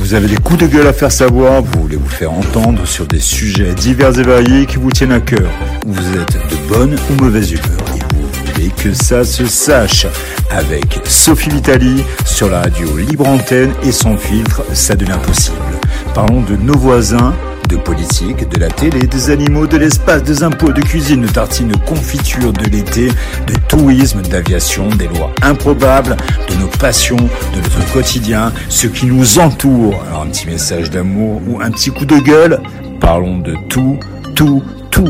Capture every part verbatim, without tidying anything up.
Vous avez des coups de gueule à faire savoir, vous voulez vous faire entendre sur des sujets divers et variés qui vous tiennent à cœur. Vous êtes de bonne ou mauvaise humeur et vous voulez que ça se sache. Avec Sophie Vitali sur la radio Libre Antenne et Sans Filtre, ça devient possible. Parlons de nos voisins, de politique, de la télé, des animaux, de l'espace, des impôts, de cuisine, de tartines, de confiture, de l'été, de tourisme, d'aviation, des lois improbables, de nos passions, de notre quotidien, ce qui nous entoure. Alors un petit message d'amour ou un petit coup de gueule. Parlons de tout, tout, tout.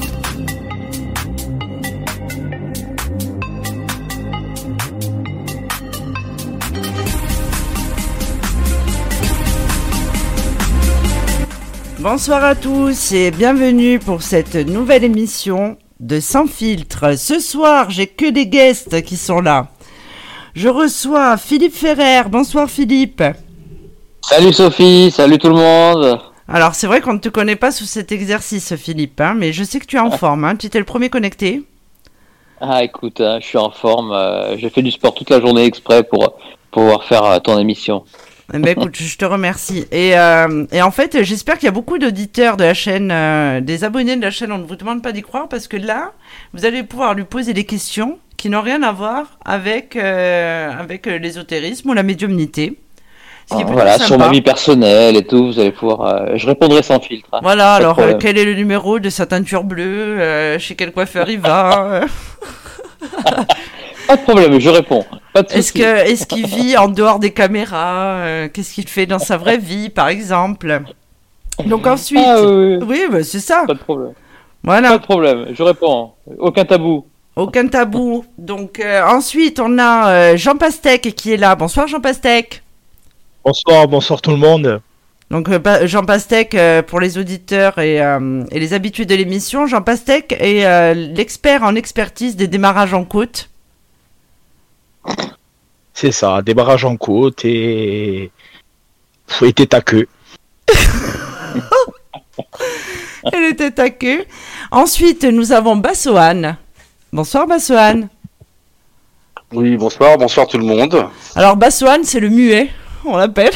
Bonsoir à tous et bienvenue pour cette nouvelle émission de Sans Filtre. Ce soir, j'ai que des guests qui sont là. Je reçois Philippe Ferrer. Bonsoir Philippe. Salut Sophie, salut tout le monde. Alors c'est vrai qu'on ne te connaît pas sous cet exercice Philippe, hein, mais je sais que tu es en forme, hein. Tu étais le premier connecté. Ah écoute, hein, je suis en forme, euh, j'ai fait du sport toute la journée exprès pour pouvoir faire euh, ton émission. Eh ben écoute, je te remercie. Et, euh, et en fait, j'espère qu'il y a beaucoup d'auditeurs de la chaîne, euh, des abonnés de la chaîne. On ne vous demande pas d'y croire parce que là, vous allez pouvoir lui poser des questions qui n'ont rien à voir avec, euh, avec l'ésotérisme ou la médiumnité. Ce qui est ah, voilà, sympa. Sur ma vie personnelle et tout, vous allez pouvoir... Euh, je répondrai sans filtre. Hein. Voilà, alors euh, quel est le numéro de sa teinture bleue, euh, chez quel coiffeur il va. Pas de problème, je réponds. Pas de est-ce, que, est-ce qu'il vit en dehors des caméras euh, Qu'est-ce qu'il fait dans sa vraie vie, par exemple? Donc ensuite... Ah, oui, oui bah, c'est ça. Pas de problème. Voilà. Pas de problème, je réponds. Aucun tabou. Aucun tabou. Donc euh, ensuite, on a euh, Jean Pastèque qui est là. Bonsoir Jean Pastèque. Bonsoir, bonsoir tout le monde. Donc euh, Jean Pastèque, euh, pour les auditeurs et, euh, et les habitués de l'émission, Jean Pastèque est euh, l'expert en expertise des démarrages en côte. C'est ça, débarrage en côte et faut être tête à queue. Elle était à queue. Ensuite, nous avons Bassoane. Bonsoir Bassoane. Oui, bonsoir, bonsoir tout le monde. Alors Bassoane, c'est le muet, on l'appelle.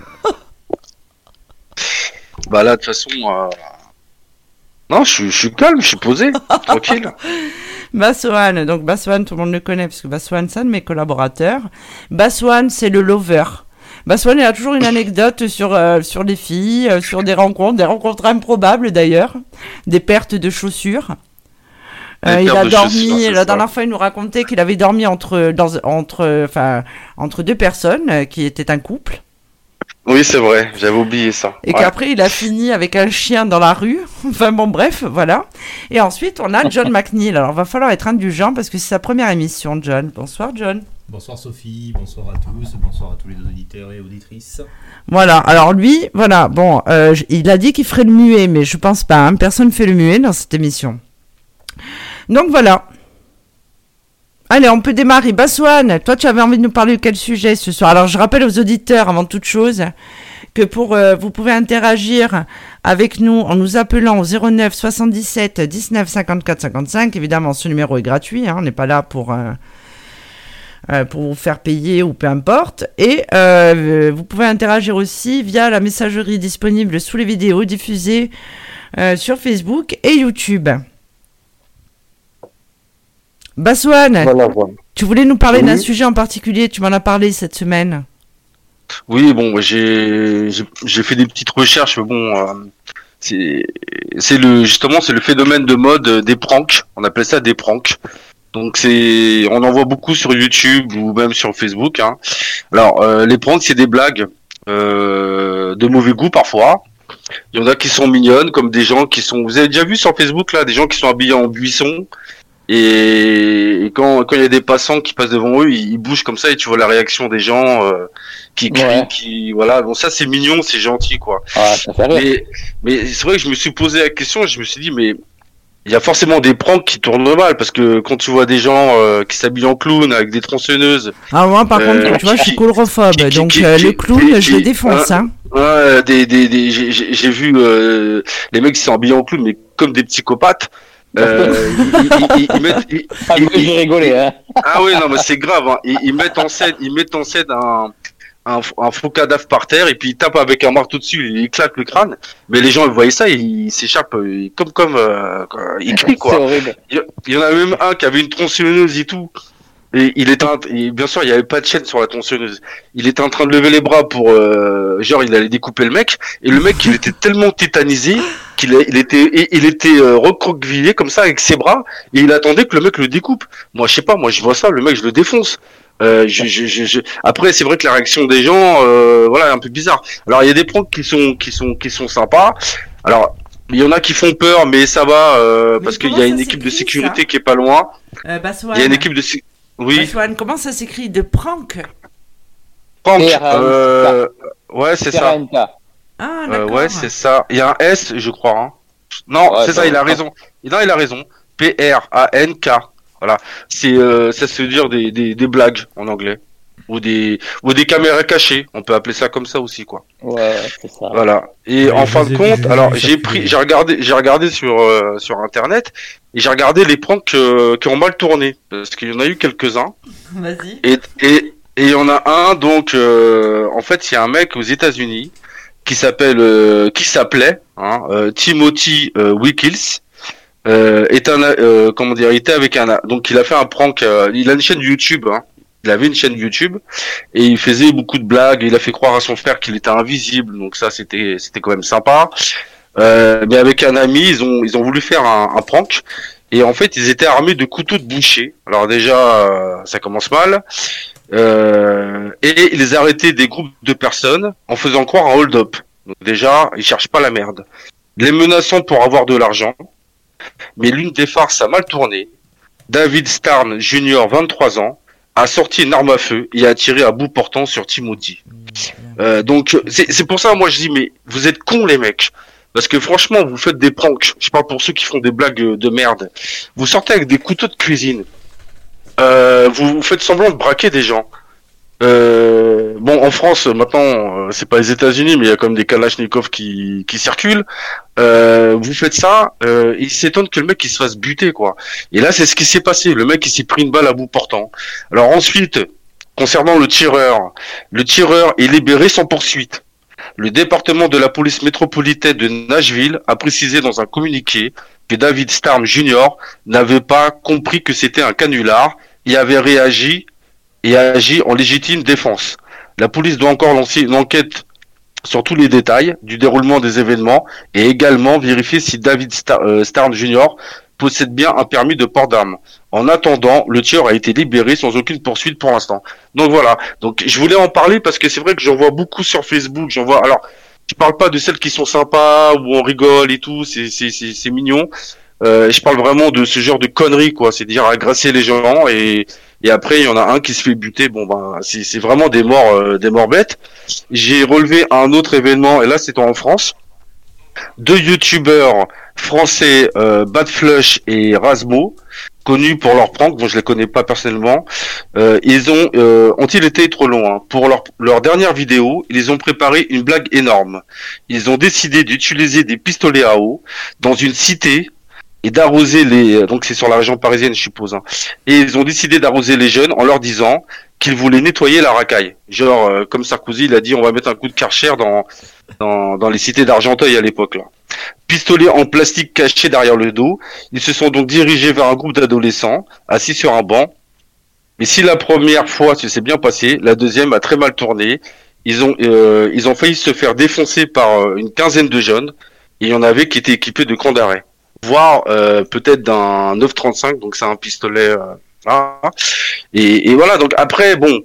Bah là, de toute façon, euh... non, je suis, je suis calme, je suis posé, tranquille. Bassoane, donc Bassoane, tout le monde le connaît parce que Bassoane, c'est un de mes collaborateurs. Bassoane, c'est le lover. Bassoane, il a toujours une anecdote sur, euh, sur les filles, euh, sur des rencontres, des rencontres improbables d'ailleurs, des pertes de chaussures. Euh, il a dormi, chaussures, la dernière fois, il nous racontait qu'il avait dormi entre, dans, entre, enfin, entre deux personnes euh, qui étaient un couple. Oui, c'est vrai, j'avais oublié ça. Et ouais. Qu'après, il a fini avec un chien dans la rue. Enfin bon, bref, voilà. Et ensuite, on a John McNeil. Alors, va falloir être indulgent parce que c'est sa première émission, John. Bonsoir, John. Bonsoir, Sophie. Bonsoir à tous. Bonsoir à tous les auditeurs et auditrices. Voilà. Alors, lui, voilà. Bon, euh, il a dit qu'il ferait le muet, mais je pense pas. Hein. Personne ne fait le muet dans cette émission. Donc, voilà. Allez, on peut démarrer. Bassoane, toi, tu avais envie de nous parler de quel sujet ce soir? Alors, je rappelle aux auditeurs, avant toute chose, que pour euh, vous pouvez interagir avec nous en nous appelant au zéro neuf soixante-dix-sept dix-neuf cinquante-quatre cinquante-cinq. Évidemment, ce numéro est gratuit. Hein, on n'est pas là pour, euh, euh, pour vous faire payer ou peu importe. Et euh, vous pouvez interagir aussi via la messagerie disponible sous les vidéos diffusées euh, sur Facebook et YouTube. Bassoane, voilà, voilà. Tu voulais nous parler oui. d'un sujet en particulier, tu m'en as parlé cette semaine. Oui, bon, j'ai j'ai, j'ai fait des petites recherches, mais bon, euh, c'est c'est le justement c'est le phénomène de mode des pranks. On appelle ça des pranks. Donc c'est, on en voit beaucoup sur YouTube ou même sur Facebook. Hein. Alors euh, les pranks, c'est des blagues euh, de mauvais goût parfois. Il y en a qui sont mignonnes, comme des gens qui sont. Vous avez déjà vu sur Facebook là, des gens qui sont habillés en buisson. Et, et quand quand il y a des passants qui passent devant eux, ils, ils bougent comme ça et tu vois la réaction des gens euh, qui crient, ouais. qui voilà. Bon ça c'est mignon, c'est gentil quoi. Ah, ça fait rire. Mais mais c'est vrai que je me suis posé la question et je me suis dit mais il y a forcément des pranks qui tournent mal parce que quand tu vois des gens euh, qui s'habillent en clown avec des tronçonneuses. Ah moi par euh, contre tu vois je suis coulrophobe donc qui, euh, qui, le clown qui, je le défonce hein. Ouais des des des j'ai j'ai, j'ai vu euh, les mecs qui sont habillés en clown mais comme des psychopathes. Euh, ils, ils, ils mettent, ils, ah, ils, j'ai rigolé, hein. Ah oui, non, mais c'est grave. Hein. Ils, ils mettent en scène, ils mettent en scène un, un, un faux cadavre par terre et puis il tape avec un marteau dessus, il éclate le crâne. Mais les gens ils voyaient ça, ils, ils s'échappent euh, comme comme euh, ils crient C'est quoi. horrible. Il y, il y en a même un qui avait une tronçonneuse et tout. Et il était, en- et bien sûr, il y avait pas de chaîne sur la tronçonneuse. Il était en train de lever les bras pour, euh, genre, il allait découper le mec. Et le mec, il était tellement tétanisé qu'il a- il était, et- il était euh, recroquevillé comme ça avec ses bras. Et il attendait que le mec le découpe. Moi, je sais pas, moi, je vois ça, le mec, je le défonce. Euh, je, je, je, je- Après, c'est vrai que la réaction des gens, euh, voilà, est un peu bizarre. Alors, il y a des pranks qui sont, qui sont, qui sont sympas. Alors, il y en a qui font peur, mais ça va, euh, Mais parce qu'il comment y a ça une équipe de s'écrit, sécurité ça qui est pas loin. Euh, Baswan, Il y a une équipe de sé- oui. Baswan, comment ça s'écrit? De prank? Prank, P R A N K. euh, ouais, c'est ça. P R A N K. Ah, Euh, d'accord. ouais, c'est ça. Il y a un S, je crois. Hein. Non, Ouais, c'est ça, ça il a va. raison. Non, il a raison. P R A N K. Voilà. C'est, euh, ça se veut dire des, des, des blagues en anglais. Ou des, ou des caméras cachées. On peut appeler ça comme ça aussi, quoi. Ouais, ouais, c'est ça. Voilà. Et Ouais, en je fin les de ai- compte, je les ai alors vus j'ai circuler. pris, j'ai regardé, j'ai regardé sur euh, sur internet et j'ai regardé les pranks euh, qui ont mal tourné parce qu'il y en a eu quelques-uns. Vas-y. Et et et il y en a un donc euh, en fait il y a un mec aux États-Unis qui s'appelle euh, qui s'appelait hein, euh, Timothy euh, Wickles. Euh, est un euh, comment dire, il était avec un donc il a fait un prank. Euh, il a une chaîne YouTube. Hein. Il avait une chaîne YouTube et il faisait beaucoup de blagues. Il a fait croire à son frère qu'il était invisible, donc ça c'était c'était quand même sympa. Euh, mais avec un ami, ils ont ils ont voulu faire un, un prank et en fait ils étaient armés de couteaux de boucher. Alors déjà euh, ça commence mal. Euh, et ils arrêtaient des groupes de personnes en faisant croire un hold-up. Donc déjà ils cherchent pas la merde. Les menaçant pour avoir de l'argent. Mais l'une des farces a mal tourné. David Starn Junior, vingt-trois ans, a sorti une arme à feu et a tiré à bout portant sur Timothy. Euh, donc c'est c'est pour ça moi je dis mais vous êtes cons les mecs parce que franchement vous faites des pranks. Je parle pour ceux qui font des blagues de merde. Vous sortez avec des couteaux de cuisine. Euh, vous, vous faites semblant de braquer des gens. Euh, bon, en France, maintenant, euh, c'est pas les États-Unis, mais il y a quand même des Kalachnikov qui, qui circulent. Euh, vous faites ça, euh, il s'étonne que le mec il se fasse buter, quoi. Et là, c'est ce qui s'est passé. Le mec il s'est pris une balle à bout portant. Alors ensuite, concernant le tireur, le tireur est libéré sans poursuite. Le département de la police métropolitaine de Nashville a précisé dans un communiqué que David Starm Junior n'avait pas compris que c'était un canular et avait réagi et a agi en légitime défense. La police doit encore lancer une enquête sur tous les détails du déroulement des événements et également vérifier si David Star- euh, Starm Junior possède bien un permis de port d'armes. En attendant, le tueur a été libéré sans aucune poursuite pour l'instant. Donc voilà. Donc je voulais en parler parce que c'est vrai que j'en vois beaucoup sur Facebook. J'en vois. Alors, je parle pas de celles qui sont sympas où on rigole et tout. C'est c'est c'est, c'est mignon. Euh, je parle vraiment de ce genre de conneries, quoi. C'est-à-dire agresser les gens et et après il y en a un qui se fait buter. Bon ben c'est c'est vraiment des morts euh, des morts bêtes. J'ai relevé un autre événement et là c'était en France. Deux youtubeurs français, euh, Bad Flush et Rasmo, connus pour leurs pranks, bon je les connais pas personnellement, euh, ils ont euh, ont-ils été trop longs hein. Pour leur leur dernière vidéo, ils ont préparé une blague énorme. Ils ont décidé d'utiliser des pistolets à eau dans une cité et d'arroser les donc c'est sur la région parisienne je suppose hein. Et ils ont décidé d'arroser les jeunes en leur disant qu'ils voulaient nettoyer la racaille. Genre euh, comme Sarkozy il a dit on va mettre un coup de Karcher dans dans dans les cités d'Argenteuil à l'époque là. Pistolet en plastique caché derrière le dos, ils se sont donc dirigés vers un groupe d'adolescents assis sur un banc. Mais si la première fois ça s'est bien passé, la deuxième a très mal tourné. Ils ont euh, ils ont failli se faire défoncer par euh, une quinzaine de jeunes et il y en avait qui étaient équipés de crans d'arrêt. Voire euh, peut-être d'un neuf trente-cinq, donc c'est un pistolet. Euh, là. Et, et voilà, donc après, bon,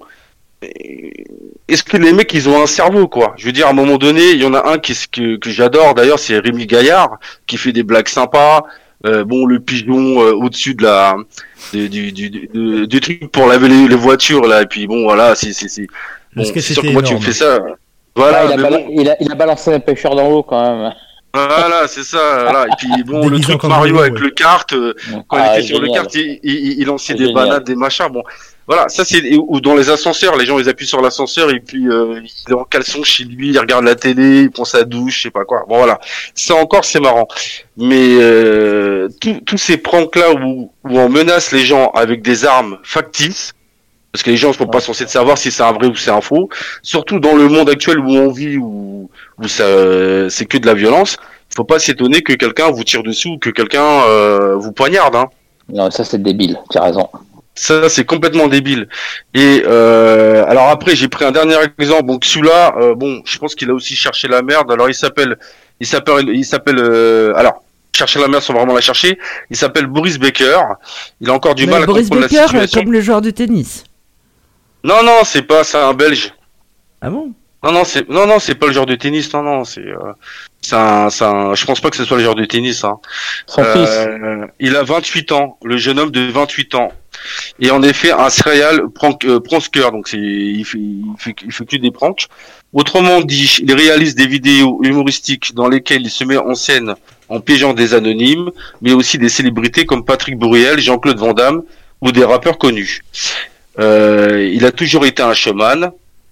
est-ce que les mecs ils ont un cerveau quoi? Je veux dire, à un moment donné, il y en a un qui que, que j'adore d'ailleurs, c'est Rémi Gaillard qui fait des blagues sympas. Euh, bon, le pigeon euh, au-dessus de la du, du, du, du, du truc pour laver les, les voitures là, et puis bon voilà, c'est c'est c'est bon, c'est sûr que moi tu me fais ça. Voilà, Ah, il, a mais bala- bon. il, a, il a balancé un pêcheur dans l'eau quand même. Voilà, c'est ça. Voilà. Et puis bon, le Déguisé truc encore Mario Mario, avec ouais. le kart, euh, quand Ah, il était sur le génial. kart, il, il, il lançait C'est des génial. bananes, des machins. Bon, voilà, ça c'est ou dans les ascenseurs, les gens ils appuient sur l'ascenseur et puis euh, il est en caleçon chez lui, il regarde la télé, il prend sa douche, je sais pas quoi. Bon voilà, ça encore c'est marrant. Mais euh, tous tous ces pranks là où où on menace les gens avec des armes factices, Parce que les gens ne sont pas censés savoir si c'est un vrai ou c'est un faux. Surtout dans le monde actuel où on vit, où, où ça, c'est que de la violence. Il faut pas s'étonner que quelqu'un vous tire dessus ou que quelqu'un euh, vous poignarde. Hein. Non, ça c'est débile, tu as raison. Ça, c'est complètement débile. Et euh, alors après, j'ai pris un dernier exemple. Donc celui-là, euh, bon, je pense qu'il a aussi cherché la merde. Alors il s'appelle, il s'appelle, il s'appelle. Euh, alors chercher la merde sans vraiment la chercher. Il s'appelle Boris Becker. Il a encore du Mais mal à Boris comprendre Becker, la situation. comme le joueur de tennis. Non, non, c'est pas, c'est un Belge. Ah bon? Non, non, c'est, non, non, c'est pas le genre de tennis. Non, non, c'est, euh, c'est un, c'est un. Je pense pas que ce soit le genre de tennis. Hein. Son Euh, fils. Il a vingt-huit ans, le jeune homme de vingt-huit ans. Et en effet, un serial prank, euh, prankster, donc c'est, il fait, il fait, il fait que des pranks. Autrement dit, il réalise des vidéos humoristiques dans lesquelles il se met en scène en piégeant des anonymes, mais aussi des célébrités comme Patrick Bruel, Jean-Claude Van Damme ou des rappeurs connus. Euh, il a toujours été un showman.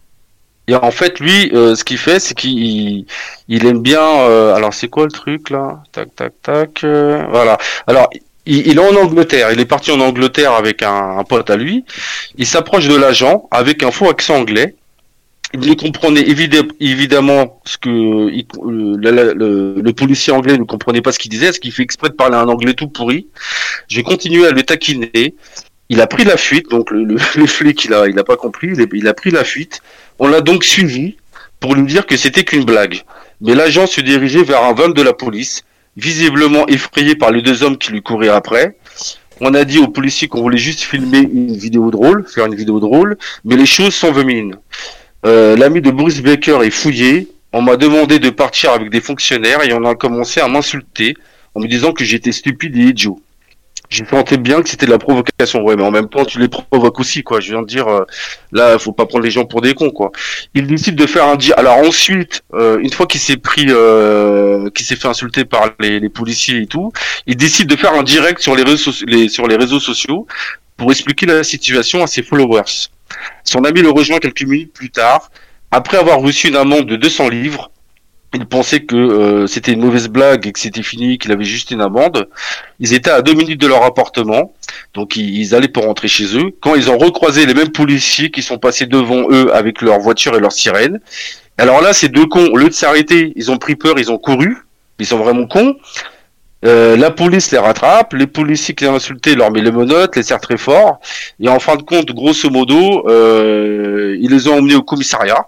Et en fait, lui, euh, ce qu'il fait, c'est qu'il il aime bien. Euh, alors, c'est quoi le truc là? Tac, tac, tac. Euh, voilà. Alors, il, il est en Angleterre. Il est parti en Angleterre avec un, un pote à lui. Il s'approche de l'agent avec un faux accent anglais. Il ne comprenait évidemment, évidemment ce que il, le, le, le, le policier anglais ne comprenait pas ce qu'il disait, ce qu'il fait exprès de parler un anglais tout pourri. J'ai continué à le taquiner. Il a pris la fuite, donc le, le, le flic, il a, il a pas compris, il a, il a pris la fuite. On l'a donc suivi pour lui dire que c'était qu'une blague. Mais l'agent se dirigeait vers un van de la police, visiblement effrayé par les deux hommes qui lui couraient après. On a dit aux policiers qu'on voulait juste filmer une vidéo drôle, faire une vidéo drôle, mais les choses s'enveniment. Euh, l'ami de Boris Becker est fouillé. On m'a demandé de partir avec des fonctionnaires et on a commencé à m'insulter en me disant que j'étais stupide et idiot. Je sentais bien que c'était de la provocation, ouais, mais en même temps, tu les provoques aussi, quoi. Je viens de dire, euh, là, faut pas prendre les gens pour des cons, quoi. Il décide de faire un di- Alors ensuite, euh, une fois qu'il s'est pris, euh, qu'il s'est fait insulter par les, les policiers et tout, il décide de faire un direct sur les réseaux, so- les, sur les réseaux sociaux pour expliquer la situation à ses followers. Son ami le rejoint quelques minutes plus tard, après avoir reçu une amende de deux cents livres. Il pensait que euh, c'était une mauvaise blague et que c'était fini, qu'il avait juste une amende. Ils étaient à deux minutes de leur appartement, donc ils, ils allaient pour rentrer chez eux, quand ils ont recroisé les mêmes policiers qui sont passés devant eux avec leur voiture et leur sirène. Alors là, ces deux cons, au lieu de s'arrêter, ils ont pris peur, ils ont couru, ils sont vraiment cons. Euh, la police les rattrape, les policiers qui les ont insultés leur met les menottes, les serrent très fort, et en fin de compte, grosso modo, euh, ils les ont emmenés au commissariat.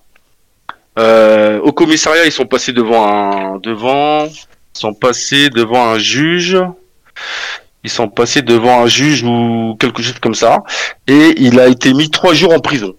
Euh, au commissariat, ils sont passés devant un, devant, ils sont passés devant un juge, ils sont passés devant un juge ou quelque chose comme ça, et il a été mis trois jours en prison.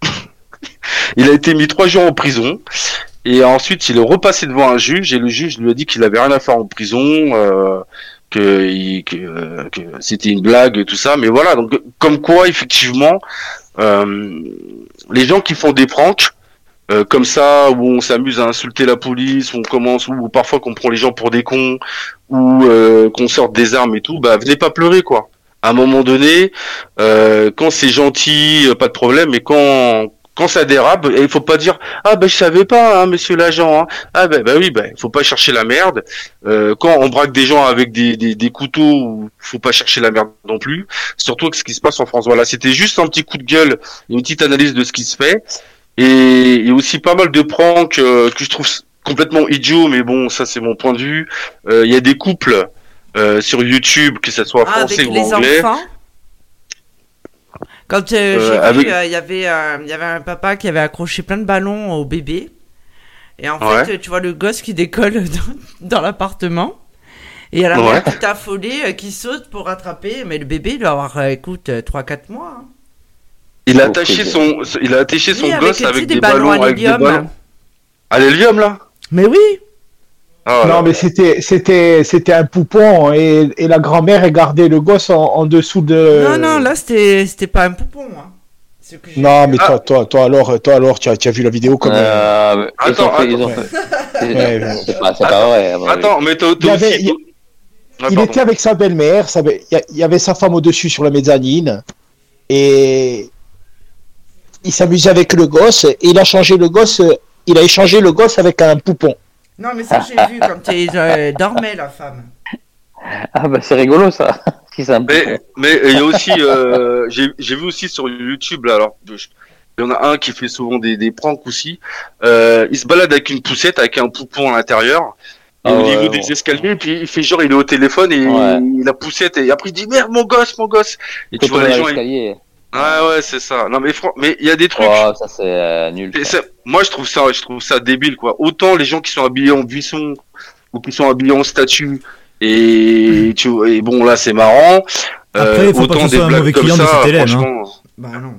Il a été mis trois jours en prison, et ensuite il est repassé devant un juge, et le juge lui a dit qu'il avait rien à faire en prison, euh, que, il, que, euh, que c'était une blague, tout ça, mais voilà, donc comme quoi effectivement, euh, les gens qui font des pranks, Euh, comme ça, où on s'amuse à insulter la police, où on commence, ou parfois qu'on prend les gens pour des cons, ou euh, qu'on sorte des armes et tout, bah venez pas pleurer, quoi. À un moment donné, euh, quand c'est gentil, euh, pas de problème, mais quand quand ça dérape, il faut pas dire ah ben je savais pas, hein, monsieur l'agent, hein. Ah ben bah, bah oui, ben bah, faut pas chercher la merde. Euh, quand on braque des gens avec des des, des couteaux, faut pas chercher la merde non plus. Surtout avec ce qui se passe en France. Voilà, c'était juste un petit coup de gueule, une petite analyse de ce qui se fait. Et il y a aussi pas mal de pranks euh, que je trouve complètement idiots, mais bon, ça c'est mon point de vue. Euh, Il y a des couples euh, sur YouTube, que ça soit Ah, français avec ou les anglais. enfants. Quand euh, Euh, j'ai avec- vu, euh, il y avait, euh, il y avait un papa qui avait accroché plein de ballons au bébé. Et en Ouais. fait, tu vois le gosse qui décolle dans, dans l'appartement. Et il y a la Ouais. mère qui est affolée, euh, qui saute pour rattraper. Mais le bébé, il doit avoir, euh, écoute, trois quatre mois. Hein. Il a Oh, attaché c'est son, il a attaché son Oui, avec, gosse tu sais, avec des des ballons ballons, à avec des l'hélium. ballons. À l'hélium là. Mais oui. Ah, Non, mais c'était, c'était, c'était un poupon et, et la grand-mère a gardé le gosse en, en dessous de. Non, non, là, c'était, c'était pas un poupon. Hein. Ce que j'ai Non, vu. mais Ah. toi, toi, toi alors, toi alors, tu as, tu as vu la vidéo comme. euh, Euh, ils Attends, ont fait, ils ont attends. fait. Ouais, ouais. C'est pas, c'est pas vrai. à mon avis. Attends, mais t'as Il y t'as avait- aussi. il y- Ah, Il pardon. était avec sa belle-mère, sa be- il y a- il y avait sa femme au-dessus sur la mezzanine, et il s'amusait avec le gosse, et il a changé le gosse, il a échangé le gosse avec un poupon. Non, mais ça, j'ai vu quand il euh, dormait, la femme. Ah bah c'est rigolo ça. Si c'est un Mais bouffon. mais il y a aussi, euh, j'ai j'ai vu aussi sur YouTube là. Alors, je- il y en a un qui fait souvent des des pranks aussi. Euh, il se balade avec une poussette, avec un poupon à l'intérieur. Et Ah au ouais, niveau ouais. des escaliers, puis il fait genre il est au téléphone et Ouais. la poussette et après il dit merde mon gosse, mon gosse. Et tu Faut vois tomber les dans gens. Ils... l'escalier. Ah ouais, c'est ça. Non mais fran- mais il y a des trucs. Oh, ça c'est euh, nul. Et ça. ça- moi je trouve ça, je trouve ça débile quoi. Autant les gens qui sont habillés en buisson ou qui sont habillés en statue et tu vois, et bon là c'est marrant. Après, faut pas que ce des soit un blagues mauvais comme client de ça, C T L M, hein. franchement. Bah non.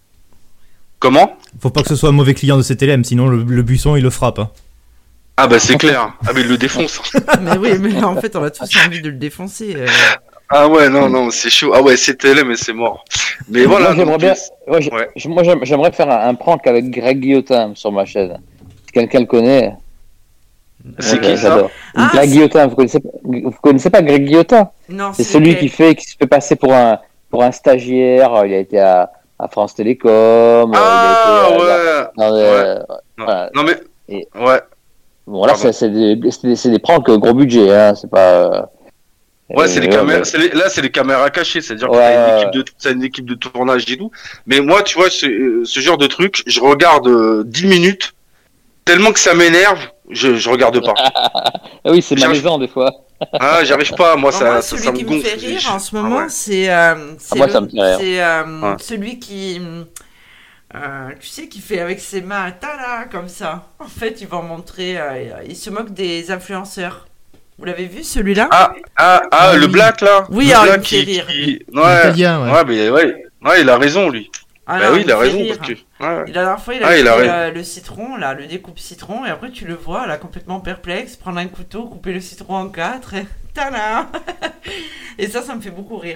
Comment? Faut pas que ce soit un mauvais client de C T L M, sinon le, le buisson il le frappe. Hein. Ah bah c'est clair. Ah mais il le défonce. Mais oui, mais en fait, on a tous envie de le défoncer. euh. Ah ouais non non c'est chaud. Ah ouais C T L M mais c'est mort. Mais voilà. Moi, j'aimerais donc, bien. Ouais, j'ai- ouais. j'ai- Moi, j'aime- j'aimerais faire un, un prank avec Greg Guillotin sur ma chaîne. Si quelqu'un le connaît. C'est moi, qui ça? j'adore. Ah, Greg c'est- Guillotin, vous connaissez, pas- vous connaissez pas Greg Guillotin? Non, C'est celui lequel qui fait, qui se fait passer pour un, pour un stagiaire. Il a été à, à France Télécom. Ah il a été, euh, ouais. dans- dans, euh, Non, voilà. non, mais Et- ouais. Bon, là, Pardon. c'est c'est des, c'est des, c'est des pranks gros budget, hein. C'est pas. euh, Ouais, c'est euh, les ouais, caméras. ouais. c'est les- Là, c'est les caméras cachées, c'est-à-dire que Ouais, t'as une ouais. équipe de, t'as une équipe de tournage et tout. Mais moi, tu vois, ce, euh, ce genre de truc, je regarde euh, dix minutes, tellement que ça m'énerve, je, je regarde pas. Ah oui, c'est J'arrive- malaisant des fois. Ah, j'arrive pas, moi, Bon, ça, moi, ça, celui ça me qui me gonfle. fait rire Je- en ce Ah moment, ouais. c'est euh, c'est moi, le- ça me fait rire. c'est, euh, Ouais. celui qui, euh, tu sais, qui fait avec ses mains, tada, comme ça. En fait, ils vont montrer, euh, il se moque des influenceurs. Vous l'avez vu celui-là? Ah, ah, ah, Ah, le oui. black là. Oui, le ah, black il me fait rire. qui... Ouais. Ouais, Italien, ouais. ouais, mais ouais, ouais, il a raison lui. Ah bah non, oui, il a me fait raison rire. parce que. Ouais. Et la dernière fois, il a Ah, pris il a raison. euh, le citron, là, le découpe citron, et après tu le vois, là, complètement perplexe, prendre un couteau, couper le citron en quatre, et tada. Et ça, ça me fait beaucoup rire.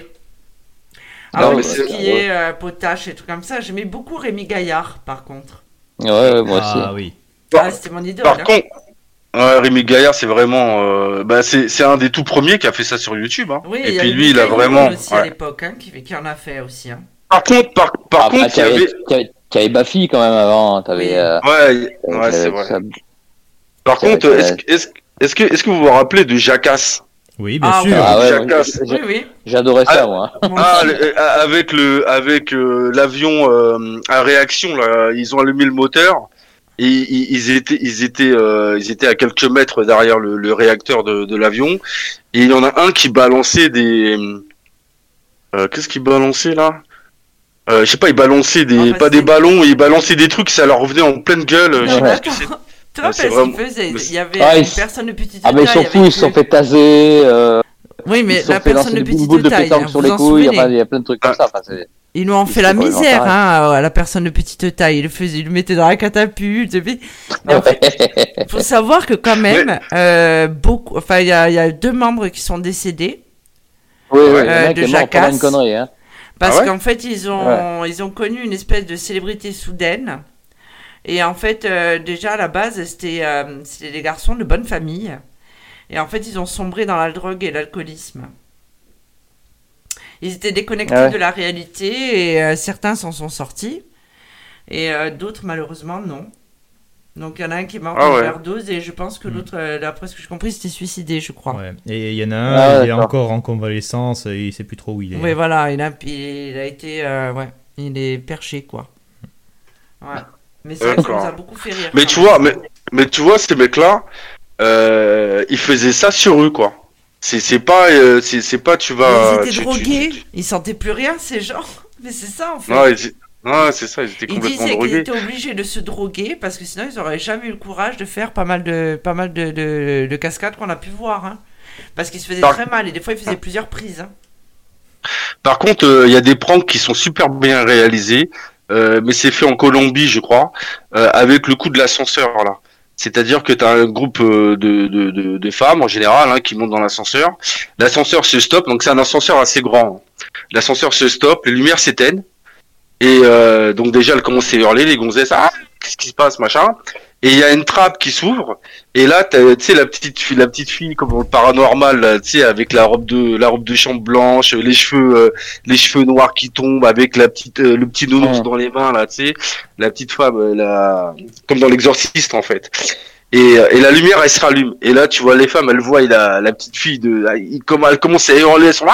Non, Alors, mais tout ce c'est- qui est euh, potache et tout comme ça, j'aimais beaucoup Rémi Gaillard, par contre. Ouais, ouais, moi aussi. Ah oui. Par- Ah, c'était mon idole. Par hein. contre, ouais, Rémi Gaillard, c'est vraiment, euh, bah, c'est, c'est un des tout premiers qui a fait ça sur YouTube, hein. Oui, Et il y puis eu lui, il a Michael vraiment. Youn aussi à ouais. l'époque, hein, qui, qui en a fait aussi. Hein. Par contre, par, par Après, contre, il y t'avais, avait. t'avais, t'avais Bafi quand même avant. T'avais. Oui. Euh, Ouais, ouais, t'avais c'est tout vrai. ça. Par Ouais, contre, ouais. est-ce, que- est-ce, est-ce que, est-ce que vous vous rappelez de Jackass? Oui, bien Ah, sûr. Ah ouais, Jackass. moi, j'ai- Oui, oui. j'adorais ça, Ah, moi. Moi Ah, aussi. le- euh, avec le, avec euh, l'avion euh, à réaction là, ils ont allumé le moteur et ils, ils étaient, ils étaient, euh, ils étaient à quelques mètres derrière le, le réacteur de, de l'avion et il y en a un qui balançait des, euh, qu'est-ce qu'il balançait là? Euh, je sais pas, il balançait des, Ah, bah, pas c'est- des ballons, il balançait des trucs, ça leur revenait en pleine gueule. Je sais Non, pas mais ce que c'est. attends. Tu vois, Ah, c'est parce qu'il vraiment- faisait, mais il y avait Ah, une ils- personne de petite Ah, mais ils taille s'en avec foutent, ils se sont le- fait taser. Euh, Oui, mais ils se sont la fait personne lancer de des petite boules de taille, pétanque hein, sur vous les en couilles. souvenez. Enfin, il y a plein de trucs comme ça. Enfin, c'est... Ils lui ont fait Ils la étaient complètement misère, tarés. hein, à la personne de petite taille. Il le faisait, il le mettait dans la catapulte. Et puis... Mais en fait, il faut savoir que quand même, euh, beaucoup, enfin, il y a, il y a deux membres qui sont décédés Oui, oui, Euh, le mec de est mort pendant une Jackass. connerie. Hein. parce Ah ouais qu'en fait, ils ont, ils ont connu une espèce de célébrité soudaine. Et en fait, euh, déjà à la base, c'était, euh, c'était des garçons de bonne famille. Et en fait, ils ont sombré dans la drogue et l'alcoolisme. Ils étaient déconnectés Ah ouais. de la réalité et euh, certains s'en sont sortis. Et euh, d'autres, malheureusement, non. Donc il y en a un qui est mort Ah ouais. d'overdose et je pense que Mm. l'autre, euh, d'après ce que j'ai compris, c'était suicidé, je crois. Ouais. Et il y en a un, Ah, il est d'accord. encore en convalescence, et il sait plus trop où il est. Oui, voilà, il a, il a été, euh, ouais, il est perché, quoi. Ouais. Mais c'est vrai que ça D'accord. nous a beaucoup fait rire. Mais quand tu même. vois, mais, mais tu vois, ces mecs-là, euh, ils faisaient ça sur eux, quoi. C'est, c'est pas, euh, c'est, c'est pas, tu vas. Mais ils tu- étaient tu- drogués, tu- tu- ils sentaient plus rien, ces gens. Mais c'est ça, en fait. Non, ils- non, c'est ça, ils étaient Ils complètement disaient qu'ils drogués. étaient obligés de se droguer parce que sinon ils auraient jamais eu le courage de faire pas mal de, pas mal de, de, de cascades qu'on a pu voir. Hein. Parce qu'ils se faisaient Par- très mal et des fois ils faisaient plusieurs prises. Hein. Par contre, euh, il y a des pranks qui sont super bien réalisés, euh, mais c'est fait en Colombie, je crois, euh, avec le coup de l'ascenseur, là. C'est-à-dire que tu as un groupe euh, de, de, de, de femmes, en général, hein, qui montent dans l'ascenseur. L'ascenseur se stoppe, donc c'est un ascenseur assez grand. L'ascenseur se stoppe, les lumières s'éteignent. Et euh, donc déjà, elles commencent à hurler, les gonzesses, ah, qu'est-ce qui se passe, machin. Et il y a une trappe qui s'ouvre. Et là, t'as- tu sais, la petite fille, la petite fille, comme dans le paranormal, là, tu sais, avec la robe de, la robe de chambre blanche, les cheveux, euh, les cheveux noirs qui tombent, avec la petite, euh, le petit nounours Ouais. dans les mains, là, tu sais, la petite femme, euh, la, comme dans l'exorciste, en fait. Et, euh, et la lumière, elle se rallume. Et là, tu vois les femmes, elles voient la, la petite fille de, il, comme, elle commence à hurler, elles sont là.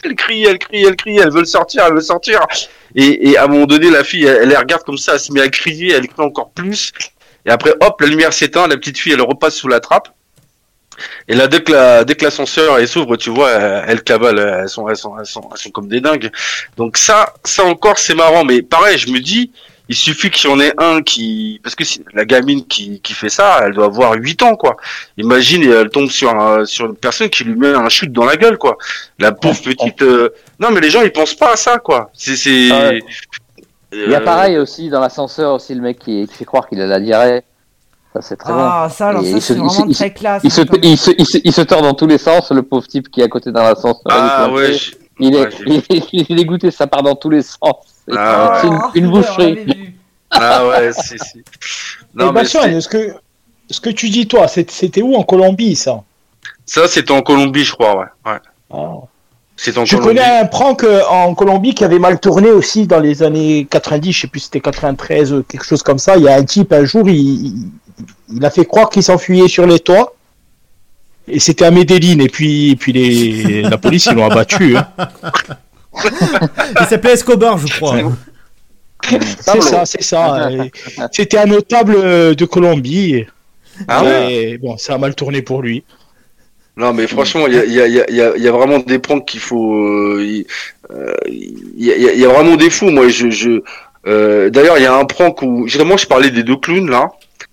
elle crie, elle crie, elle crie, elle veut le sortir, elle veut le sortir. Et, et à un moment donné, la fille, elle, elle les regarde comme ça, elle se met à crier, elle crie encore plus. Et après, hop, la lumière s'éteint, la petite fille, elle repasse sous la trappe. Et là, dès que la, dès que l'ascenseur elle s'ouvre, tu vois, elles, elles cavalent, elles sont, elles sont, elles sont, elles sont comme des dingues. Donc ça, ça encore, c'est marrant. Mais pareil, je me dis, il suffit qu'il y en ait un qui, parce que si, la gamine qui, qui fait ça, elle doit avoir huit ans, quoi. Imagine, elle tombe sur un, sur une personne qui lui met un chute dans la gueule, quoi. La pauvre petite, euh... non, mais les gens, ils pensent pas à ça, quoi. C'est, c'est, ah ouais. Il y a pareil aussi dans l'ascenseur aussi le mec qui, qui fait croire qu'il a la diarrhée. Ça c'est très ah, bon. ça, alors, ça, il c'est se, vraiment il très se, classe. Il se, il, se, il, se, il se tord dans tous les sens, le pauvre type qui est à côté dans l'ascenseur. Ah il ouais. Il est, ouais, il, il est dégoûté, ça part dans tous les sens. Ah, c'est ouais. une, une boucherie. Ah ouais, si, si. Non, mais Bassoine, ce que, ce que tu dis, toi, c'était où en Colombie, ça? Ça, c'était en Colombie, je crois, ouais. ouais. Ah. C'est en je Colombie. connais un prank en Colombie qui avait mal tourné aussi dans les années quatre-vingt-dix, je sais plus si c'était quatre-vingt-treize, quelque chose comme ça. Il y a un type, un jour, il, il, il a fait croire qu'il s'enfuyait sur les toits. Et c'était à Medellín. Et puis, et puis les, la police, ils l'ont abattu. Hein. Il s'appelait Escobar, je crois. C'est ça, c'est ça. C'était un notable de Colombie. Ah ouais. Bon, ça a mal tourné pour lui. Non, mais franchement, il y a, y, a, y, a, y a vraiment des pranks qu'il faut. Il euh, y, a, y a vraiment des fous. Moi, je. je euh, D'ailleurs, il y a un prank où. Généralement, je parlais des deux clowns là.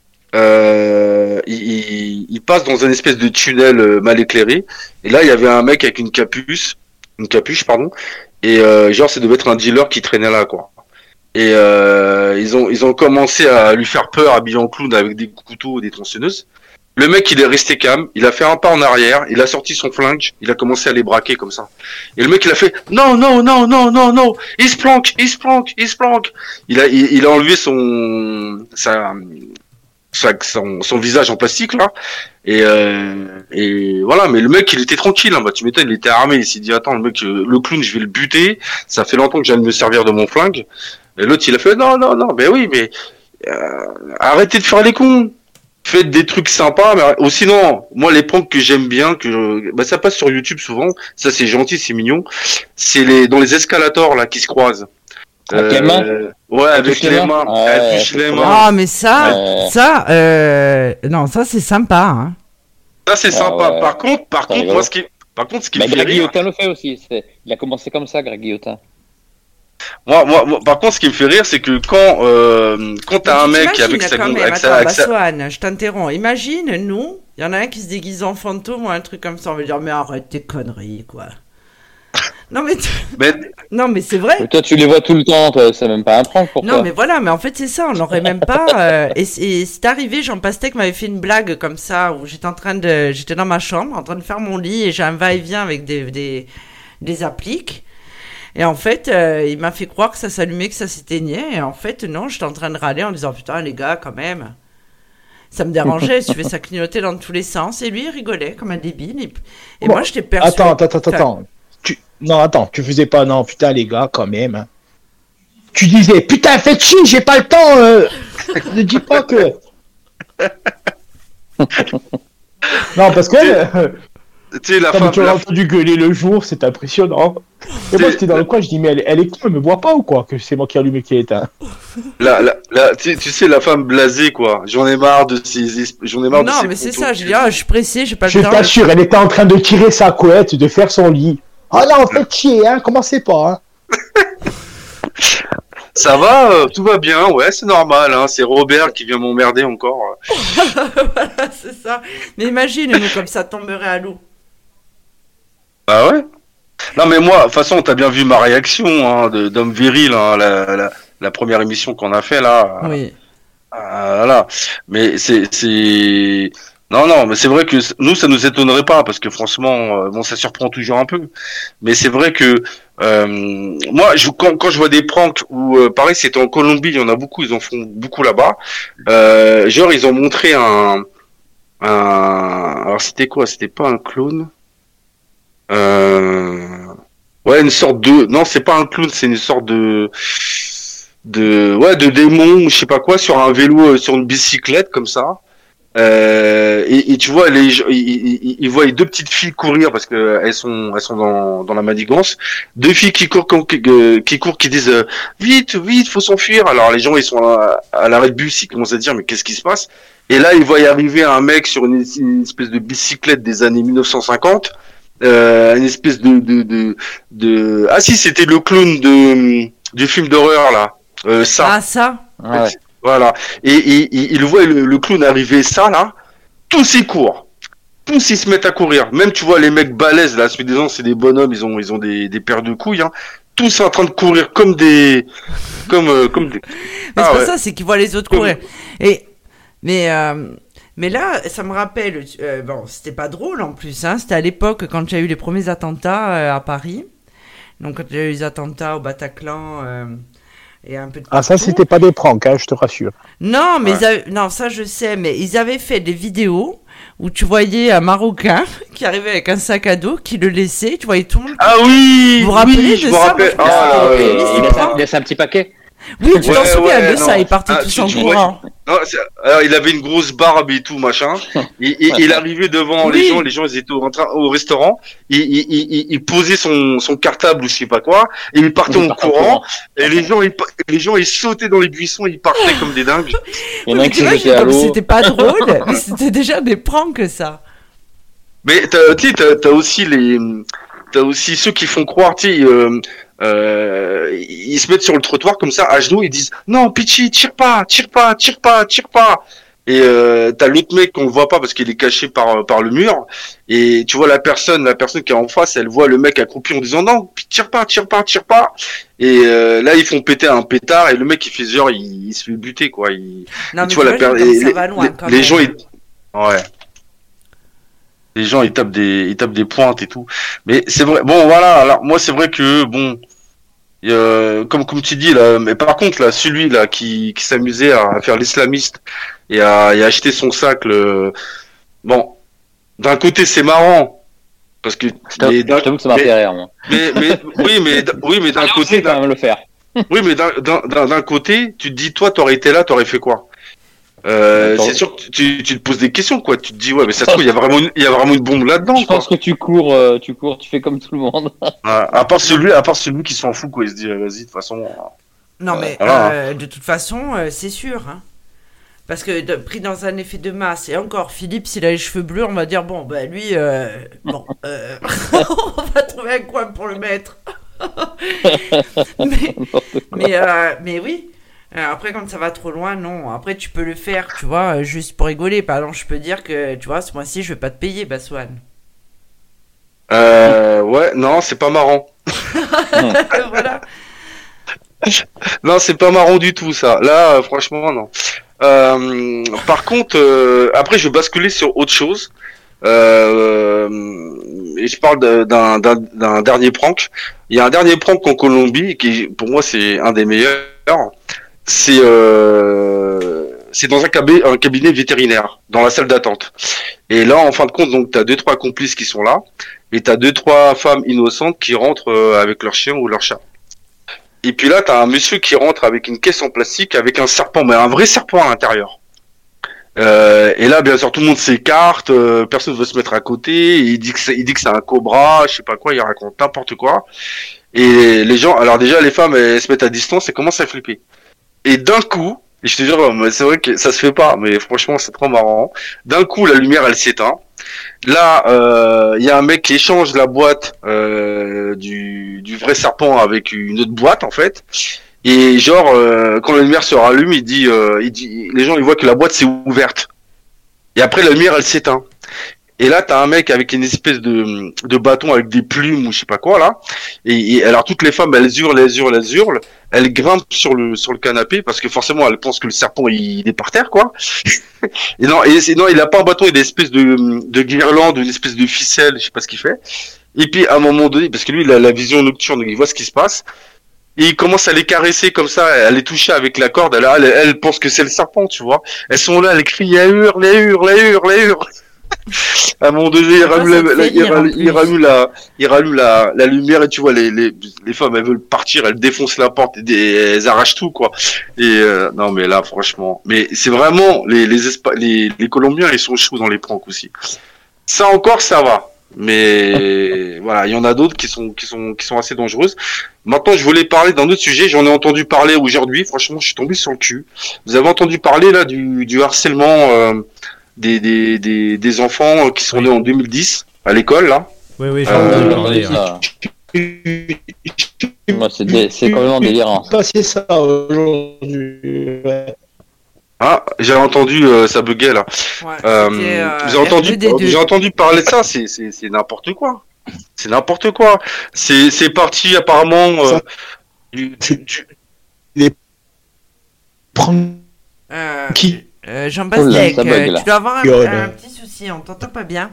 Euh, il, il, il passe dans une espèce de tunnel mal éclairé. Et là, il y avait un mec avec une capuce, une capuche, pardon. Et euh, genre, ça devait être un dealer qui traînait là, quoi. Et euh, ils ont ils ont commencé à lui faire peur, habillé en clown avec des couteaux, des tronçonneuses. Le mec, il est resté calme, il a fait un pas en arrière, il a sorti son flingue, il a commencé à les braquer comme ça. Et le mec, il a fait non, non, non, non, non, non, il se planque, il se planque, il se planque. Il a, il, il a enlevé son, sa, sa, son, son visage en plastique là. Et, euh, et voilà, mais le mec, il était tranquille. Hein. Bah, tu m'étonnes, il était armé. Il s'est dit attends, le mec, le clown, je vais le buter. Ça fait longtemps que je viens de me servir de mon flingue. Et l'autre, il a fait non, non, non, mais oui, mais euh, arrêtez de faire les cons. Faites des trucs sympas, mais ou sinon, moi les pranks que j'aime bien, que je... bah ça passe sur YouTube souvent, ça c'est gentil, c'est mignon. C'est les dans les escalators là qui se croisent. Avec euh... les mains. Ouais, elle avec les mains. mains. Ouais, elle touche les mains. Ah mais ça, ouais. ça, euh... non ça c'est sympa. Hein. Ça c'est sympa. Ah, ouais. Par contre, par contre, rigolo. moi ce qui, par contre ce qui bah, me fait Greg rire. Guillotin le fait aussi. C'est... Il a commencé comme ça, Greg Guillotin. Moi, moi, moi, par contre, ce qui me fait rire, c'est que quand, euh, quand t'as un mec avec sa, même, avec attends, sa, avec sa... Bassoane, je t'interromps. Imagine, nous, il y en a un qui se déguise en fantôme ou un truc comme ça, on va dire, mais arrête tes conneries, quoi. Non, mais, tu... mais... non, mais c'est vrai. Mais toi, tu les vois tout le temps, toi, c'est même pas un prank pour non, toi. Non, mais voilà, mais en fait, c'est ça, on n'aurait même pas. Euh, et, et c'est arrivé, Jean Pastèque m'avait fait une blague comme ça, où j'étais en train de. J'étais dans ma chambre, en train de faire mon lit, et j'ai un va-et-vient avec des, des, des appliques. Et en fait, euh, il m'a fait croire que ça s'allumait, que ça s'éteignait. Et en fait, non, j'étais en train de râler en disant putain, les gars, quand même. Ça me dérangeait, si tu fais ça clignoter dans tous les sens. Et lui, il rigolait comme un débile. Et, et bon, moi, j'étais persuadée. Attends, attends, attends, attends. Tu... Non, attends, tu faisais pas, non, putain, les gars, quand même. Tu disais, putain, faites chier, j'ai pas le temps. Euh... ne dis pas que. non, parce que. Euh... Tu sais, la femme, femme, tu as la... entendu gueuler le jour, c'est impressionnant. Et moi, j'étais dans le coin, je dis, mais elle, elle est con, elle me voit pas ou quoi? Que c'est moi qui ai allumé qui est éteint. La, la, la, tu, tu sais, la femme blasée, quoi. J'en ai marre de ces, j'en ai marre non, de ces. Non, mais c'est ça, je dis, ah, je suis pressé, j'ai pas le je temps. Je t'assure, elle était en train de tirer sa couette, de faire son lit. Ah non, faites chier, hein, commencez pas, hein. Ça va, euh, tout va bien, ouais, c'est normal, hein, c'est Robert qui vient m'emmerder encore. Voilà, c'est ça. Mais imagine, nous, comme ça tomberait à l'eau. Bah ouais. Non mais moi, de toute façon, t'as bien vu ma réaction hein, de, d'homme viril, hein, la, la, la première émission qu'on a fait là. Oui. Euh, voilà. Mais c'est, c'est, non non, mais c'est vrai que nous ça nous étonnerait pas parce que franchement, euh, bon, ça surprend toujours un peu. Mais c'est vrai que euh, moi, je, quand, quand je vois des pranks où, euh, pareil, c'était en Colombie, il y en a beaucoup, ils en font beaucoup là-bas. Euh, genre, ils ont montré un, un, alors c'était quoi? C'était pas un clown. Euh... Ouais, une sorte de... Non, c'est pas un clown, c'est une sorte de... de... Ouais, de démon, je sais pas quoi, sur un vélo, sur une bicyclette, comme ça. Euh, et, et tu vois, les, ils, ils, ils voient deux petites filles courir parce que elles sont, elles sont dans, dans la manigance. Deux filles qui courent, qui, qui courent, qui disent euh, vite, vite, faut s'enfuir. Alors les gens, ils sont à, à l'arrêt de bus, ils commencent à dire mais qu'est-ce qui se passe? Et là, ils voient y arriver un mec sur une, une espèce de bicyclette des années mille neuf cent cinquante, euh, une espèce de, de, de, de, ah si, c'était le clown de du film d'horreur là, euh, ça. Ah ça. Ah ouais. Voilà. Et, et, et il voit le, le clown arriver, ça là, tous ils courent. Tous ils se mettent à courir. Même tu vois les mecs balèzes là, celui des gens c'est des bonhommes, ils ont ils ont des, des paires de couilles. Hein. Tous sont en train de courir comme des, comme euh, comme des. Mais Ah, c'est pas ouais. ça, c'est qu'ils voient les autres courir. Et mais euh, mais là, ça me rappelle. Euh, bon, c'était pas drôle en plus. Hein, c'était à l'époque quand il y a eu les premiers attentats euh, à Paris. Donc quand il y a eu les attentats au Bataclan. Euh, Et un peu de Ah, ça, partout. c'était pas des pranks, hein, je te rassure. Non, mais Ouais. ils avaient- non, ça je sais, mais ils avaient fait des vidéos où tu voyais un Marocain qui arrivait avec un sac à dos, qui le laissait, tu voyais tout le monde. Ah oui. Vous vous rappelez oui, de je me ça? rappelle. Moi, je Ah, pense que là, c'était là, au là, Kémis, là, Il là. laisse un, il laisse un petit paquet. Oui, tu t'en Ouais, souviens ouais, de non. ça, ils partaient Ah, tous tu- en tu courant. Non, c'est- alors, il avait une grosse barbe et tout, machin. Et, et- il arrivait devant Oui. les gens, les gens ils étaient au, train- au restaurant. Il, il, il, il posait son, son cartable ou je sais pas quoi, et il partait Il en partait en courant. courant. Et les gens, ils, pa- les gens, ils sautaient dans les buissons, ils partaient comme des dingues. Il y en a Oui, un qui tu vois, s'est jeté à comme l'eau. c'était pas drôle, mais c'était déjà des pranks, ça. Mais t'as, tu sais, t'as, t'as aussi les, t'as aussi ceux qui font croire, tu sais, euh, euh, ils se mettent sur le trottoir comme ça, à genoux, ils disent non, Pichi, tire pas, tire pas, tire pas, tire pas. Et euh, t'as l'autre mec qu'on ne voit pas parce qu'il est caché par par le mur. Et tu vois la personne, la personne qui est en face, elle voit le mec accroupi en disant non, tire pas, tire pas, tire pas. Et euh, là ils font péter un pétard et le mec il fait genre, il, il se fait buter quoi. Il, Non, mais tu vois la vois, per- comme et ça les, va loin, les- quand les même. gens ils ouais. Les gens ils tapent des ils tapent des pointes et tout. Mais c'est vrai. Bon voilà. Alors moi c'est vrai que bon, euh, comme comme tu dis là. Mais par contre là, celui là qui qui s'amusait à faire l'islamiste et à, et à acheter son sac. Le... Bon, d'un côté c'est marrant parce que Je t'avoue mais d'un- je t'avoue que ça m'a mais- fait rire, moi. mais, mais oui mais d- oui mais d'un J'ai côté osé quand même le faire. oui, mais d'un- d'un d'un- d'un côté, tu te dis, toi, t'aurais été là, t'aurais fait quoi? Euh, Attends. c'est sûr que tu, tu te poses des questions, quoi. Tu te dis, ouais, mais ça se trouve, il y a vraiment une, il y a vraiment une bombe là-dedans, Je quoi. pense que tu cours, euh, tu cours, tu fais comme tout le monde. À, à part celui, à part celui qui s'en fout, quoi. Il se dit, euh, vas-y, de toute façon. Non, mais voilà. euh, de toute façon, euh, c'est sûr. Hein. Parce que de- pris dans un effet de masse, et encore, Philippe, s'il a les cheveux bleus, on va dire, bon, bah lui, euh, bon, euh, on va trouver un coin pour le mettre. mais, mais, euh, mais oui. Euh, Après, quand ça va trop loin, non. Après, tu peux le faire, tu vois, euh, juste pour rigoler. Par exemple, je peux dire que, tu vois, ce mois-ci, je vais pas te payer, Baswan. Euh, ouais, non, c'est pas marrant. Voilà. Non, c'est pas marrant du tout, ça. Là, euh, franchement, non. Euh, par contre, euh, après, je vais basculer sur autre chose. Euh, et je parle de- d'un d'un d'un dernier prank. Il y a un dernier prank en Colombie qui, pour moi, c'est un des meilleurs. C'est euh, c'est dans un, cabi- un cabinet vétérinaire, dans la salle d'attente. Et là, en fin de compte, donc, t'as deux trois complices qui sont là, et t'as deux trois femmes innocentes qui rentrent euh, avec leur chien ou leur chat. Et puis là, t'as un monsieur qui rentre avec une caisse en plastique avec un serpent, mais un vrai serpent à l'intérieur. Euh, et là, bien sûr, tout le monde s'écarte, euh, personne ne veut se mettre à côté. Il dit que c'est, il dit que c'est un cobra, je sais pas quoi, il raconte n'importe quoi. Et les gens, alors déjà, les femmes, elles se mettent à distance et commencent à flipper. Et d'un coup, et je te jure, mais c'est vrai que ça se fait pas, mais franchement, c'est trop marrant. D'un coup, la lumière, elle s'éteint. Là, euh, il y a un mec qui échange la boîte euh, du, du vrai serpent avec une autre boîte, en fait. Et genre, euh, quand la lumière se rallume, il dit, euh, il dit, les gens ils voient que la boîte s'est ouverte. Et après la lumière elle s'éteint. Et là t'as un mec avec une espèce de, de bâton avec des plumes ou je sais pas quoi là. Et, et alors toutes les femmes elles hurlent, elles hurlent, elles hurlent. Elles grimpent sur le sur le canapé parce que forcément elles pensent que le serpent il, il est par terre quoi. Et non, et c'est- non il a pas un bâton, il a une espèce de, de guirlande, une espèce de ficelle, je sais pas ce qu'il fait. Et puis à un moment donné, parce que lui il a la vision nocturne, donc il voit ce qui se passe. Et il commence à les caresser comme ça, à les toucher avec la corde. Elle, elle, elle pense que c'est le serpent, tu vois. Elles sont là, elles crient, elles hurlent, elles hurlent, elles hurlent, elles hurlent. À un moment donné, il Pourquoi rallume ça te la, la- fait il rire, en rallume, plus il rallume la, il rallume la, la lumière et tu vois les, les, les femmes, elles veulent partir, elles défoncent la porte et des- elles arrachent tout, quoi. Et, euh, non, mais là, franchement, mais c'est vraiment, les, les, Espa- les, les Colombiens, ils sont chauds dans les pranks aussi. Ça encore, ça va. Mais voilà, il y en a d'autres qui sont qui sont qui sont assez dangereuses. Maintenant, je voulais parler d'un autre sujet. J'en ai entendu parler aujourd'hui. Franchement, je suis tombé sur le cul. Vous avez entendu parler là du, du harcèlement euh, des, des des des enfants qui sont Oui. nés en deux mille dix à l'école là. Oui, oui, j'ai Euh, entendu Ouais, parler. ouais, hein. ça. Moi, c'est dé- c'est complètement délirant. ça. Passer ça aujourd'hui. Ouais. Ah, j'ai entendu euh, ça buguait là. Ouais, Euh, c'était, euh, vous avez entendu R deux D deux. j'ai entendu parler de ça. C'est c'est c'est n'importe quoi. C'est n'importe quoi. C'est c'est parti apparemment euh, Ça- du, du, du- Prends Euh, qui euh, Jean Oula, Bastec, ça bug, euh, là. tu dois avoir un, God. un petit souci, on t'entend pas bien.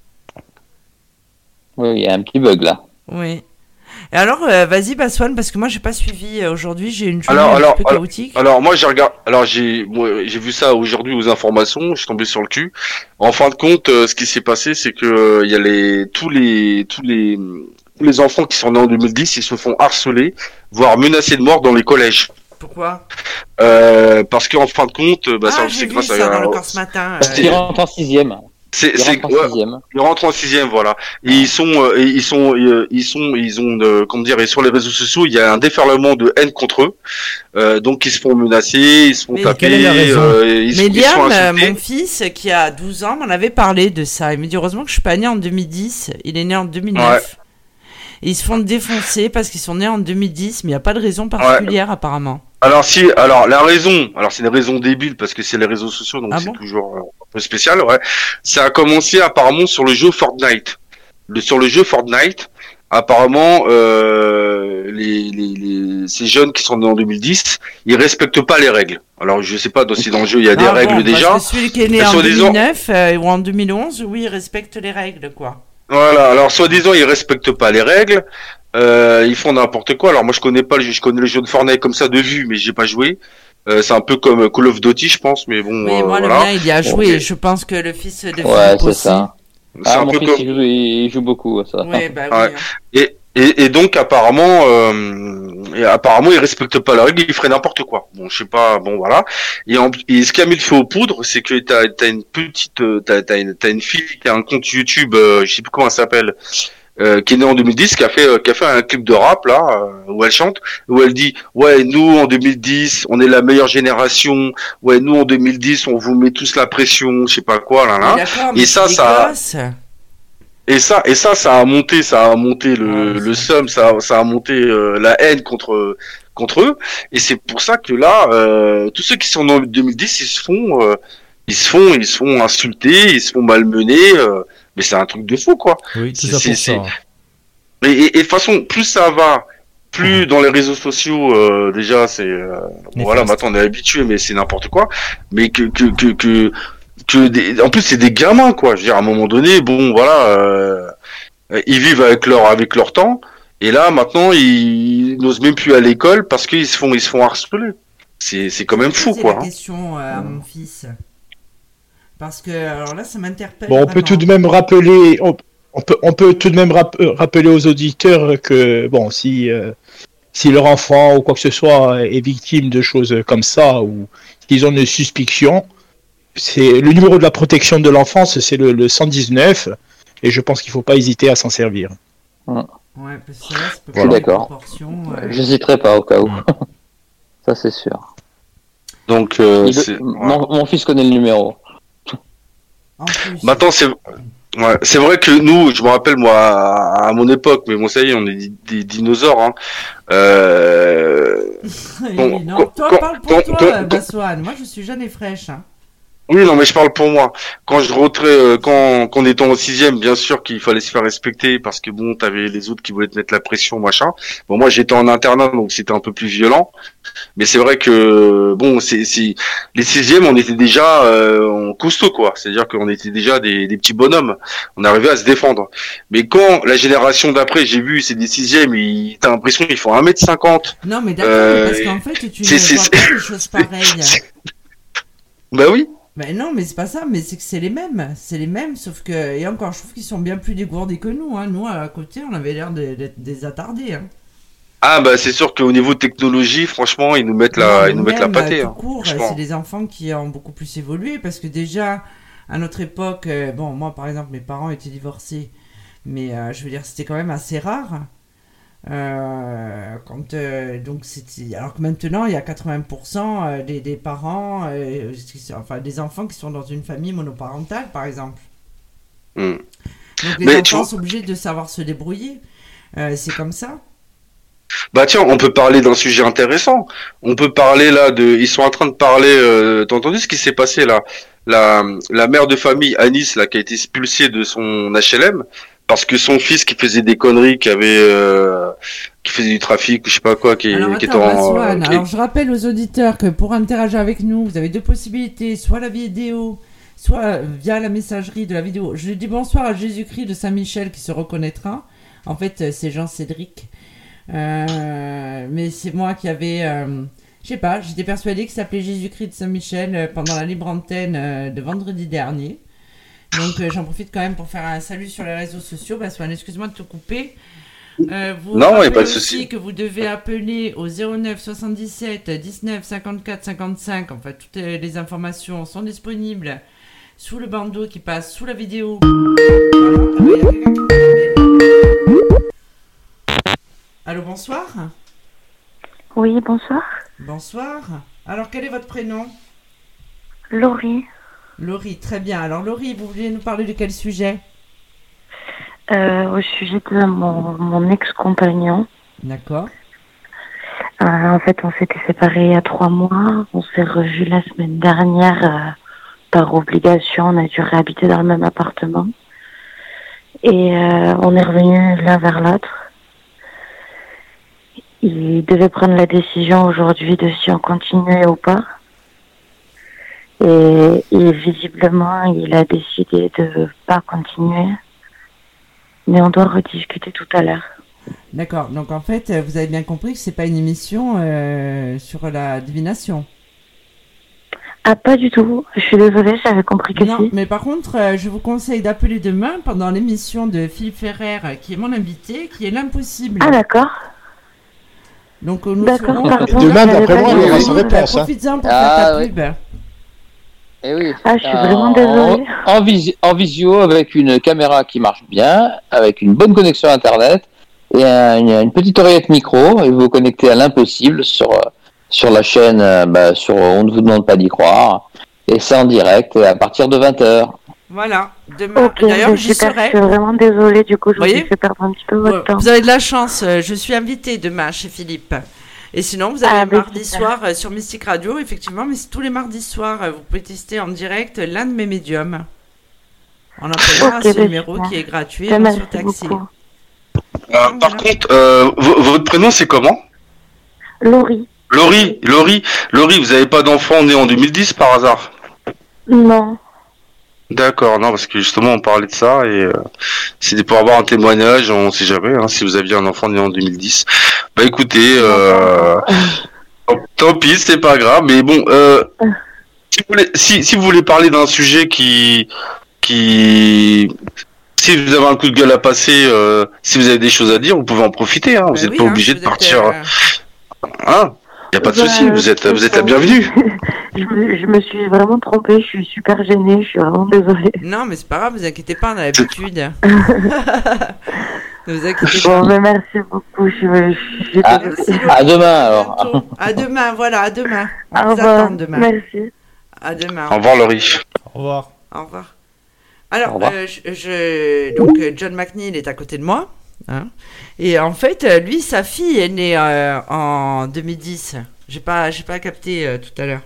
Oui, il y a un petit bug là. Oui. Et alors, euh, vas-y, Baswan, parce que moi, j'ai pas suivi euh, aujourd'hui, j'ai une journée Alors, un alors, petit peu alors, chaotique. Alors moi j'ai regardé, alors j'ai moi, j'ai vu ça aujourd'hui aux informations, je suis tombé sur le cul. En fin de compte, euh, ce qui s'est passé, c'est que euh, il y a les tous les tous les tous les enfants qui sont nés en deux mille dix, ils se font harceler, voire menacer de mort dans les collèges. Pourquoi Euh, parce qu'en fin de compte, euh, bah, Ah, ça j'ai c'est vu grâce ça à dans le corps ce matin. Parce euh, qu'il rentre en sixième. c'est Il c'est rentre en ouais, sixième. ils rentrent en sixième, voilà. Et ils sont, euh, et ils sont, euh, ils sont, ils ont, euh, comment dire, et sur les réseaux sociaux, il y a un déferlement de haine contre eux. Euh, donc ils se font menacer, ils se font Mais taper, quelle est la raison euh, ils, se- Mais ils se font Liam, euh, insulter. mon fils, qui a douze ans, m'en avait parlé de ça. Il me dit heureusement que je suis pas né en deux mille dix, il est né en deux mille neuf. Et ils se font défoncer parce qu'ils sont nés en deux mille dix, mais il n'y a pas de raison particulière apparemment. Alors si, alors la raison, alors c'est une raison débile parce que c'est les réseaux sociaux, donc Ah c'est bon toujours euh, un peu spécial, ouais. Ça a commencé apparemment sur le jeu Fortnite. Le, sur le jeu Fortnite, apparemment, euh, les, les, les, ces jeunes qui sont nés en deux mille dix, ils respectent pas les règles. Alors je sais pas, dans- si dans le jeu il y a des Ah règles bon, déjà. Parce que celui qui est né Mais en soi-disant- deux mille neuf euh, ou en deux mille onze, oui, il respecte les règles, quoi. Voilà, alors soi-disant ils respectent pas les règles, euh, ils font n'importe quoi. Alors moi je connais pas le jeu, je connais le jeu de Fortnite comme ça de vue, mais j'ai pas joué. Euh, c'est un peu comme Call of Duty, je pense, mais bon. Oui, euh, moi, le voilà. mien, il y a Bon, joué. ok. Et je pense que le fils de Ouais, Philippe c'est aussi. ça. C'est Ah, un mon peu fils, comme. il joue, il joue beaucoup à ça. Oui, bah oui. Ouais. hein. Et, et, et donc apparemment, euh, et apparemment ils respectent pas la règle, ils feraient n'importe quoi. Bon, je sais pas, bon voilà. Et, en, et ce qui a mis le feu aux poudres, c'est que t'as t'as une petite, euh, t'as t'as une t'as une fille qui a un compte YouTube, euh, je sais plus comment elle s'appelle, euh, qui est née en deux mille dix, qui a fait euh, qui a fait un clip de rap là euh, où elle chante, où elle dit ouais nous en deux mille dix on est la meilleure génération, ouais nous en deux mille dix on vous met tous la pression, je sais pas quoi là là. Mais d'accord, Et mais ça, c'est des ça- gosses. Et ça, et ça, ça a monté, ça a monté le, Ouais, le ça. seum, ça, a- ça a monté euh, la haine contre contre eux. Et c'est pour ça que là, euh, tous ceux qui sont en deux mille dix, ils se font, euh, ils se font, ils se font insulter, ils se font malmener. Euh, mais c'est un truc de fou, quoi. Oui, tout C'est- ça c'est- pour c'est- ça. Et, et, et de toute façon, plus ça va, plus dans les réseaux sociaux, euh, déjà, c'est euh, bon, voilà, Néfaste. maintenant on est habitué, mais c'est n'importe quoi. Mais que que que que, que des, en plus c'est des gamins, quoi. Je veux dire, à un moment donné, bon, voilà. Euh, Euh, ils vivent avec leur avec leur temps et là maintenant ils n'osent même plus à l'école parce qu'ils se font ils se font harceler. C'est c'est quand même fou, C'est quoi. la hein. question euh, à mon fils. Parce que, alors là, ça m'interpelle. Bon, on peut vraiment. tout de même rappeler, on, on peut, on peut tout de même rap- euh, rappeler aux auditeurs que bon, si euh, si leur enfant ou quoi que ce soit est victime de choses comme ça ou qu'ils ont une suspicion, c'est le numéro de la protection de l'enfance, c'est le, le cent dix-neuf, et je pense qu'il faut pas hésiter à s'en servir. Ouais, parce que là, ça peut Je suis prendre des d'accord. proportions, euh, J'hésiterai pas au cas où. Mm. Ça, c'est sûr. Donc euh, Il- c'est voilà. mon, mon fils connaît le numéro. en plus. Maintenant c'est ouais, c'est vrai que nous, je me rappelle moi à, à mon époque, mais bon ça y est, on est des, des dinosaures. Hein. Euh... Oui, Bon, non, quand- toi, quand- parle pour quand- toi, quand- euh, quand- Baswan. Moi, je suis jeune et fraîche. Hein. Oui, non, mais je parle pour moi. Quand je rentrais, euh, quand, quand on était en sixième, bien sûr qu'il fallait se faire respecter parce que bon, t'avais les autres qui voulaient te mettre la pression, machin. Bon, moi, j'étais en internat, donc c'était un peu plus violent. Mais c'est vrai que, bon, c'est, c'est, les sixièmes, on était déjà, euh, en costaud, quoi. C'est-à-dire qu'on était déjà des, des petits bonhommes. On arrivait à se défendre. Mais quand la génération d'après, j'ai vu, c'est des sixièmes, ils, t'as l'impression qu'ils font un mètre cinquante. Non, mais d'accord, Euh, parce qu'en fait, tu c'est- ne c'est- vois c'est- pas des choses pareilles. c'est- Bah oui. Ben non, mais c'est pas ça, mais c'est que c'est les mêmes. C'est les mêmes, sauf que. Et encore, je trouve qu'ils sont bien plus dégourdis que nous. Hein. Nous, à côté, on avait l'air de- d'être des attardés. Hein. Ah bah c'est sûr qu'au niveau technologie, franchement, ils nous mettent la, Non, ils nous mettent la même, pâtée. euh, Hein, tout court, franchement. c'est des enfants qui ont beaucoup plus évolué parce que déjà, à notre époque, euh, bon, moi par exemple, mes parents étaient divorcés, mais euh, je veux dire, c'était quand même assez rare. Euh, quand, euh, donc c'était, alors que maintenant, il y a quatre-vingts pour cent euh, des, des parents, euh, qui sont- enfin des enfants qui sont dans une famille monoparentale, par exemple. Hmm. Donc les Mais tu enfants vois- sont obligés de savoir se débrouiller. Euh, c'est comme ça. Bah tiens, on peut parler d'un sujet intéressant. On peut parler là de, ils sont en train de parler. Euh, t'as entendu ce qui s'est passé là? La, la mère de famille Anis là qui a été expulsée de son H L M parce que son fils qui faisait des conneries, qui avait, euh, qui faisait du trafic ou je sais pas quoi, qui, Alors qui était attends, en. Masouane, qui- alors je rappelle aux auditeurs que pour interagir avec nous, vous avez deux possibilités, soit la vidéo, soit via la messagerie de la vidéo. Je dis bonsoir à Jésus-Christ de Saint-Michel qui se reconnaîtra. En fait, euh, c'est Jean-Cédric. Euh, mais c'est moi qui avais... euh, je sais pas, j'étais persuadée qu'il s'appelait Jésus-Christ de Saint-Michel euh, pendant la libre antenne euh, de vendredi dernier. Donc euh, j'en profite quand même pour faire un salut sur les réseaux sociaux. Bah, Swan, excuse-moi de te couper. Euh, vous Non, y a rappelez pas de aussi souci. que vous devez appeler au zéro neuf soixante-dix-sept dix-neuf cinquante-quatre cinquante-cinq. Enfin, toutes euh, les informations sont disponibles sous le bandeau qui passe sous la vidéo. Voilà. Ah, bah, y a quelqu'un qui m'appelle. Allô, bonsoir. Oui, bonsoir. Bonsoir. Alors, quel est votre prénom? Laurie. Laurie, très bien. Alors, Laurie, vous voulez nous parler de quel sujet? Euh, au sujet de mon, mon ex-compagnon. D'accord. Euh, en fait, on s'était séparés il y a trois mois. On s'est revus la semaine dernière euh, par obligation. On a dû réhabiter dans le même appartement. Et euh, on est revenus l'un vers l'autre. Il devait prendre la décision aujourd'hui de si on continuait ou pas. Et, et visiblement, il a décidé de pas continuer. Mais on doit rediscuter tout à l'heure. D'accord. Donc, en fait, vous avez bien compris que c'est pas une émission euh, sur la divination. Ah, pas du tout. Je suis désolée, j'avais compris que Non, si. mais par contre, euh, je vous conseille d'appeler demain pendant l'émission de Philippe Ferrer, euh, qui est mon invité, qui est l'impossible. Ah, d'accord. Donc, euh, nous D'accord, serons... pardon. Demain, j'avais d'après pas moi, dit. il y aura sa Bah, réponse. hein. profites-en pour Ah, faire ta ouais. pub. Eh oui. Ah, je suis Euh, vraiment en- désolée. En, visi- en visio, avec une caméra qui marche bien, avec une bonne connexion Internet et un- une, une petite oreillette micro, et vous vous connectez à l'impossible sur, euh, sur la chaîne, euh, bah, sur On ne vous demande pas d'y croire. Et c'est en direct à partir de vingt heures. Voilà. Demain, Ok, d'ailleurs, mais j'y super, serai. je suis vraiment désolée. Du coup, je vous Voyez ai fait perdre un petit peu votre Ouais, temps. vous avez de la chance, euh, je suis invitée demain chez Philippe. Et sinon, vous avez Ah, ben, mardi super. soir euh, sur Mystique Radio, effectivement, mais c'est tous les mardis soirs, euh, vous pouvez tester en direct l'un de mes médiums. En appelant à Ok, ce ben, numéro super. qui est gratuit Ben, et merci sur taxi. beaucoup. Euh, par contre, euh, v- votre prénom c'est comment? Laurie. Laurie, Laurie, Laurie, vous avez pas d'enfant né en deux mille dix par hasard? Non. D'accord, non, parce que justement on parlait de ça et euh, c'était pour avoir un témoignage, on sait jamais hein, si vous aviez un enfant né en deux mille dix. Bah écoutez, euh, tant pis, c'est pas grave, mais bon, euh, si, vous voulez, si, si vous voulez parler d'un sujet qui, qui, si vous avez un coup de gueule à passer, euh, si vous avez des choses à dire, vous pouvez en profiter, hein, vous Ben n'êtes oui, pas hein, obligé vous de êtes, partir, euh, hein, y a pas de Ben, souci, vous êtes, vous êtes la bienvenue. je, me, je me suis vraiment trompée. Je suis super gênée. Je suis vraiment désolée. Non, mais c'est pas grave, vous inquiétez pas, on a l'habitude. Ne vous inquiétez Bon, pas. mais merci beaucoup. Je, je, je suis Ah, désolée. Merci, Laurie. à demain, À alors. bientôt. À demain, voilà, à demain. On Au vous revoir. attend demain. Merci. À demain. Au revoir Laurie. Au revoir. Au revoir. Alors, Au revoir. euh, je, je- donc euh, John McNeil est à côté de moi, hein, et en fait, euh, lui, sa fille est née euh, en deux mille dix. J'ai pas, j'ai pas capté euh, tout à l'heure.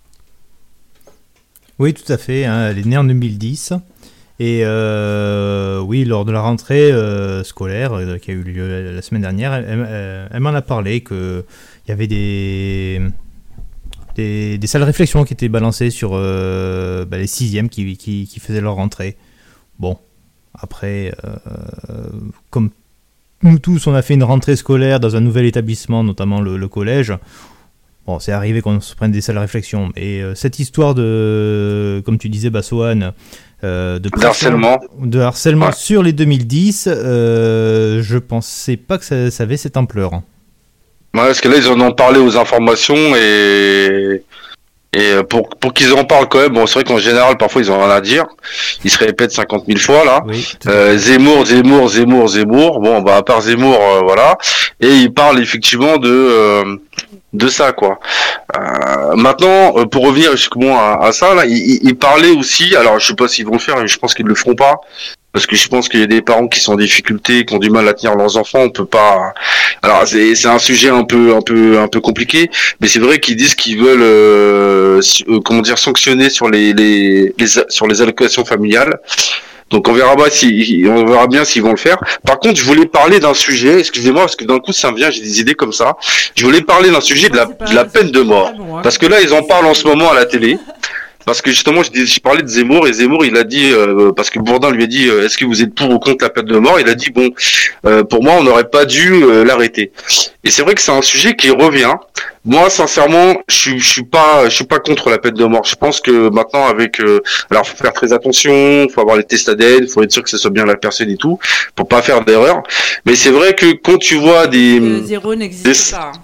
Oui, tout à fait. Hein, elle est née en deux mille dix. Et euh, oui, lors de la rentrée euh, scolaire euh, qui a eu lieu la semaine dernière, elle, elle- elle m'en a parlé qu'il y avait des, des, des salles de réflexion qui étaient balancées sur euh, bah, les sixièmes qui, qui, qui faisaient leur rentrée. Bon, après, euh, comme nous tous, on a fait une rentrée scolaire dans un nouvel établissement, notamment le, le collège. Bon, c'est arrivé qu'on se prenne des sales réflexions, mais euh, cette histoire de, comme tu disais, Bassoane, euh, de, de harcèlement, de harcèlement ouais. sur les deux mille dix, euh, je pensais pas que ça, ça avait cette ampleur. Ouais, parce que là, ils en ont parlé aux informations et et pour pour qu'ils en parlent quand même. Bon, c'est vrai qu'en général, parfois, ils ont rien à dire. Ils se répètent cinquante mille fois là. Oui, euh, Zemmour, Zemmour, Zemmour, Zemmour. Bon, bah à part Zemmour, euh, voilà. Et ils parlent effectivement de euh, de ça quoi. Euh, maintenant, euh, pour revenir justement à, à ça, là, ils, ils parlaient aussi. Alors, je sais pas s'ils vont le faire, mais je pense qu'ils le feront pas, parce que je pense qu'il y a des parents qui sont en difficulté, qui ont du mal à tenir leurs enfants. On peut pas. Alors, c'est c'est un sujet un peu un peu un peu compliqué, mais c'est vrai qu'ils disent qu'ils veulent euh, euh, comment dire sanctionner sur les les, les sur les allocations familiales. Donc on verra, bah, si, on verra bien s'ils vont le faire. Par contre, je voulais parler d'un sujet, excusez-moi, parce que d'un coup ça me vient, j'ai des idées comme ça. Je voulais parler d'un sujet de la, de la peine de mort. Parce que là, ils en parlent en ce moment à la télé. Parce que justement, je, je parlais de Zemmour, et Zemmour, il a dit, euh, parce que Bourdin lui a dit, euh, est-ce que vous êtes pour ou contre la peine de mort? Il a dit, bon, euh, pour moi, on n'aurait pas dû euh, l'arrêter. Et c'est vrai que c'est un sujet qui revient. Moi, sincèrement, je suis, je suis pas, je suis pas contre la peine de mort. Je pense que maintenant, avec, euh, alors, faut faire très attention, faut avoir les tests A D N, faut être sûr que ce soit bien la personne et tout, pour pas faire d'erreur. Mais c'est vrai que quand tu vois des, Le zéro n'existe des... pas.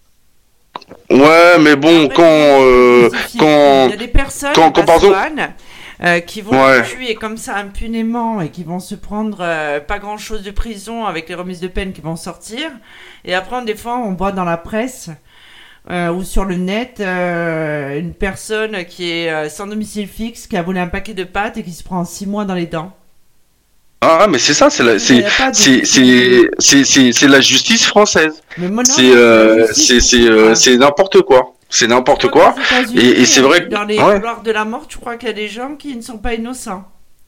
Ouais, mais bon, Après, quand, euh, quand, il y a des personnes, quand, quand, pardon, euh, qui vont ouais. tuer comme ça impunément et qui vont se prendre euh, pas grand chose de prison avec les remises de peine qui vont sortir. Et après, des fois, on voit dans la presse euh, ou sur le net euh, une personne qui est euh, sans domicile fixe, qui a volé un paquet de pâtes et qui se prend six mois dans les dents. Ah, mais c'est ça, c'est la, c'est, c'est, c'est, c'est, c'est, c'est la justice française. Mais moi, non, c'est, euh, c'est, c'est, euh, c'est n'importe quoi. C'est n'importe quoi. Et, et c'est vrai que dans les ouais. couloirs de la mort, tu crois qu'il y a des gens qui ne sont pas innocents.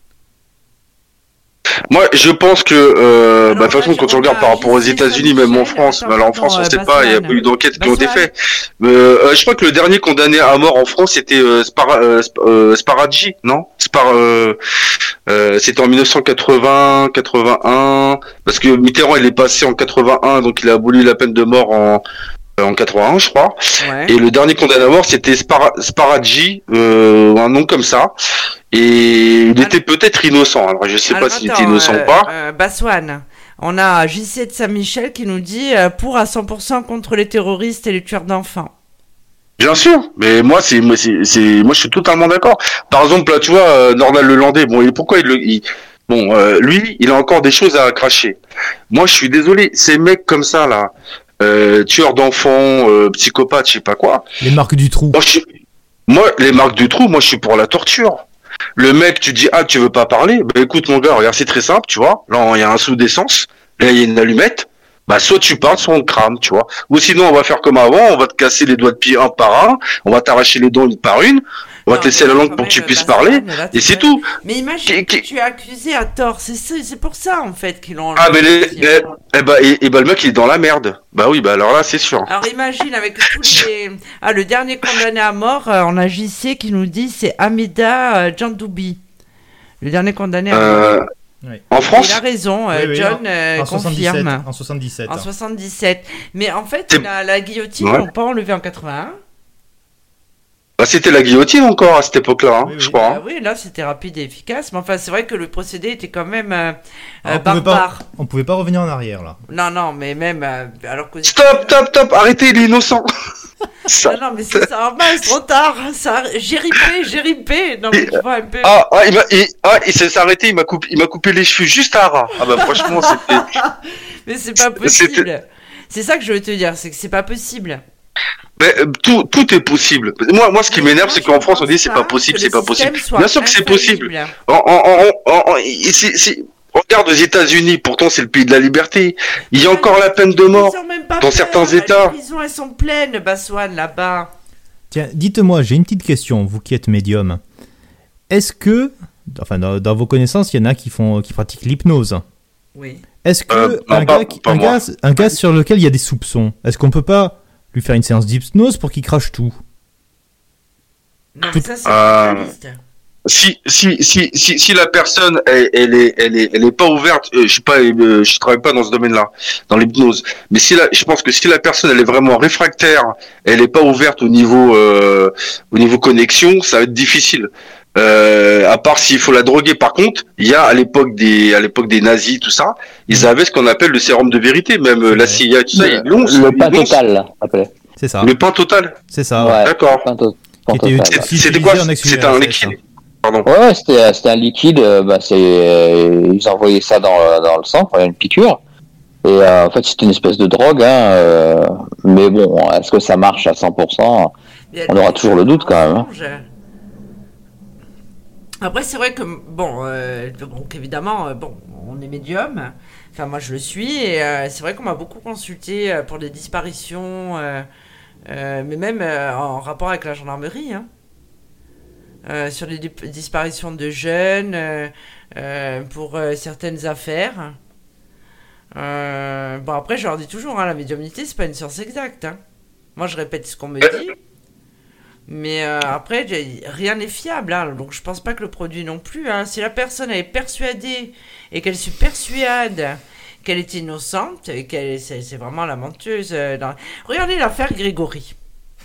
Moi, je pense que, euh, alors, bah, de toute façon, quand tu regardes par rapport aux États-Unis, même en France, attends, mais alors en France, on ne sait Bassoane. pas, il y a pas eu d'enquêtes qui ont été faites. Euh, je crois que le dernier condamné à mort en France, c'était euh, Spar euh, euh, Sparaggi, non Spar, euh, euh, c'était en mille neuf cent quatre-vingts, quatre-vingt-un, parce que Mitterrand, il est passé en quatre-vingt-un, donc il a aboli la peine de mort en en quatre-vingt-un, je crois. Ouais. Et le dernier condamné à mort, c'était Spar Sparaggi, euh, un nom comme ça. Et il alors, était peut-être innocent. Alors je sais alors, pas s'il était innocent euh, ou pas. Euh, Bassoane, on a J C de Saint-Michel qui nous dit euh, pour à cent pour cent contre les terroristes et les tueurs d'enfants. Bien sûr, mais moi c'est moi c'est, c'est moi je suis totalement d'accord. Par exemple là tu vois euh, Nordal Lelandais, bon et pourquoi il le il, bon euh, lui il a encore des choses à cracher. Moi je suis désolé, ces mecs comme ça là. Euh, tueurs d'enfants, euh, psychopathes, je sais pas quoi. Les marques du trou. Moi, je suis... moi, les marques du trou, moi, je suis pour la torture. Le mec, tu dis, ah, tu veux pas parler? Bah, écoute, mon gars, regarde, c'est très simple, tu vois. Là, il y a un sou d'essence. Là, il y a une allumette. Bah, soit tu parles, soit on te crame, tu vois. Ou sinon, on va faire comme avant, on va te casser les doigts de pied un par un, on va t'arracher les dents une par une, on va non, te laisser la langue pour que tu puisses parler, là, et c'est tout. Mais imagine que tu es accusé à tort, c'est, c'est pour ça, en fait, qu'ils l'ont... Ah, mais les, eh, eh bah, et, et bah, le mec, il est dans la merde. Bah oui, bah alors là, c'est sûr. Alors imagine, avec tous les... Ah, le dernier condamné à mort, euh, on a J C qui nous dit, c'est Hamida euh, Djandoubi. Le dernier condamné à euh... mort. Oui. En France, il a raison, euh, oui, oui, John euh, en, confirme. En soixante-dix-sept. En soixante-dix-sept. Mais en fait, la, la guillotine, ouais. on pas enlevé en quatre-vingt-un. Bah, c'était la guillotine encore à cette époque-là, hein, oui, je oui. crois. Bah, oui, là, c'était rapide et efficace. Mais enfin, c'est vrai que le procédé était quand même euh, euh, barbare. Pas, on pouvait pas revenir en arrière, là. Non, non, mais même... Euh, alors que... Stop, stop, stop, arrêtez, il est innocent. Ça... Non, non, mais c'est ça, oh, c'est trop tard. Ça... J'ai ripé, j'ai ripé. Non, mais tu vois un peu... Ah, ah, il, m'a, il, ah, il s'est arrêté, il m'a, coupé, il m'a coupé les cheveux juste à ras. Ah bah franchement, c'était... Mais c'est pas possible. C'était... C'est ça que je veux te dire, c'est que c'est pas possible. Mais tout, tout est possible. Moi, moi, ce qui mais m'énerve, c'est qu'en France, on dit c'est pas possible, c'est pas possible. Bien sûr que c'est possible. En, en, en, en, en, c'est, c'est... Regarde aux États-Unis, pourtant c'est le pays de la liberté. Il y a encore la peine de mort dans certains États. Les prisons, elles sont pleines, Bassoane, là-bas. Tiens, dites-moi, j'ai une petite question, vous qui êtes médium. Est-ce que, enfin, dans, dans vos connaissances, il y en a qui font, qui pratiquent l'hypnose? Oui. Est-ce que euh, un, non, gars, pas, qui, pas un, gars, un gars sur lequel il y a des soupçons, est-ce qu'on peut pas lui faire une séance d'hypnose pour qu'il crache tout? Non, mais ça, c'est euh... realiste. si si si si si la personne elle, elle est elle est elle est pas ouverte, euh, je suis pas euh, je travaille pas dans ce domaine-là, dans l'hypnose, mais si la, je pense que si la personne elle est vraiment réfractaire, elle est pas ouverte au niveau euh, au niveau connexion, ça va être difficile. Euh, à part s'il faut la droguer. Par contre, il y a à l'époque des à l'époque des nazis, tout ça, ils avaient ce qu'on appelle le sérum de vérité, même euh, la C I A et tout ça, ils l'ont. Le pain ils l'ont- total, là, appelé. C'est ça. Le pain total. C'est ça. Ouais, D'accord. pain to- pain Qui était total. utile. C'était utilisé quoi en accéléré, C'était un en fait, liquide. Pardon. Ouais, ouais, c'était c'était un liquide. euh, Bah, c'est euh, ils envoyaient ça dans dans le sang, une piqûre. Et euh, en fait, c'était une espèce de drogue. Hein, euh, mais bon, est-ce que ça marche à cent pour cent? On aura toujours le doute quand même. Hein. Après, c'est vrai que, bon, euh, donc évidemment, euh, bon, on est médium, enfin moi je le suis, et euh, c'est vrai qu'on m'a beaucoup consulté euh, pour des disparitions, euh, euh, mais même euh, en rapport avec la gendarmerie, hein, euh, sur les dip- disparitions de jeunes, euh, euh, pour euh, certaines affaires. Euh, bon après, je leur dis toujours, hein, la médiumnité, c'est pas une science exacte. Hein. Moi, je répète ce qu'on me dit. Mais euh, après, j'ai- rien n'est fiable, hein, donc je pense pas que le produit non plus. Hein. Si la personne elle est persuadée et qu'elle se persuade qu'elle est innocente et qu'elle c'est, c'est vraiment la menteuse. euh, dans... Regardez l'affaire Grégory.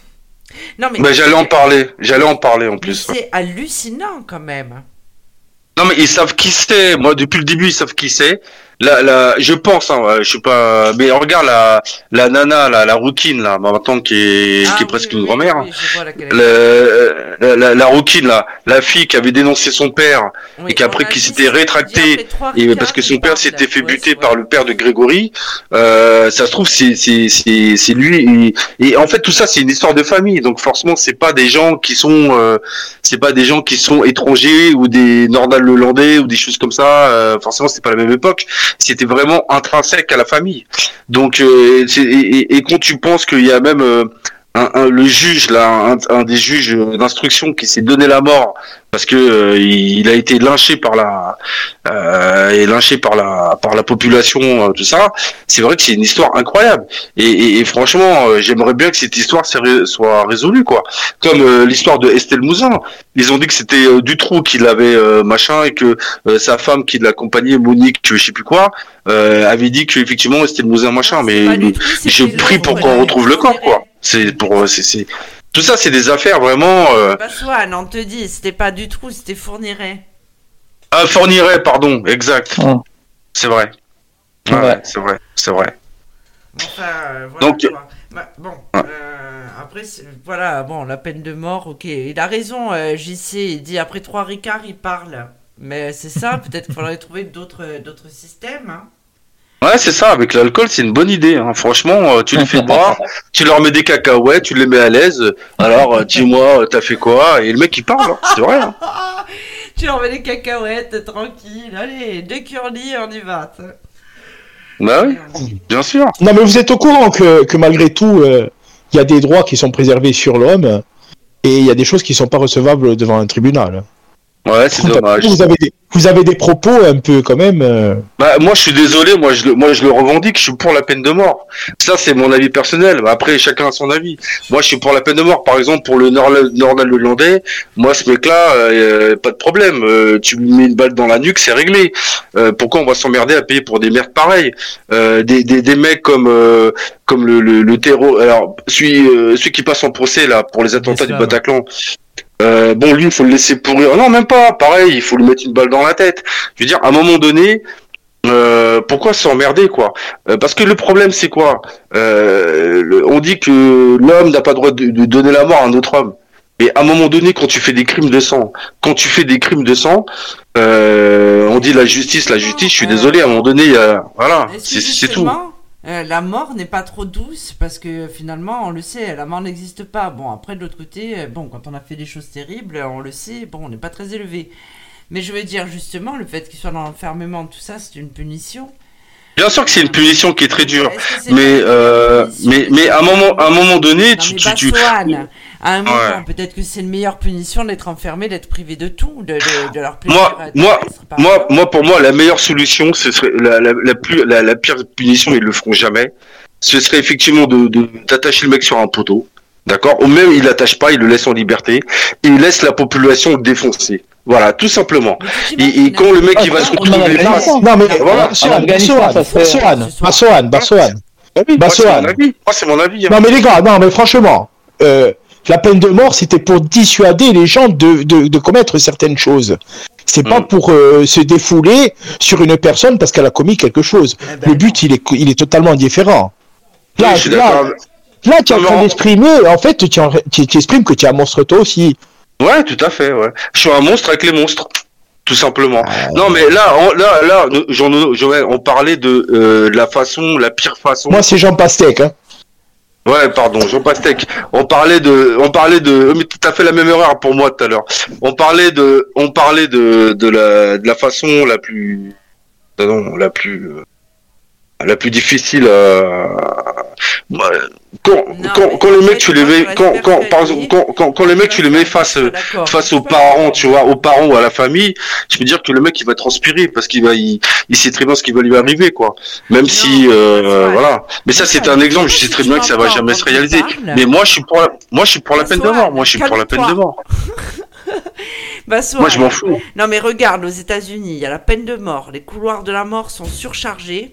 Non mais, Ben, j'allais en parler. J'allais en parler en mais plus. c'est hallucinant quand même. Non mais ils savent qui c'est. Moi depuis le début ils savent qui c'est. La, la, je pense, hein, ouais, je suis pas. Mais regarde la, la nana, la, la rouquine là, maintenant qui est, Ah qui est oui, presque oui, une oui, grand-mère. oui, je vois laquelle est. Le, la, la, la rouquine là, la fille qui avait dénoncé son père Oui, et qu'après on a qui dit, s'était c'est- rétracté dit après trois et Ricards parce que qui son père parlent. s'était fait Ouais, buter c'est par vrai. le père de Grégory. Euh, ça se trouve c'est c'est c'est c'est lui et, et en fait tout ça c'est une histoire de famille donc forcément c'est pas des gens qui sont euh, c'est pas des gens qui sont étrangers ou des Nordal-Hollandais ou des choses comme ça. Euh, forcément c'est pas la même époque. C'était vraiment intrinsèque à la famille. Donc euh, c'est- et, et, et quand tu penses qu'il y a même euh, un, un- le juge là, un, un des juges d'instruction qui s'est donné la mort parce que euh, il, il a été lynché par la euh, et lynché par la par la population, euh, tout ça. C'est vrai que c'est une histoire incroyable. Et, et, et franchement, euh, j'aimerais bien que cette histoire soit ré- soit résolue quoi. Comme euh, l'histoire de Estelle Mouzin. Ils ont dit que c'était euh, Dutroux qui l'avait euh, machin et que euh, sa femme qui l'accompagnait, Monique, je sais plus quoi, euh, avait dit que effectivement Estelle Mouzin machin. Mais, Pas du mais tout, je c'était prie Laurent pour qu'on Bonnel. retrouve le corps quoi. C'est pour c'est c'est tout ça, c'est des affaires vraiment. Euh... Pas Swan, on te dit, c'était pas du trou, c'était Fourniret. Ah, Fourniret, pardon, exact. Ouais. C'est vrai. Ouais, Ouais. ouais, c'est vrai, c'est vrai. Enfin, euh, voilà, Donc- quoi. Bah, bon, euh, après, c'est- voilà, bon, la peine de mort, ok. Il a raison, euh, J C, il dit après trois Ricards, il parle. Mais c'est ça, peut-être qu'il faudrait trouver d'autres, d'autres systèmes. Hein. Ouais, c'est ça, avec l'alcool, c'est une bonne idée. Hein. Franchement, euh, tu les fais boire, tu leur mets des cacahuètes, tu les mets à l'aise. Alors, euh, dis-moi, euh, t'as fait quoi? Et le mec, il parle, hein. C'est vrai. Hein. Tu leur mets des cacahuètes, tranquille. Allez, deux curly, on y va. t'sais. Bah oui, bien sûr. Non, mais vous êtes au courant que, que malgré tout, euh, il y a des droits qui sont préservés sur l'homme et il y a des choses qui ne sont pas recevables devant un tribunal. Ouais, c'est dommage. Vous avez des, vous avez des propos un peu quand même. euh, Bah, moi, je suis désolé, moi je, le- moi, je le revendique, je suis pour la peine de mort. Ça, c'est mon avis personnel. Après, chacun a son avis. Moi, je suis pour la peine de mort. Par exemple, pour le Nord- Nord-Hollandais, moi, ce mec-là, euh, pas de problème. Euh, tu lui mets une balle dans la nuque, c'est réglé. Euh, pourquoi on va s'emmerder à payer pour des merdes pareilles? Euh, des, des, des mecs comme, euh, comme le, le, le terreau, alors, celui, euh, celui qui passe en procès, là, pour les attentats du Islam. Bataclan. Euh, bon, lui, il faut le laisser pourrir. Non, même pas. Pareil, il faut lui mettre une balle dans la tête. Je veux dire, à un moment donné, euh, pourquoi s'emmerder, quoi? Euh, Parce que le problème, c'est quoi? euh, le- On dit que l'homme n'a pas le droit de, de donner la mort à un autre homme. Mais à un moment donné, quand tu fais des crimes de sang, quand tu fais des crimes de sang, euh, on dit la justice, la justice. Je suis désolé. À un moment donné, il y a, voilà, Est-ce que c'est c'est tout. justement, euh, la mort n'est pas trop douce parce que finalement, on le sait, la mort n'existe pas. Bon, après, de l'autre côté, euh, bon, quand on a fait des choses terribles, on le sait, bon, on n'est pas très élevé. Mais je veux dire, justement, le fait qu'il soit dans l'enfermement, tout ça, c'est une punition. Bien sûr que c'est une punition qui est très dure. Est-ce que c'est Mais, pas une euh, punition mais, mais à un moment, à un moment donné, Non, tu, mais tu, tu, Bassoane, à un moment, Ouais. peut-être que c'est une meilleure punition d'être enfermé, d'être privé de tout, de, de, de leur plaisir. Moi, euh, moi, terrestre, par moi, exemple. moi, pour moi, la meilleure solution, ce serait la, la, la plus, la, la pire punition, ils le feront jamais. Ce serait effectivement de, de d'attacher le mec sur un poteau, d'accord. Ou même il l'attache pas, il le laisse en liberté, et il laisse la population le défoncer. Voilà, tout simplement. Et, et quand le mec il va se retrouver face, non mais voilà, Bassoane, Bassoane, Bassoane, Bassoane, Bassoane. Moi c'est mon avis. Hein. Non mais les gars, non mais franchement, euh, la peine de mort c'était pour dissuader les gens de, de, de commettre certaines choses. C'est pas pour euh, se défouler sur une personne parce qu'elle a commis quelque chose. Eh ben Le but il est il est totalement différent. Là, Oui, je suis là, d'accord. là tu es en Non, train mais- d'exprimer, en fait tu, en- tu, tu exprimes que tu es un monstre toi aussi. Ouais, tout à fait, ouais. Je suis un monstre avec les monstres. Tout simplement. Non, mais là, on, là, là, nous- Jean- Joël, on parlait de, euh, de la façon, la pire façon. Moi c'est Jean Pastèque. Hein. Ouais, pardon, Jean Pastèque. On parlait de, on parlait de, mais tout à fait la même erreur pour moi tout à l'heure. On parlait de, on parlait de, de la, de la façon la plus, non, la plus, euh, la plus difficile. Euh, moi, quand, Non, quand, mais quand les en mecs fait, tu les moi, mets, je reste quand, quand, par persuadée- exemple, quand, quand, quand les mecs tu les mets face, Je suis pas d'accord. face Je suis aux pas parents, d'accord. tu vois, aux parents ou à la famille, je peux dire que le mec il va transpirer parce qu'il va, il, il sait très bien ce qui va lui arriver, quoi. Même Non, si, mais euh, Bassoane, voilà. Mais ça c'est Bassoane, un exemple. Je si sais très tu bien que ça va m'entends jamais se quand tu réaliser. parles- Mais moi je suis pour la, moi je suis pour la peine de Bassoane, mort. Moi je suis pour la peine de calme-toi. mort. Bassoane. Moi je m'en fous. Non mais regarde, aux États-Unis, il y a la peine de mort. Les couloirs de la mort sont surchargés.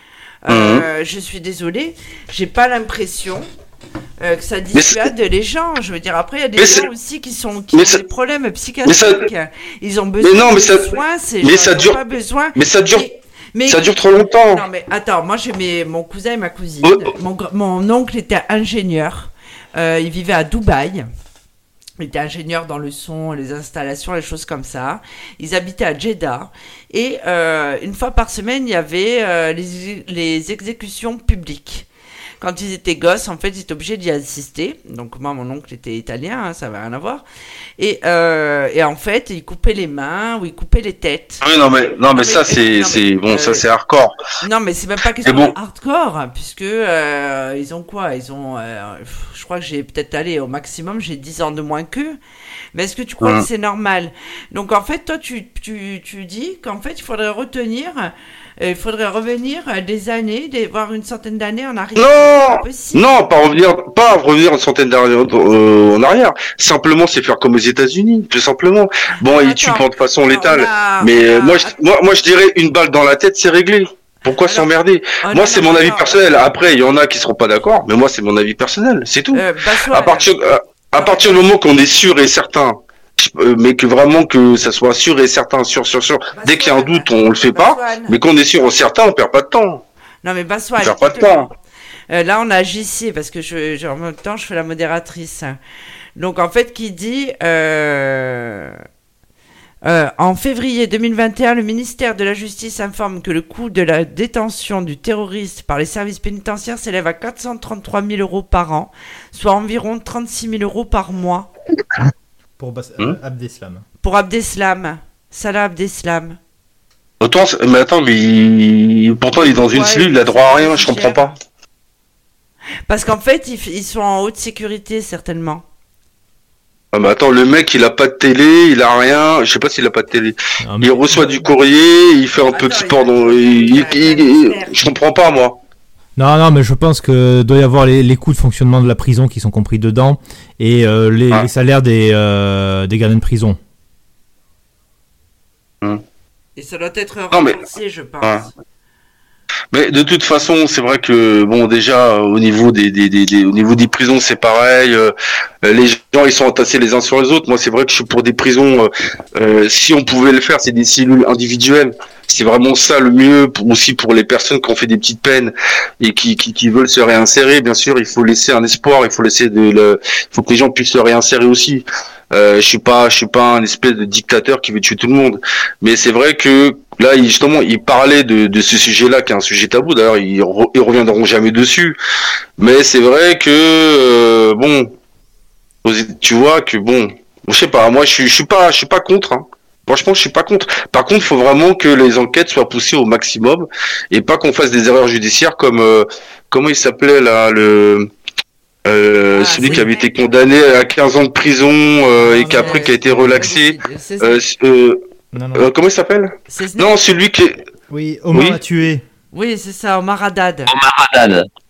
Euh, Je suis désolée, j'ai pas l'impression euh, que ça dissuade les gens. Je veux dire, après, il y a des Mais gens c'est- aussi qui sont qui mais ont ça- des problèmes psychiatriques. ça- Ils ont besoin non, mais de ça- soins. Ces mais gens, ça ils ont dure- pas besoin. Mais ça dure, Mais- mais- ça dure trop longtemps. Non mais attends, moi j'ai mes, mon cousin et ma cousine. Oh, oh. Mon, gr- mon oncle était ingénieur. Euh, il vivait à Dubaï. Il était ingénieur dans le son, les installations, les choses comme ça. Ils habitaient à Jeddah. Et euh, une fois par semaine, il y avait euh, les, les exécutions publiques. Quand ils étaient gosses, en fait, ils étaient obligés d'y assister. Donc moi, mon oncle était italien, hein, ça n'avait rien à voir. Et, euh, et en fait, ils coupaient les mains ou ils coupaient les têtes. Oui, non mais, non mais mais- ça c'est, non, mais, c'est, bon, euh, ça c'est hardcore. Non, mais c'est même pas question Mais bon. de hardcore, hein, puisque euh, ils ont quoi? Ils ont, euh, pff, je crois que j'ai peut-être allé au maximum, j'ai dix ans de moins qu'eux. Mais est-ce que tu crois Hum. que c'est normal? Donc en fait, toi, tu, tu, tu dis qu'en fait, il faudrait retenir, euh, il faudrait revenir à des années, des, voire une centaine d'années en arrière. C'est Non, pas possible. non, pas revenir, pas revenir une centaine d'années euh, en arrière. Simplement, c'est faire comme aux États-Unis, tout simplement. Bon, ils tuent Attends. pas de façon On létale, a- mais on a- euh, moi, je, moi, moi, je dirais une balle dans la tête, c'est réglé. Pourquoi Alors, s'emmerder? oh, Moi, non, c'est non, mon avis non. personnel. Après, il y en a qui seront pas d'accord, mais moi, c'est mon avis personnel, c'est tout. Euh, Bassoane, À partir, à, à partir du moment qu'on est sûr et certain, euh, mais que vraiment que ça soit sûr et certain, sûr, sûr, sûr. Dès qu'il y a un doute, on le fait pas. Bassoane. Mais qu'on est sûr et certain, on perd pas de temps. Non mais Bassoane, On perd pas de écoute, temps. Euh, là, on a J C parce que je, je- en même temps, je fais la modératrice. Donc, en fait, qui dit euh, euh, en février deux mille vingt et un, le ministère de la Justice informe que le coût de la détention du terroriste par les services pénitentiaires s'élève à quatre cent trente-trois mille euros par an, soit environ trente-six mille euros par mois Pour Bas- Hmm. euh, Abdeslam. pour Abdeslam. Salah Abdeslam. Autant, c'est- mais attends, mais il- pourtant il est dans une Ouais, cellule, il a droit à rien, je c'est comprends cher. pas. Parce qu'en fait, ils, f- ils sont en haute sécurité, certainement. Ah, mais attends, le mec il a pas de télé, il a rien, je sais pas s'il a pas de télé. Non, mais- Il reçoit du courrier, il fait un peu de Attends, sport, il a- dans, il, il a- il- il a il- un mystère. je comprends pas moi. Non, non, mais je pense que doit y avoir les, les coûts de fonctionnement de la prison qui sont compris dedans et euh, les, Ah. les salaires des, euh, des gardiens de prison. Et ça doit être Non, mais- renforcé, je pense. Ah. Mais de toute façon, c'est vrai que bon, déjà euh, au niveau des, des, des, des- au niveau des prisons, c'est pareil. euh, les gens ils sont entassés les uns sur les autres. Moi, c'est vrai que je suis pour des prisons. euh, euh, si on pouvait le faire, c'est des cellules individuelles. C'est vraiment ça le mieux pour, aussi pour les personnes qui ont fait des petites peines et qui, qui, qui veulent se réinsérer. Bien sûr, il faut laisser un espoir. Il faut laisser de le, il faut que les gens puissent se réinsérer aussi. Euh, je suis pas, je suis pas un espèce de dictateur qui veut tuer tout le monde. Mais c'est vrai que là, il- justement, il parlait de, de ce sujet-là, qui est un sujet tabou. D'ailleurs, ils, re- ils reviendront jamais dessus. Mais c'est vrai que euh, bon, aux- tu vois que bon, je sais pas. Moi, je suis, je suis pas, je suis pas contre. Hein. Franchement, je suis pas contre. Par contre, il faut vraiment que les enquêtes soient poussées au maximum et pas qu'on fasse des erreurs judiciaires comme euh, comment il s'appelait là le euh, Ah, celui c'est qui avait vrai. été condamné à quinze ans de prison euh, et Non, qu'après mais- qui a été relaxé. C'est- Euh, euh, Non, non. euh, comment il s'appelle? c'est- Non, celui qui est... Oui, Omar Oui. a tué. Oui, c'est ça, Omar Haddad. Omar Haddad.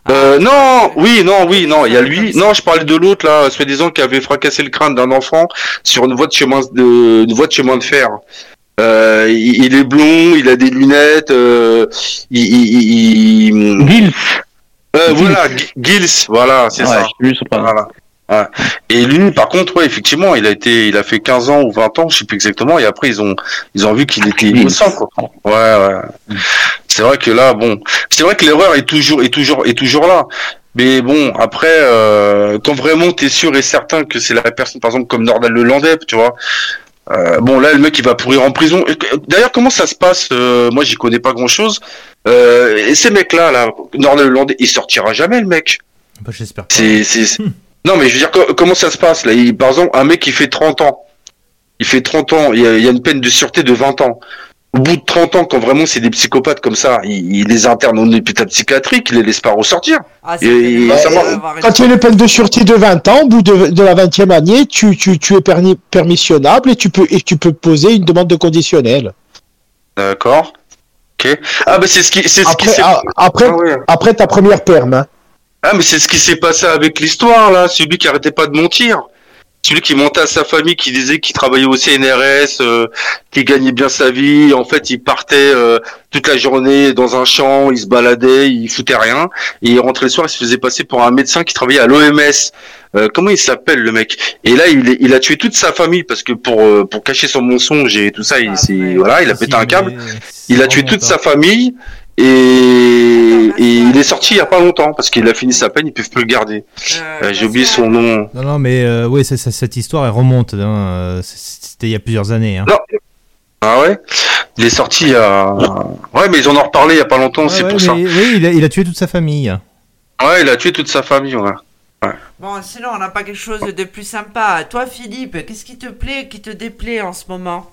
Euh, non, oui, non, oui, non, il y a lui. Non, je parlais de l'autre là, soi-disant qui avait fracassé le crâne d'un enfant sur une voie de chemin de, une voie de chemin de fer. Euh, il, il est blond, il a des lunettes. Euh, il, il, il... Gilles. Euh, Gilles. Voilà, G- Gilles, voilà, c'est Ouais, ça. je sais plus, c'est pas- Voilà. Ouais. Et lui, par contre, ouais, effectivement, il a été, il a fait quinze ans ou vingt ans, je sais plus exactement, et après ils ont, ils ont vu qu'il était innocent, quoi. Ouais, ouais. C'est vrai que là, bon, c'est vrai que l'erreur est toujours, est toujours, est toujours là. Mais bon, après, euh, quand vraiment t'es sûr et certain que c'est la personne, par exemple, comme Nordal Lelandais, tu vois. Euh, bon, là, le mec, il va pourrir en prison. Et, d'ailleurs, comment ça se passe euh, Moi, j'y connais pas grand-chose. Euh, et ces mecs-là, là, Nordal Lelandais, il sortira jamais, le mec. Bah, j'espère pas. C'est, c'est, c'est- Non, mais je veux dire, co- comment ça se passe là? Il, par exemple, un mec qui fait trente ans, il fait trente ans, il y, a, il y a une peine de sûreté de vingt ans. Au bout de trente ans, quand vraiment c'est des psychopathes comme ça, il, il les interne en hôpital psychiatrique, il les laisse pas ressortir. Ah, Et- et fait ça mal va. d'avoir une- Quand il y a une peine de sûreté de vingt ans, au bout de, de la vingtième année, tu, tu, tu es perni- permissionnable et tu peux, et tu peux poser une demande de conditionnel. D'accord. Ok. Ah, bah c'est ce qui, c'est ce qui Après, s'est. ah, après, Ah ouais. après ta première perme. Hein. Ah, mais c'est ce qui s'est passé avec l'histoire, là. Celui qui arrêtait pas de mentir. Celui qui mentait à sa famille, qui disait qu'il travaillait au C N R S, euh, qu'il gagnait bien sa vie. En fait, il partait euh, toute la journée dans un champ, il se baladait, il foutait rien. Et il rentrait le soir, il se faisait passer pour un médecin qui travaillait à l'O M S. Euh, comment il s'appelle, le mec? Et là, il, est- il a tué toute sa famille parce que pour euh, pour cacher son mensonge et tout ça, il, c'est, voilà, il a pété un câble. Il a tué toute sa famille. Et, et il est sorti il y a pas longtemps parce qu'il a fini sa peine, ils peuvent plus le garder. Euh, j'ai oublié son nom. Non, non, mais euh, oui, c'est- c'est- cette histoire, elle remonte. Hein, euh, c'est- c'était il y a plusieurs années. Hein. Non. Ah ouais. Il est sorti il y a. Ouais, mais ils en ont reparlé il y a pas longtemps. Ouais, c'est ouais, pour mais- ça. Oui, il a, il a tué toute sa famille. Ouais, il a tué toute sa famille. Ouais. Bon, sinon, on n'a pas quelque chose de plus sympa. Toi, Philippe, qu'est-ce qui te plaît, qui te déplaît en ce moment?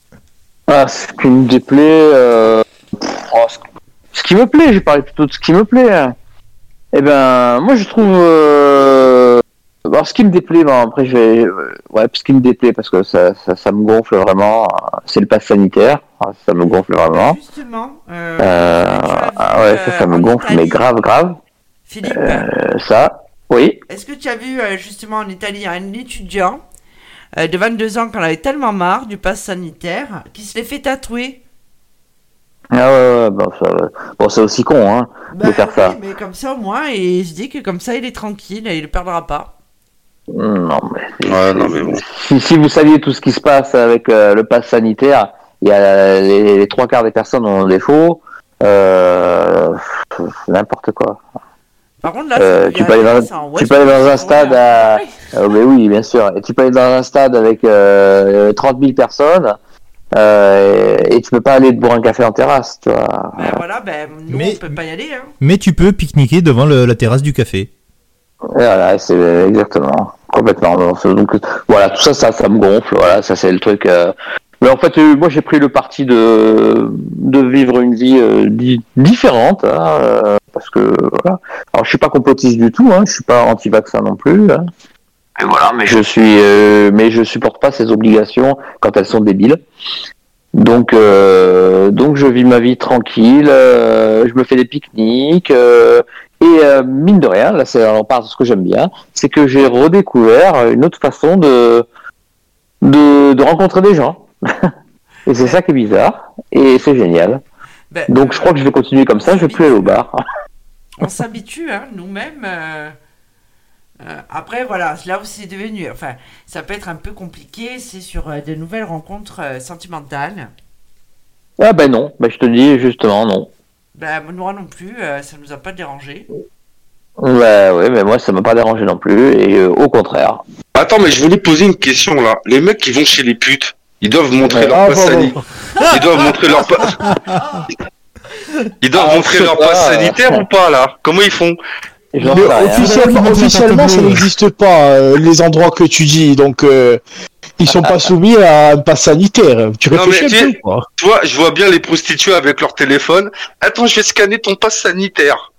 Ah, ce qui me déplaît, euh... oh, ce... ce qui me plaît, je vais parler plutôt de ce qui me plaît. Hein. Eh ben, moi je trouve. Euh... Alors, ce qui me déplaît, ben, après je vais. Ouais, ce qui me déplaît, parce que ça, ça, ça me gonfle vraiment, c'est le pass sanitaire. Ça me gonfle vraiment. Justement. Euh, Euh... tu as vu, Ah ouais, ça, ça euh, me en gonfle, mais Italie, grave, grave. Philippe, Euh, ça, oui. est-ce que tu as vu euh, justement en Italie un étudiant euh, de vingt-deux ans qui en avait tellement marre du pass sanitaire qui se l'est fait tatouer? Ah ouais, ouais, bon, ça, bon, c'est aussi con, hein, Bah, de faire oui, ça. mais comme ça au moins, et il se dit que comme ça il est tranquille et il le perdra pas. Non, mais, c'est- Ouais, non, mais bon. si, si vous saviez tout ce qui se passe avec euh, le pass sanitaire, il y a les, les trois quarts des personnes ont des faux, euh, n'importe quoi. Par contre là, Euh, ça tu devient peux aller dans, intéressant. Où tu est-ce peux aller que dans tu un peux stade à, euh, mais oui, bien sûr, et tu peux aller dans un stade avec euh, trente mille personnes, euh, et, et tu peux pas aller te boire un café en terrasse, tu vois. Ben voilà, ben nous Mais- on peut pas y aller. Hein. Mais tu peux pique-niquer devant le- la terrasse du café. Voilà, c'est exactement, complètement. Donc, donc, voilà, tout ça, ça, ça me gonfle. Voilà, ça c'est le truc. euh. Mais en fait, euh, moi j'ai pris le parti de de vivre une vie euh, di- différente, hein, euh, parce que voilà. Alors je suis pas complotiste du tout, hein, je suis pas anti-vaccin non plus. Hein. Et voilà, mais je suis, euh, mais je supporte pas ces obligations quand elles sont débiles. Donc, euh, donc je vis ma vie tranquille. euh, je me fais des pique-niques. euh, Et euh, mine de rien, là, c'est, on parle de ce que j'aime bien, c'est que j'ai redécouvert une autre façon de de, de rencontrer des gens. Et c'est ça qui est bizarre, et c'est génial. Ben, Donc euh, je crois que je vais continuer comme ça, je vais plus aller au bar. on s'habitue, hein, nous-mêmes. euh, euh, après, voilà, là où c'est devenu, enfin, ça peut être un peu compliqué, c'est sur euh, de nouvelles rencontres euh, sentimentales. Ah ben non, ben je te dis justement non. Ben, moi non plus, euh, ça nous a pas dérangé. Ouais, ouais, mais moi ça m'a pas dérangé non plus, et euh, au contraire. Attends, mais je voulais poser une question là. Les mecs qui vont chez les putes, ils doivent montrer Ouais. leur Ah, passe bon, sanitaire. Ils doivent montrer leur passe. Ils doivent Ah, montrer je sais leur pas, passe euh. sanitaire ou pas là? Comment ils font? J'en Mais sais rien. officiellement, Faudrait officiellement, ça montrer la n'existe pas, euh, les endroits que tu dis. Donc, euh, ils sont pas soumis à un pass sanitaire. Tu Non, mais réfléchis tu- un peu, quoi. Tu vois, je vois bien les prostituées avec leur téléphone. Attends, je vais scanner ton passe sanitaire.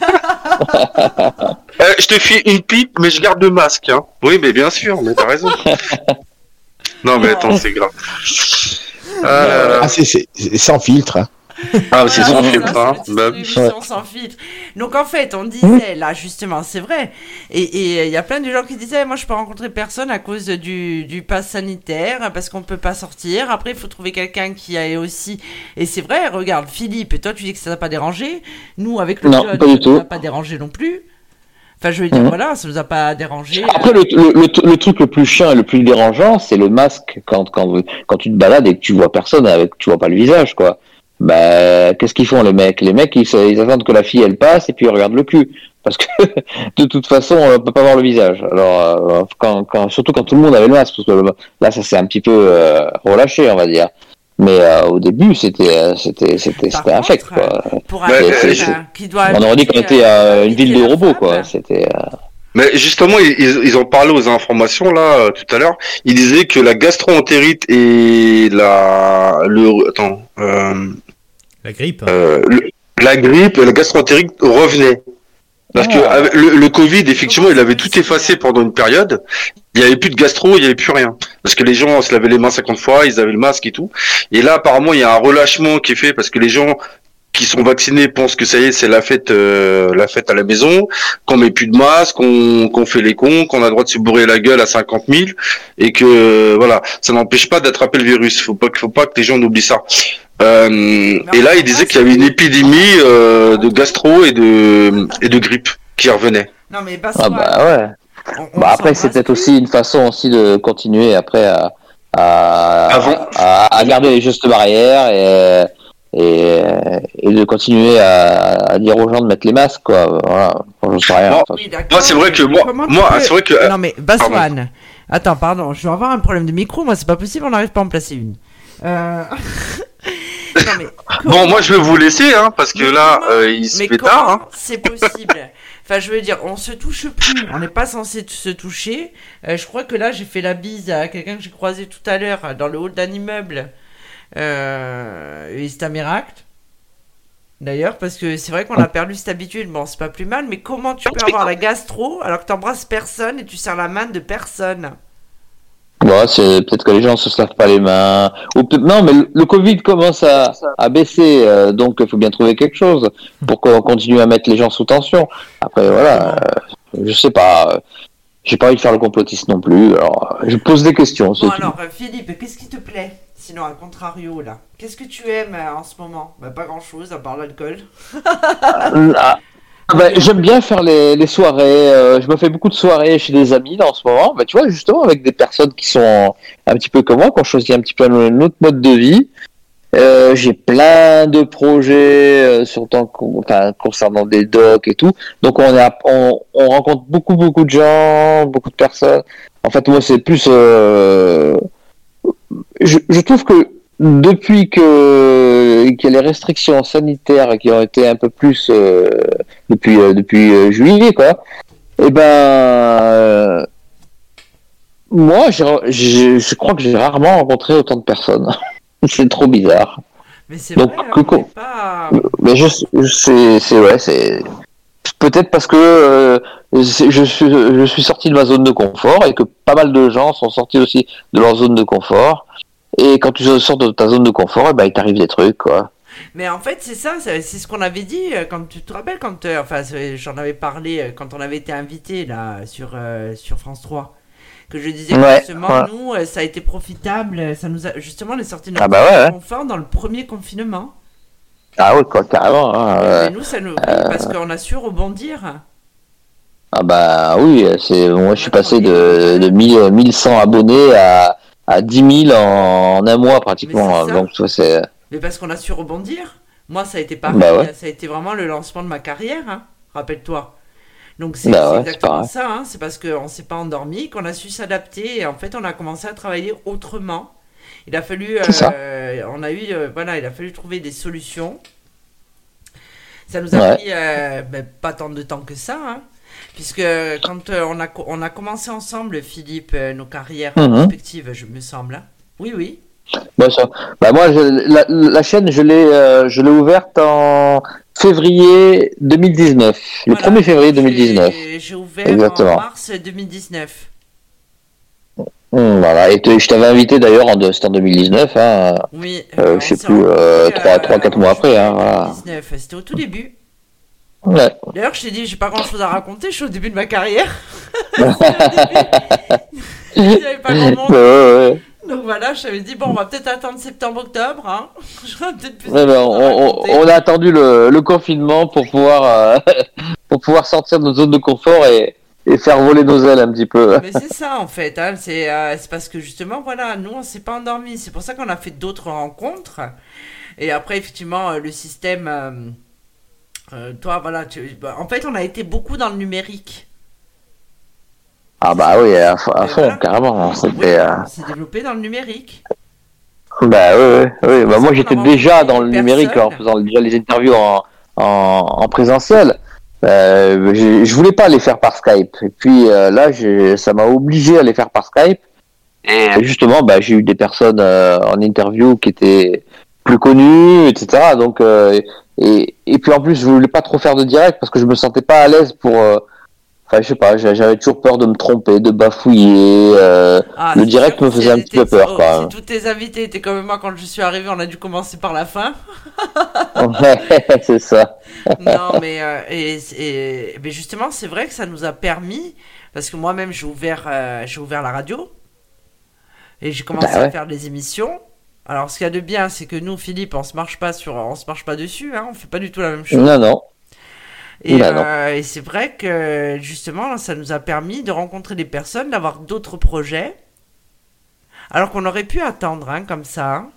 Euh, je te file une pipe, mais je garde le masque. Hein. Oui, mais bien sûr, mais t'as raison. Non, mais attends, c'est grave. Ah là là. Ah, c'est, c'est, c'est sans filtre. Hein. Ah, c'est sans Voilà, filtre, ça, hein. c'est Bah, une émission sans filtre. Donc en fait, on disait là justement, c'est vrai. Et il y a plein de gens qui disaient, moi je peux rencontrer personne à cause du du pass sanitaire parce qu'on peut pas sortir. Après, il faut trouver quelqu'un qui a aussi. Et c'est vrai. Regarde, Philippe, toi tu dis que ça t'a pas dérangé. Nous, avec le Non, John, pas du ça tout. nous a pas dérangé non plus. Enfin, je veux dire, Mhm. voilà, ça nous a pas dérangé. Après, le, le, le, le truc le plus chiant et le plus dérangeant, c'est le masque quand, quand, quand tu te balades et que tu vois personne, avec, tu vois pas le visage, quoi. Bah, qu'est-ce qu'ils font, les mecs? Les mecs, ils, ils attendent que la fille, elle passe et puis ils regardent le cul. Parce que, de toute façon, on peut pas voir le visage. Alors, euh, quand, quand, surtout quand tout le monde avait le masque, parce que là, ça s'est un petit peu euh, relâché, on va dire. Mais euh, au début, c'était, c'était, c'était, Par c'était infect, contre, quoi. Pour Mais, un euh, mec, c'est- euh, qui doit On aurait dit qu'on habiter, était euh, euh, une ville de habiter la robots, femme, quoi. C'était. Euh... Mais justement, ils, ils ils ont parlé aux informations là euh, tout à l'heure. Ils disaient que la gastro-entérite et la le attends euh, La grippe. euh, le- la grippe et la gastro-entérite revenaient. Parce que Ah. avec le, le Covid, effectivement, il avait tout effacé pendant une période. Il y avait plus de gastro, il y avait plus rien. Parce que les gens se lavaient les mains cinquante fois, ils avaient le masque et tout. Et là, apparemment, il y a un relâchement qui est fait parce que les gens qui sont vaccinés pensent que ça y est, c'est la fête, euh, la fête à la maison, qu'on met plus de masque, qu'on qu'on fait les cons, qu'on a le droit de se bourrer la gueule à cinquante mille, et que euh, voilà, ça n'empêche pas d'attraper le virus. Faut pas, faut pas que les gens n'oublient ça. Euh, et là, il disait qu'il y avait une épidémie euh, de gastro et de et de grippe qui revenait. Non mais pas Ah bah ouais. On- on Bah après, c'est s'embrasse peut-être plus. aussi une façon aussi de continuer après à, à, Avant. à, à garder les gestes barrières et, et, et de continuer à, à dire aux gens de mettre les masques, quoi. Voilà. Bon, je sais rien. Bon. Enfin, Oui, d'accord, Moi, c'est vrai mais que moi- comment tu moi, peux- c'est vrai que- Non, mais Baswan. Attends, pardon, je dois avoir un problème de micro. Moi, c'est pas possible, on n'arrive pas à en placer une. Euh... non, mais. Bon, moi, je vais vous laisser, hein, parce que Mais là, comment- euh, il se mais fait comment tard. Hein. c'est possible? Enfin, je veux dire, on se touche plus. On n'est pas censé t- se toucher. Euh, je crois que là, j'ai fait la bise à quelqu'un que j'ai croisé tout à l'heure euh, dans le hall d'un immeuble. Euh... Et c'est un miracle. D'ailleurs, parce que c'est vrai qu'on a perdu cette habitude. Bon, c'est pas plus mal, mais comment tu peux avoir la gastro alors que t'embrasses personne et tu serres la main de personne? ouais, c'est peut-être que les gens se lavent pas les mains. Ou peut- non, mais le, le Covid commence à, à baisser, euh, donc il faut bien trouver quelque chose pour qu'on continue à mettre les gens sous tension. Après, voilà, euh, je sais pas. euh, J'ai pas envie de faire le complotiste non plus. Alors, je pose des questions. c'est Bon, tout. alors, euh, Philippe, qu'est-ce qui te plaît? Sinon, à contrario, là. Qu'est-ce que tu aimes euh, en ce moment? Bah, pas grand-chose, à part l'alcool. Ah, bah, j'aime bien faire les, les soirées. euh, je me fais beaucoup de soirées chez des amis là, en ce moment. Bah, tu vois, justement, avec des personnes qui sont un petit peu comme moi, qui ont choisi un petit peu un autre mode de vie. Euh, j'ai plein de projets euh, surtout con- enfin, concernant des docs et tout. Donc on, est à- on, on rencontre beaucoup beaucoup de gens, beaucoup de personnes. En fait, moi, c'est plus. Euh, je, je trouve que depuis que qu'il y a les restrictions sanitaires qui ont été un peu plus euh, depuis euh, depuis euh, juillet, quoi. Et ben, euh, moi, j'ai, j'ai- je crois que j'ai rarement rencontré autant de personnes. C'est trop bizarre. Mais c'est Donc, vrai, hein, Coco. on est pas... Mais je, je c'est, c'est ouais, c'est peut-être parce que euh, c'est- je suis, je suis sorti de ma zone de confort et que pas mal de gens sont sortis aussi de leur zone de confort. Et quand tu sors de ta zone de confort, eh ben, il t'arrive des trucs, quoi. Mais en fait, c'est ça, c'est c'est ce qu'on avait dit, euh, quand tu te rappelles, quand, euh, enfin, c'est- j'en avais parlé euh, quand on avait été invité, là, sur, euh, sur France trois. Que je disais Ouais, que justement, ouais. nous, euh, ça a été profitable, euh, ça nous a, justement, on est sorti de notre Ah bah ouais, zone de ouais. confort dans le premier confinement. Ah ouais, quoi, carrément. Hein, Et ouais. nous, ça nous, oui, parce qu'on a su rebondir. Ah bah oui, c'est moi je suis passé de, de mille, mille cent abonnés à, à dix mille en, en un mois pratiquement. Mais c'est ça. Donc tu vois, c'est Mais parce qu'on a su rebondir. Moi, ça a été pareil, Bah ouais. ça a été vraiment le lancement de ma carrière, hein, rappelle-toi. Donc c'est Bah c'est ouais, c'est exactement pareil. ça, hein, c'est parce qu'on ne s'est pas endormi, qu'on a su s'adapter et en fait on a commencé à travailler autrement. Il a fallu, C'est ça. euh, on a eu, euh, voilà, il a fallu trouver des solutions. Ça nous a Ouais. pris euh, ben, pas tant de temps que ça, hein, puisque quand euh, on, a, co- on a commencé ensemble, Philippe, euh, nos carrières Mhm. respectives, je me semble. Hein. Oui, oui. bon, ça. Bah moi je, la, la chaîne je l'ai euh, je l'ai ouverte en février deux mille dix-neuf, le Voilà. premier février deux mille dix-neuf. J'ai- J'ai ouvert Exactement. en mars deux mille dix-neuf. Hum, voilà. Et te- je t'avais invité d'ailleurs, en, de- c'était en deux mille dix-neuf, hein, Oui, euh, on je sais s'est plus, euh, rencontrés, trois, euh, trois, quatre en mois après, juillet hein, voilà. deux mille dix-neuf. C'était au tout début. Ouais. D'ailleurs, je t'ai dit, j'ai pas grand chose à raconter, je suis au début de ma carrière. Il n'y avait pas grand monde. Ouais, ouais, ouais. Donc voilà, je t'avais dit, bon, on va peut-être attendre septembre-octobre. Hein. J'aurais peut-être plus Ouais, de ben, choses à on, on, raconter. on a attendu le, le confinement pour pouvoir, euh, pour pouvoir sortir de notre zone de confort et, et faire voler nos ailes un petit peu. Mais c'est ça en fait, hein. c'est euh, c'est parce que justement, voilà, nous on s'est pas endormis. C'est pour ça qu'on a fait d'autres rencontres. Et après, effectivement, euh, le système. euh, euh, toi, voilà, tu- bah, en fait, on a été beaucoup dans le numérique. Ah bah oui, à, fo- à Et fond, voilà. carrément. Oui, C'était, euh, on s'est développé dans le numérique. bah oui, oui, oui. pour Bah, ça moi qu'on j'étais a déjà rencontré dans des le numérique en personnes. faisant déjà les interviews en, en, en présentiel. Euh, je, je voulais pas les faire par Skype. Et puis euh, là, j'ai, ça m'a obligé à les faire par Skype. Et justement, bah, j'ai eu des personnes euh, en interview qui étaient plus connues, et cetera. Donc, euh, et, et puis en plus, je voulais pas trop faire de direct parce que je me sentais pas à l'aise pour. euh, Enfin, je sais pas, j'a- j'avais toujours peur de me tromper, de bafouiller. euh, Ah, le c'est direct sûr me que faisait un si petit peu t'étais- peur, oh, quoi. Si tous tes invités étaient comme moi quand je suis arrivé, on a dû commencer par la fin. Ouais, c'est ça. Non, mais, euh, et, et- mais justement, c'est vrai que ça nous a permis, parce que moi-même, j'ai ouvert, euh, j'ai ouvert la radio, et j'ai commencé Bah ouais. à faire des émissions. Alors, ce qu'il y a de bien, c'est que nous, Philippe, on se marche pas sur, on se marche pas dessus, hein, on fait pas du tout la même chose. Non, non. Et, Bah non. euh, et c'est vrai que, justement, ça nous a permis de rencontrer des personnes, d'avoir d'autres projets, alors qu'on aurait pu attendre, hein, comme ça. Hein.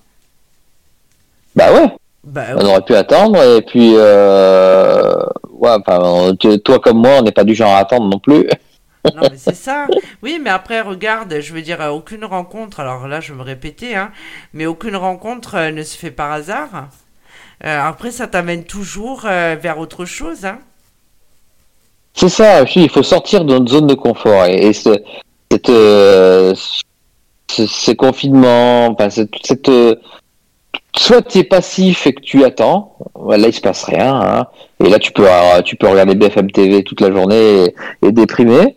Bah ouais. Bah, On aurait pu attendre et puis euh... ouais, enfin, on- t- toi comme moi, on n'est pas du genre à attendre non plus. Non, mais c'est ça. Oui, mais après, regarde, je veux dire, euh, aucune rencontre, alors là, je vais me répéter, hein, mais aucune rencontre euh, ne se fait par hasard. Euh, après, ça t'amène toujours euh, vers autre chose, hein. C'est ça. Je dis, il faut sortir de notre zone de confort et, et ce, cette, euh, ce, ce confinement, enfin, cette, cette euh, soit tu es passif et que tu attends, ouais, là il se passe rien, hein, et là tu peux euh, tu peux regarder B F M T V toute la journée et, et déprimer.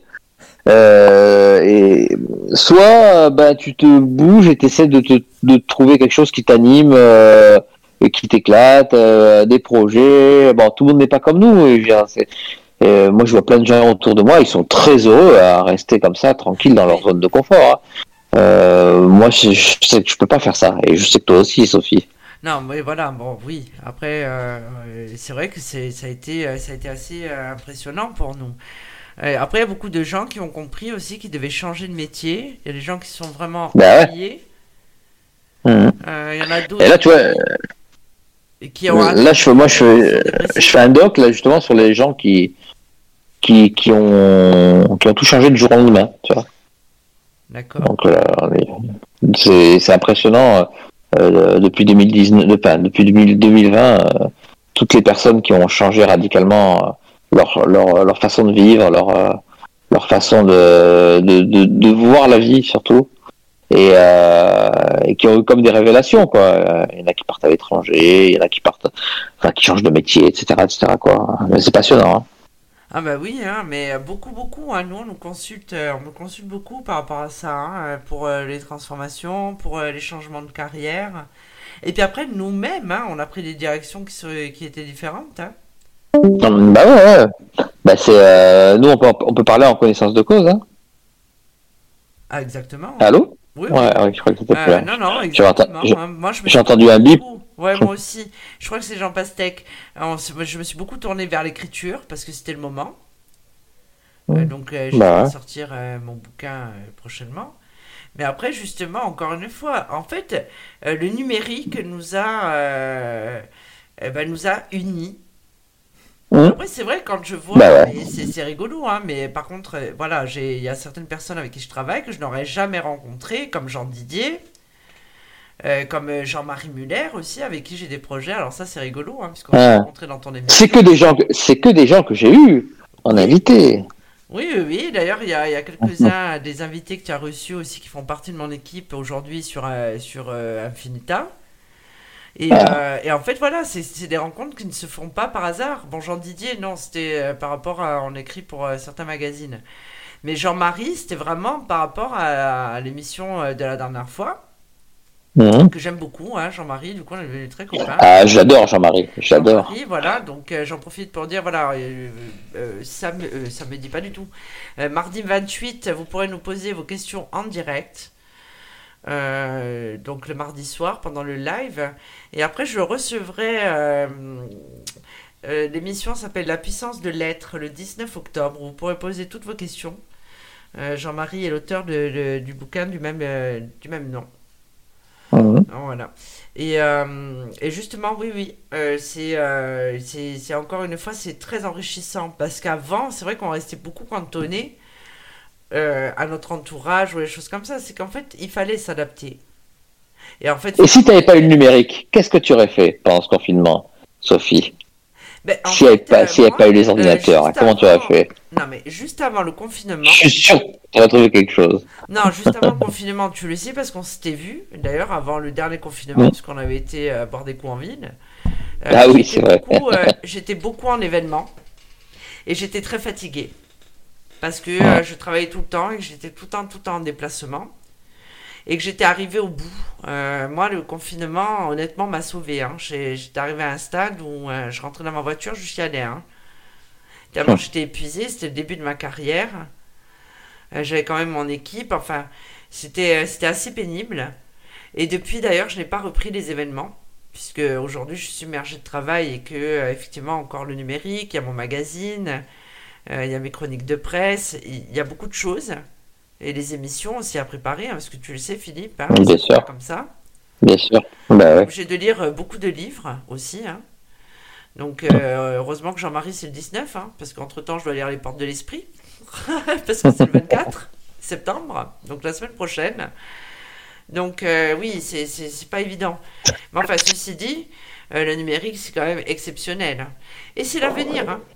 Euh, et soit ben tu te bouges et tu essaies de te de trouver quelque chose qui t'anime euh, et qui t'éclate, euh, des projets. Bon, tout le monde n'est pas comme nous. Et je veux dire, c'est- euh, moi, je vois plein de gens autour de moi, ils sont très heureux à rester comme ça, tranquilles dans leur zone de confort. Hein. Euh, moi, je, je sais que je peux pas faire ça, et je sais que toi aussi, Sophie. Non, mais voilà, bon, oui. Après, euh, euh, c'est vrai que c'est, ça a été, euh, ça a été assez euh, impressionnant pour nous. Euh, après, il y a beaucoup de gens qui ont compris aussi qu'ils devaient changer de métier. Il y a des gens qui sont vraiment Bah ouais. ennuyés. Mhm. Euh, il y en a d'autres Et là, tu vois, qui, qui ont là, je fais, moi, je fais, dépressifs. je fais un doc là justement sur les gens qui qui qui ont qui ont tout changé du jour au lendemain, tu vois. D'accord. Donc, euh, c'est c'est impressionnant. Euh, depuis deux mille dix-neuf, enfin, depuis deux mille deux mille vingt, euh, toutes les personnes qui ont changé radicalement euh, leur, leur, leur façon de vivre, leur, euh, leur façon de, de, de, de voir la vie surtout, et, euh, et qui ont eu comme des révélations, quoi. Il y en a qui partent à l'étranger, il y en a qui partent, enfin, qui changent de métier, et cetera, et cetera, quoi. Mais c'est passionnant. Hein. Ah bah oui, hein, mais beaucoup, beaucoup, hein, nous on nous consulte, euh, on nous consulte beaucoup par rapport à ça, hein, euh, pour euh, les transformations, pour euh, les changements de carrière. Et puis après, nous-mêmes, hein, on a pris des directions qui, seraient, qui étaient différentes. Hein. Bah ouais, ouais. Bah c'est, euh, nous on peut, on peut parler en connaissance de cause. Hein. Ah exactement. Allô? Oui, Ouais, oui. ouais, je crois que c'était Euh, plus là. non, non, J'ai entendu- exactement. j'ai- hein. Moi, je me j'ai suis entendu un bip. beaucoup- Ouais, moi aussi. Je crois que c'est Jean Pastèque. Alors, on se- je me suis beaucoup tourné vers l'écriture parce que c'était le moment. Euh, donc, euh, je Bah vais ouais. sortir euh, mon bouquin euh, prochainement. Mais après, justement, encore une fois, en fait, euh, le numérique nous a, euh, eh ben, nous a unis. Mmh. Après, c'est vrai, quand je vois, Bah ouais. mais c'est c'est rigolo, hein, mais par contre, euh, voilà, j'ai- il y a certaines personnes avec qui je travaille que je n'aurais jamais rencontrées, comme Jean Didier, euh, comme euh, Jean-Marie Muller aussi, avec qui j'ai des projets. Alors ça, c'est rigolo, hein, puisqu'on s'est Ah. rencontrés dans ton émission. C'est que des gens, que- c'est que des gens que j'ai eu en invité. Oui, oui, oui. D'ailleurs, il y a, il y a quelques-uns des invités que tu as reçus aussi qui font partie de mon équipe aujourd'hui sur, euh, sur euh, Infinita. Et, euh, et en fait, voilà, c'est c'est des rencontres qui ne se font pas par hasard. Bon, Jean Didier, non, c'était euh, par rapport à. On écrit pour euh, certains magazines. Mais Jean-Marie, c'était vraiment par rapport à, à l'émission euh, de la dernière fois, Mhm. que j'aime beaucoup, hein, Jean-Marie, du coup on est devenus très copains. Ah, j'adore Jean-Marie, j'adore. Jean-Marie, voilà, donc euh, j'en profite pour dire, voilà, euh, euh, ça me, euh, ça me dit pas du tout. Euh, mardi vingt-huit, vous pourrez nous poser vos questions en direct. Euh, donc le mardi soir pendant le live, et après je recevrai euh, euh, l'émission s'appelle La puissance de l'être le dix-neuf octobre, vous pourrez poser toutes vos questions. euh, Jean-Marie est l'auteur de, de- du bouquin du même, euh, du même nom. Mhm. Oh, voilà. Et, euh, et justement, oui, oui, euh, c'est, euh, c'est, c'est encore une fois, c'est très enrichissant parce qu'avant, c'est vrai qu'on restait beaucoup cantonné euh, à notre entourage ou des choses comme ça. C'est qu'en fait, il fallait s'adapter. Et en fait, Et si tu n'avais pas eu le numérique, qu'est-ce que tu aurais fait pendant ce confinement, Sophie? ben, en S'il n'y avait fait, pas, euh, s'il y avait moi, pas eu les euh, ordinateurs, juste comment tu aurais avant- fait? Non, mais juste avant le confinement. Je suis sûr que tu aurais trouvé quelque chose. Non, juste avant le confinement, tu le sais, parce qu'on s'était vu, d'ailleurs, avant le dernier confinement, Mm. parce qu'on avait été euh, boire des coups en ville. Euh, Ah oui, j'étais c'est vrai. beaucoup, euh, j'étais beaucoup en événement, et j'étais très fatiguée. Parce que Ah. euh, je travaillais tout le temps, et que j'étais tout le temps, tout le temps en déplacement, et que j'étais arrivée au bout. Euh, moi, le confinement, honnêtement, m'a sauvée. Hein. J'ai- J'étais arrivée à un stade où euh, je rentrais dans ma voiture, je chialais. Hein. Tellement Mm. j'étais épuisée, c'était le début de ma carrière. Euh, j'avais quand même mon équipe, enfin, c'était, euh, c'était assez pénible. Et depuis, d'ailleurs, je n'ai pas repris les événements, puisque aujourd'hui, je suis submergée de travail et que, euh, effectivement, encore le numérique, il y a mon magazine, euh, il y a mes chroniques de presse, il y a beaucoup de choses. Et les émissions aussi à préparer, hein, parce que tu le sais, Philippe, hein, Bien c'est sûr. pas comme ça. Bien sûr. Bah ouais. Obligé de lire euh, beaucoup de livres aussi, hein. Donc, euh, heureusement que Jean-Marie, c'est le dix-neuf, hein, parce qu'entre-temps, je dois lire Les Portes de l'Esprit, parce que c'est le vingt-quatre septembre, donc la semaine prochaine. Donc, euh, oui, c'est, c'est, c'est pas évident. Mais enfin, ceci dit, euh, le numérique, c'est quand même exceptionnel. Et c'est l'avenir, hein.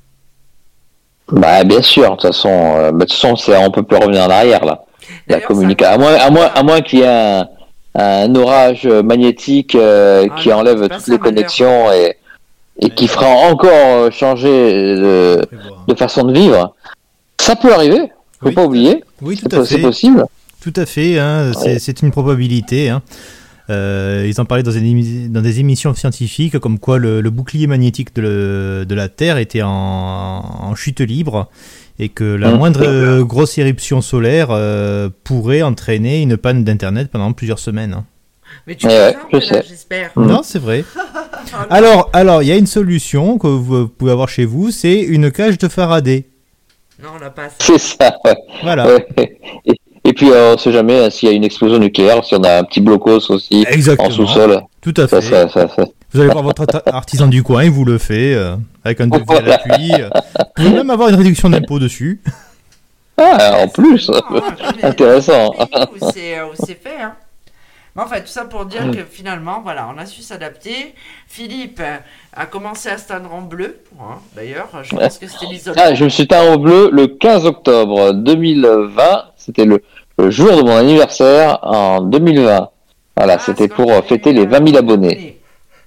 Bah bien sûr, de toute façon, euh, bah, de toute façon, c'est, on peut plus revenir en arrière là. La D'ailleurs, communication, ça- à moins, à moins, à moins qu'il y ait un, un orage magnétique euh, Ah qui non, enlève c'est pas toutes ça, les malheur. connexions et, et qui fera encore euh, changer de, Prévoir. de façon de vivre. Ça peut arriver, faut Oui, pas oublier. Oui, tout C'est à po- c'est fait. possible. Tout à fait, hein, c'est, Ouais. c'est une probabilité. Hein. Euh, ils en parlaient dans, une émi- dans des émissions scientifiques, comme quoi le, le bouclier magnétique de, le- de la Terre était en, en chute libre, et que la Mmh. moindre euh, grosse éruption solaire euh, pourrait entraîner une panne d'Internet pendant plusieurs semaines. Hein. Mais tu Ouais, le ouais, sens, je là, sais. j'espère. Mmh. Non, c'est vrai. Ah, Alors, alors, il y a une solution que vous pouvez avoir chez vous, c'est une cage de Faraday. non, on l'a pas. ça. C'est ça. Ouais. Voilà. Ouais. Et, et puis euh, on sait jamais hein, s'il y a une explosion nucléaire, si on a un petit blocos aussi Exactement. en sous-sol. Tout à Ça, fait. ça, ça, ça. Vous allez voir votre ata- artisan du coin, il vous le fait, euh, avec un devis à Voilà. l'appui. euh. Vous pouvez même avoir une réduction d'impôt dessus. Ah, en plus. Certainement, hein, je connais Intéressant. des pays Où c'est, où c'est fait, hein. Mais enfin, tout ça pour dire que finalement, voilà, on a su s'adapter. Philippe euh, a commencé à se teindre en bleu, hein, d'ailleurs. Je pense que c'était l'isolement. Ah, je me suis teint au bleu le quinze octobre deux mille vingt. C'était le, le jour de mon anniversaire en deux mille vingt. Voilà, Ah, c'était c'est pour quand euh, tu fêter as eu, les euh, vingt mille abonnés.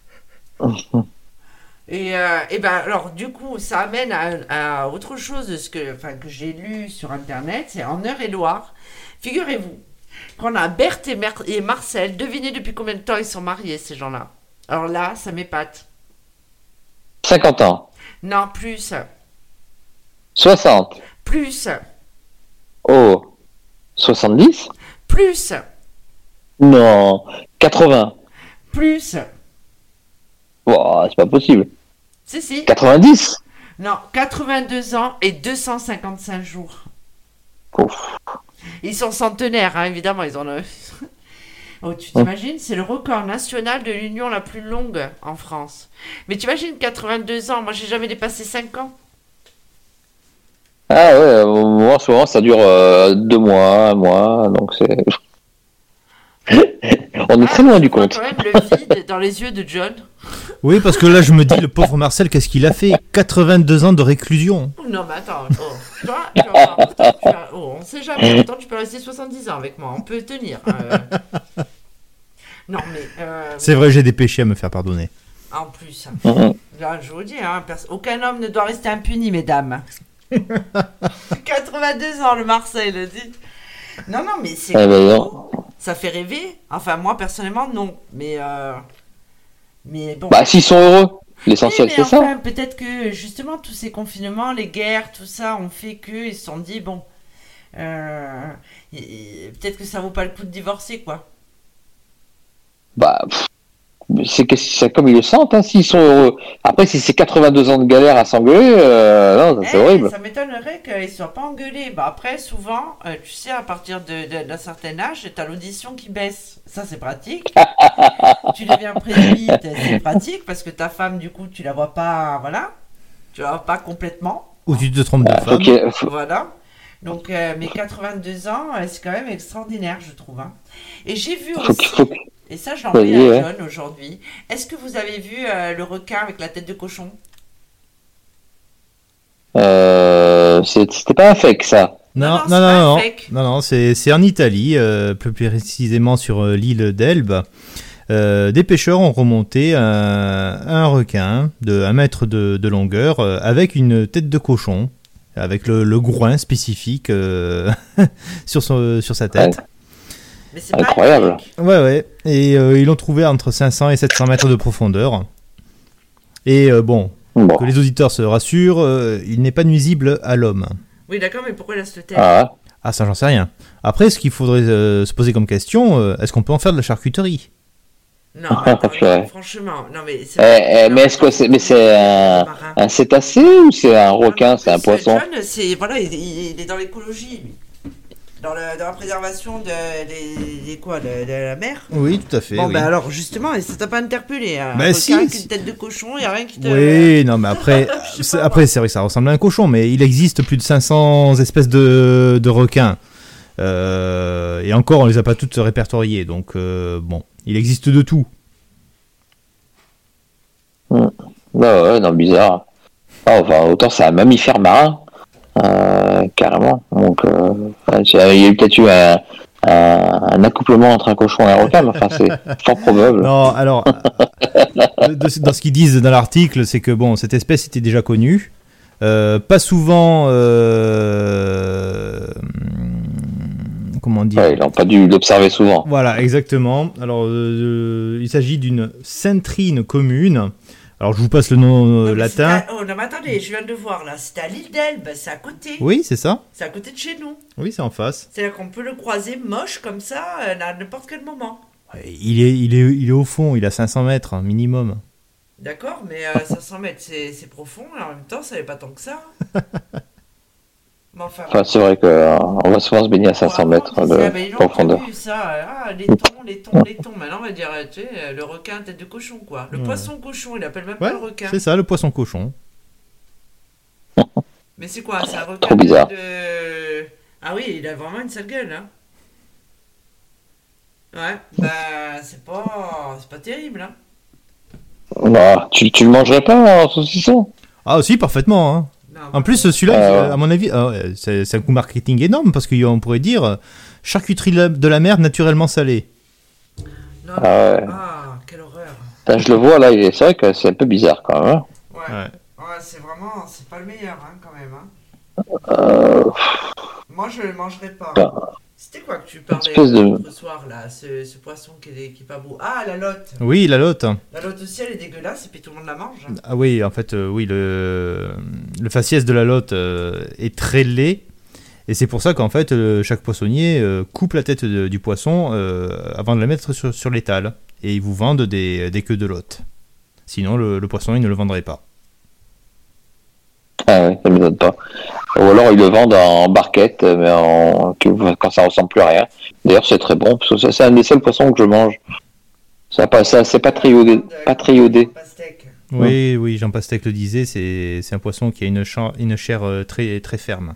Et, euh, et ben alors du coup ça amène à, à autre chose de ce que, enfin, que j'ai lu sur internet, c'est en Eure-et-Loire. Figurez-vous qu'on a Berthe et, Mer- et Marcel, devinez depuis combien de temps ils sont mariés ces gens-là. Alors là ça m'épate. cinquante ans. Non, plus, soixante. plus, Oh. soixante-dix? plus, Non. quatre-vingts. plus. Oh, c'est pas possible. Si si. quatre-vingt-dix? Non, quatre-vingt-deux ans et deux cent cinquante-cinq jours. Ouf. Ils sont centenaires, hein, évidemment, ils en ont... Oh, tu t'imagines, c'est le record national de l'union la plus longue en France. Mais tu imagines quatre-vingt-deux ans, moi j'ai jamais dépassé cinq ans. Ah ouais, euh, moi souvent ça dure euh, deux mois, un mois, donc c'est... On est très loin Ah, du tu vois compte. quand même le vide dans les yeux de John. Oui, parce que là, je me dis, le pauvre Marcel, qu'est-ce qu'il a fait? quatre-vingt-deux ans de réclusion. Non mais attends, oh, toi, tu vas voir, pourtant, tu vas- oh, on sait jamais, pourtant tu peux rester soixante-dix ans avec moi, on peut tenir. euh. Non mais... euh, C'est vrai, j'ai des péchés à me faire pardonner. En plus, Mhm. là, je vous dis, hein, pers- aucun homme ne doit rester impuni, mesdames. quatre-vingt-deux ans, le Marseille, le dit. Non, non, mais c'est... Eh ben non. Ça fait rêver. Enfin, moi, personnellement, non. Mais, euh... mais bon. Bah, s'ils sont heureux, l'essentiel, Oui, mais c'est enfin, ça. peut-être que, justement, tous ces confinements, les guerres, tout ça, ont fait qu'ils se sont dit, bon... Euh... et- et peut-être que ça vaut pas le coup de divorcer, quoi. Bah, pff, c'est que c'est comme ils le sentent, hein, s'ils sont heureux. Après, si c'est quatre-vingt-deux ans de galère à s'engueuler, euh, non, ça, c'est Eh, horrible. ça m'étonnerait qu'ils soient pas engueulés. Bah après, souvent, euh, tu sais, à partir de, de- d'un certain âge, t'as l'audition qui baisse. Ça, c'est pratique. Tu deviens prévite, c'est pratique parce que ta femme, du coup, tu la vois pas, voilà. Tu la vois pas complètement. Ou tu te trompes de Bah, faut femme. qu'il- faut- Voilà. Donc, euh, mes quatre-vingt-deux ans, euh, c'est quand même extraordinaire, je trouve. Hein. Et j'ai vu faut qu'il- aussi, faut qu'il- et ça, je l'ai envoyé Vas-y, à ouais. John aujourd'hui. Est-ce que vous avez vu euh, le requin avec la tête de cochon? Euh, c'est- c'était pas un fake, ça. Non, Non, non, non, c'est pas non, un non, fake. non, non, c'est c'est en Italie, euh, plus précisément sur euh, l'île d'Elbe. Euh, des pêcheurs ont remonté un, un requin de un mètre de, de longueur euh, avec une tête de cochon, avec le, le groin spécifique euh, sur, son, sur sa tête. Mais c'est pas un Incroyable. fake. Ouais, ouais. Et euh, ils l'ont trouvé entre cinq cents et sept cents mètres de profondeur. Et euh, bon, Bon. que les auditeurs se rassurent, euh, il n'est pas nuisible à l'homme. Oui, d'accord, mais pourquoi il reste terre? Ah, ouais. Ah, ça, j'en sais rien. Après, ce qu'il faudrait euh, se poser comme question, euh, est-ce qu'on peut en faire de la charcuterie? Non, attends, Purée. non, franchement, non mais c'est. Eh, eh, mais est-ce que c'est, mais c'est un, Marin. un cétacé ou c'est un Non, requin, non, c'est un plus, poisson? John, c'est voilà, il, il- il est dans l'écologie, lui. Dans, le, dans la préservation de, des- des quoi, de, de la mer. Oui, tout à fait. Bon, oui. bah alors justement, et ça t'a pas interpellé. Un Bah, requin si, avec si. une tête de cochon, il y a rien qui te. Oui, non, mais après, Je sais c'est, pas, après c'est vrai que ça ressemble à un cochon, mais il existe plus de cinq cents espèces de, de requins. Euh, et encore, on les a pas toutes répertoriées, donc euh, bon, il existe de tout. Bah ouais, non, bizarre. Ah, enfin, autant c'est un mammifère marin, euh, carrément. Donc, euh, enfin, il y a eu peut-être eu un, un, un accouplement entre un cochon et un requin, mais enfin, c'est fort probable. Non, alors, euh, de- de- dans ce qu'ils disent dans l'article, c'est que bon, cette espèce était déjà connue. Euh, pas souvent. Euh, hum, comment dire Ouais, ils n'ont pas dû l'observer souvent. Voilà, exactement. Alors, euh, il s'agit d'une cintrine commune. Alors, je vous passe le nom Non, euh, mais latin. c'était à- Oh non, mais attendez, je viens de voir là, c'était à l'île d'Elbe, c'est à côté. Oui, c'est ça. C'est à côté de chez nous. Oui, c'est en face. C'est-à-dire qu'on peut le croiser moche comme ça euh, à n'importe quel moment. Il est, il est, il est au fond. Il a cinq cents mètres hein, minimum. D'accord, mais euh, cinq cents mètres, c'est c'est profond, et en même temps, ça n'est pas tant que ça. Mais enfin, Enfin, c'est vrai qu'on va souvent se baigner à cinq cents mètres on disait, ah, de ben, ils l'ont profondeur. entendu, ça, euh, ah, les thons, les thons, les thons. Maintenant, on va dire, euh, tu sais, euh, le requin tête de cochon, quoi. Le Ouais. poisson cochon, il appelle même Ouais, pas le requin. c'est ça, le poisson cochon. Mais c'est quoi, c'est un requin Trop bizarre. de... Ah oui, il a vraiment une sale gueule, hein. Ouais, bah, c'est pas... c'est pas terrible, hein. Bah, tu, tu le mangerais pas en saucisson? Ah, aussi, parfaitement. Hein. Non, En plus, celui-là, Euh. il- à mon avis, ah ouais, c'est c'est un coup marketing énorme parce qu'on pourrait dire euh, charcuterie de la- de la mer naturellement salée. non, Ah ouais. Ah, quelle horreur. Putain, je le vois là, il est- c'est vrai que c'est un peu bizarre quand même. hein. Ouais, Ouais. ouais, c'est vraiment... c'est pas le meilleur, hein, quand même, hein. Euh, Moi, je le mangerai pas. Bah, C'était quoi que tu parlais espèce de- l'autre soir, là, ce, ce poisson qui est, qui est pas beau. Ah, la lotte. Oui, la lotte. La lotte aussi, elle est dégueulasse et puis tout le monde la mange. hein. Ah oui, en fait, euh, oui, le, le faciès de la lotte euh, est très laid. Et c'est pour ça qu'en fait, euh, chaque poissonnier euh, coupe la tête de- du poisson euh, avant de la mettre sur, sur l'étal. Et ils vous vendent des, des queues de lotte. Sinon, le, le poissonnier ne le vendrait pas. Ah ouais, ça m'étonne pas. Ou alors ils le vendent en barquette, mais en... que- quand ça ressemble plus à rien. D'ailleurs, c'est très bon, parce que ça, c'est un des seuls poissons que je mange. Ça, pas, ça c'est pas triodé. Pas triodé. Pastèque. Oui, oui, Jean Pastèque le disait, c'est c'est un poisson qui a une, cha- une chair euh, très, très ferme.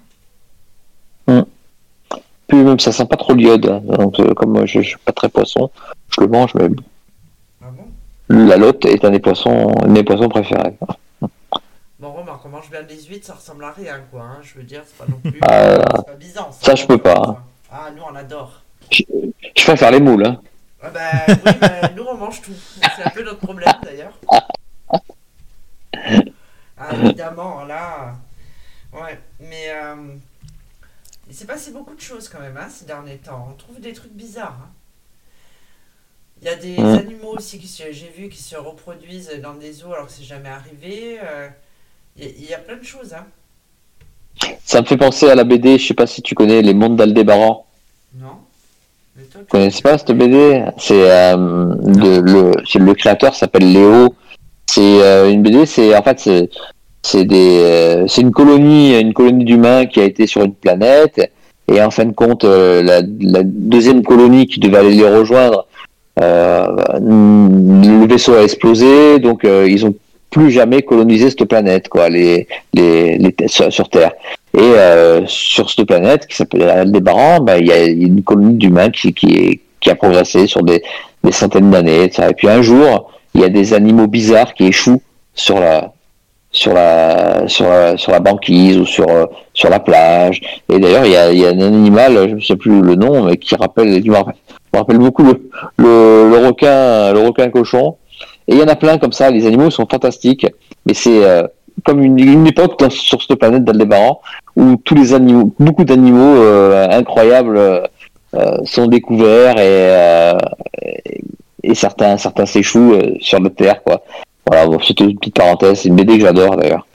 Puis même, ça sent pas trop l'iode. hein. Donc, euh, comme moi, je, je suis pas très poisson, je le mange, mais Ah bon? la lotte est un des poissons, un de mes poissons préférés. Bon, remarque, on mange bien des huîtres, ça ressemble à rien, quoi. Hein. Je veux dire, c'est pas non plus. Ah, c'est pas bizarre. ça, je peux pas. Ah, nous, on adore. Je, je préfère les moules. Hein. Ah bah oui, bah, nous, on mange tout. C'est un peu notre problème, d'ailleurs. Ah, évidemment, là. Ouais, mais euh, il s'est passé beaucoup de choses quand même hein, ces derniers temps. On trouve des trucs bizarres. Hein. Il y a des Mmh. animaux aussi qui se, j'ai vu qui se reproduisent dans des eaux alors que c'est jamais arrivé. Euh, Il y, a- il y a plein de choses. Hein. Ça me fait penser à la B D, je sais pas si tu connais Les Mondes d'Aldébaran. Non. Mais toi, Vous tu- connaissez pas cette B D? C'est euh, le, le, c'est- le créateur s'appelle Léo. C'est euh, une B D, c'est en fait c'est c'est des euh, c'est une colonie une colonie d'humains qui a été sur une planète et en fin de compte euh, la, la deuxième colonie qui devait aller les rejoindre, euh, le vaisseau a explosé, donc euh, ils ont plus jamais colonisé cette planète quoi, les les, les sur, sur Terre. Et euh, sur cette planète qui s'appelle Aldébaran, bah, il y a une colonie d'humains qui qui est, qui a progressé sur des, des centaines d'années. Et ça. Et puis un jour, il y a des animaux bizarres qui échouent sur la sur la sur la sur la banquise ou sur euh, sur la plage. Et d'ailleurs, il y a, il y a un animal, je ne sais plus le nom, mais qui rappelle, qui me rappelle, me rappelle beaucoup le, le le requin le requin cochon. Et il y en a plein comme ça. Les animaux sont fantastiques, mais c'est euh, comme une, une époque dans, sur cette planète d'Aldébaran où tous les animaux, beaucoup d'animaux euh, incroyables euh, sont découverts et, euh, et, et certains certains s'échouent euh, sur la Terre quoi. Voilà, bon, c'était une petite parenthèse, c'est une B D que j'adore d'ailleurs.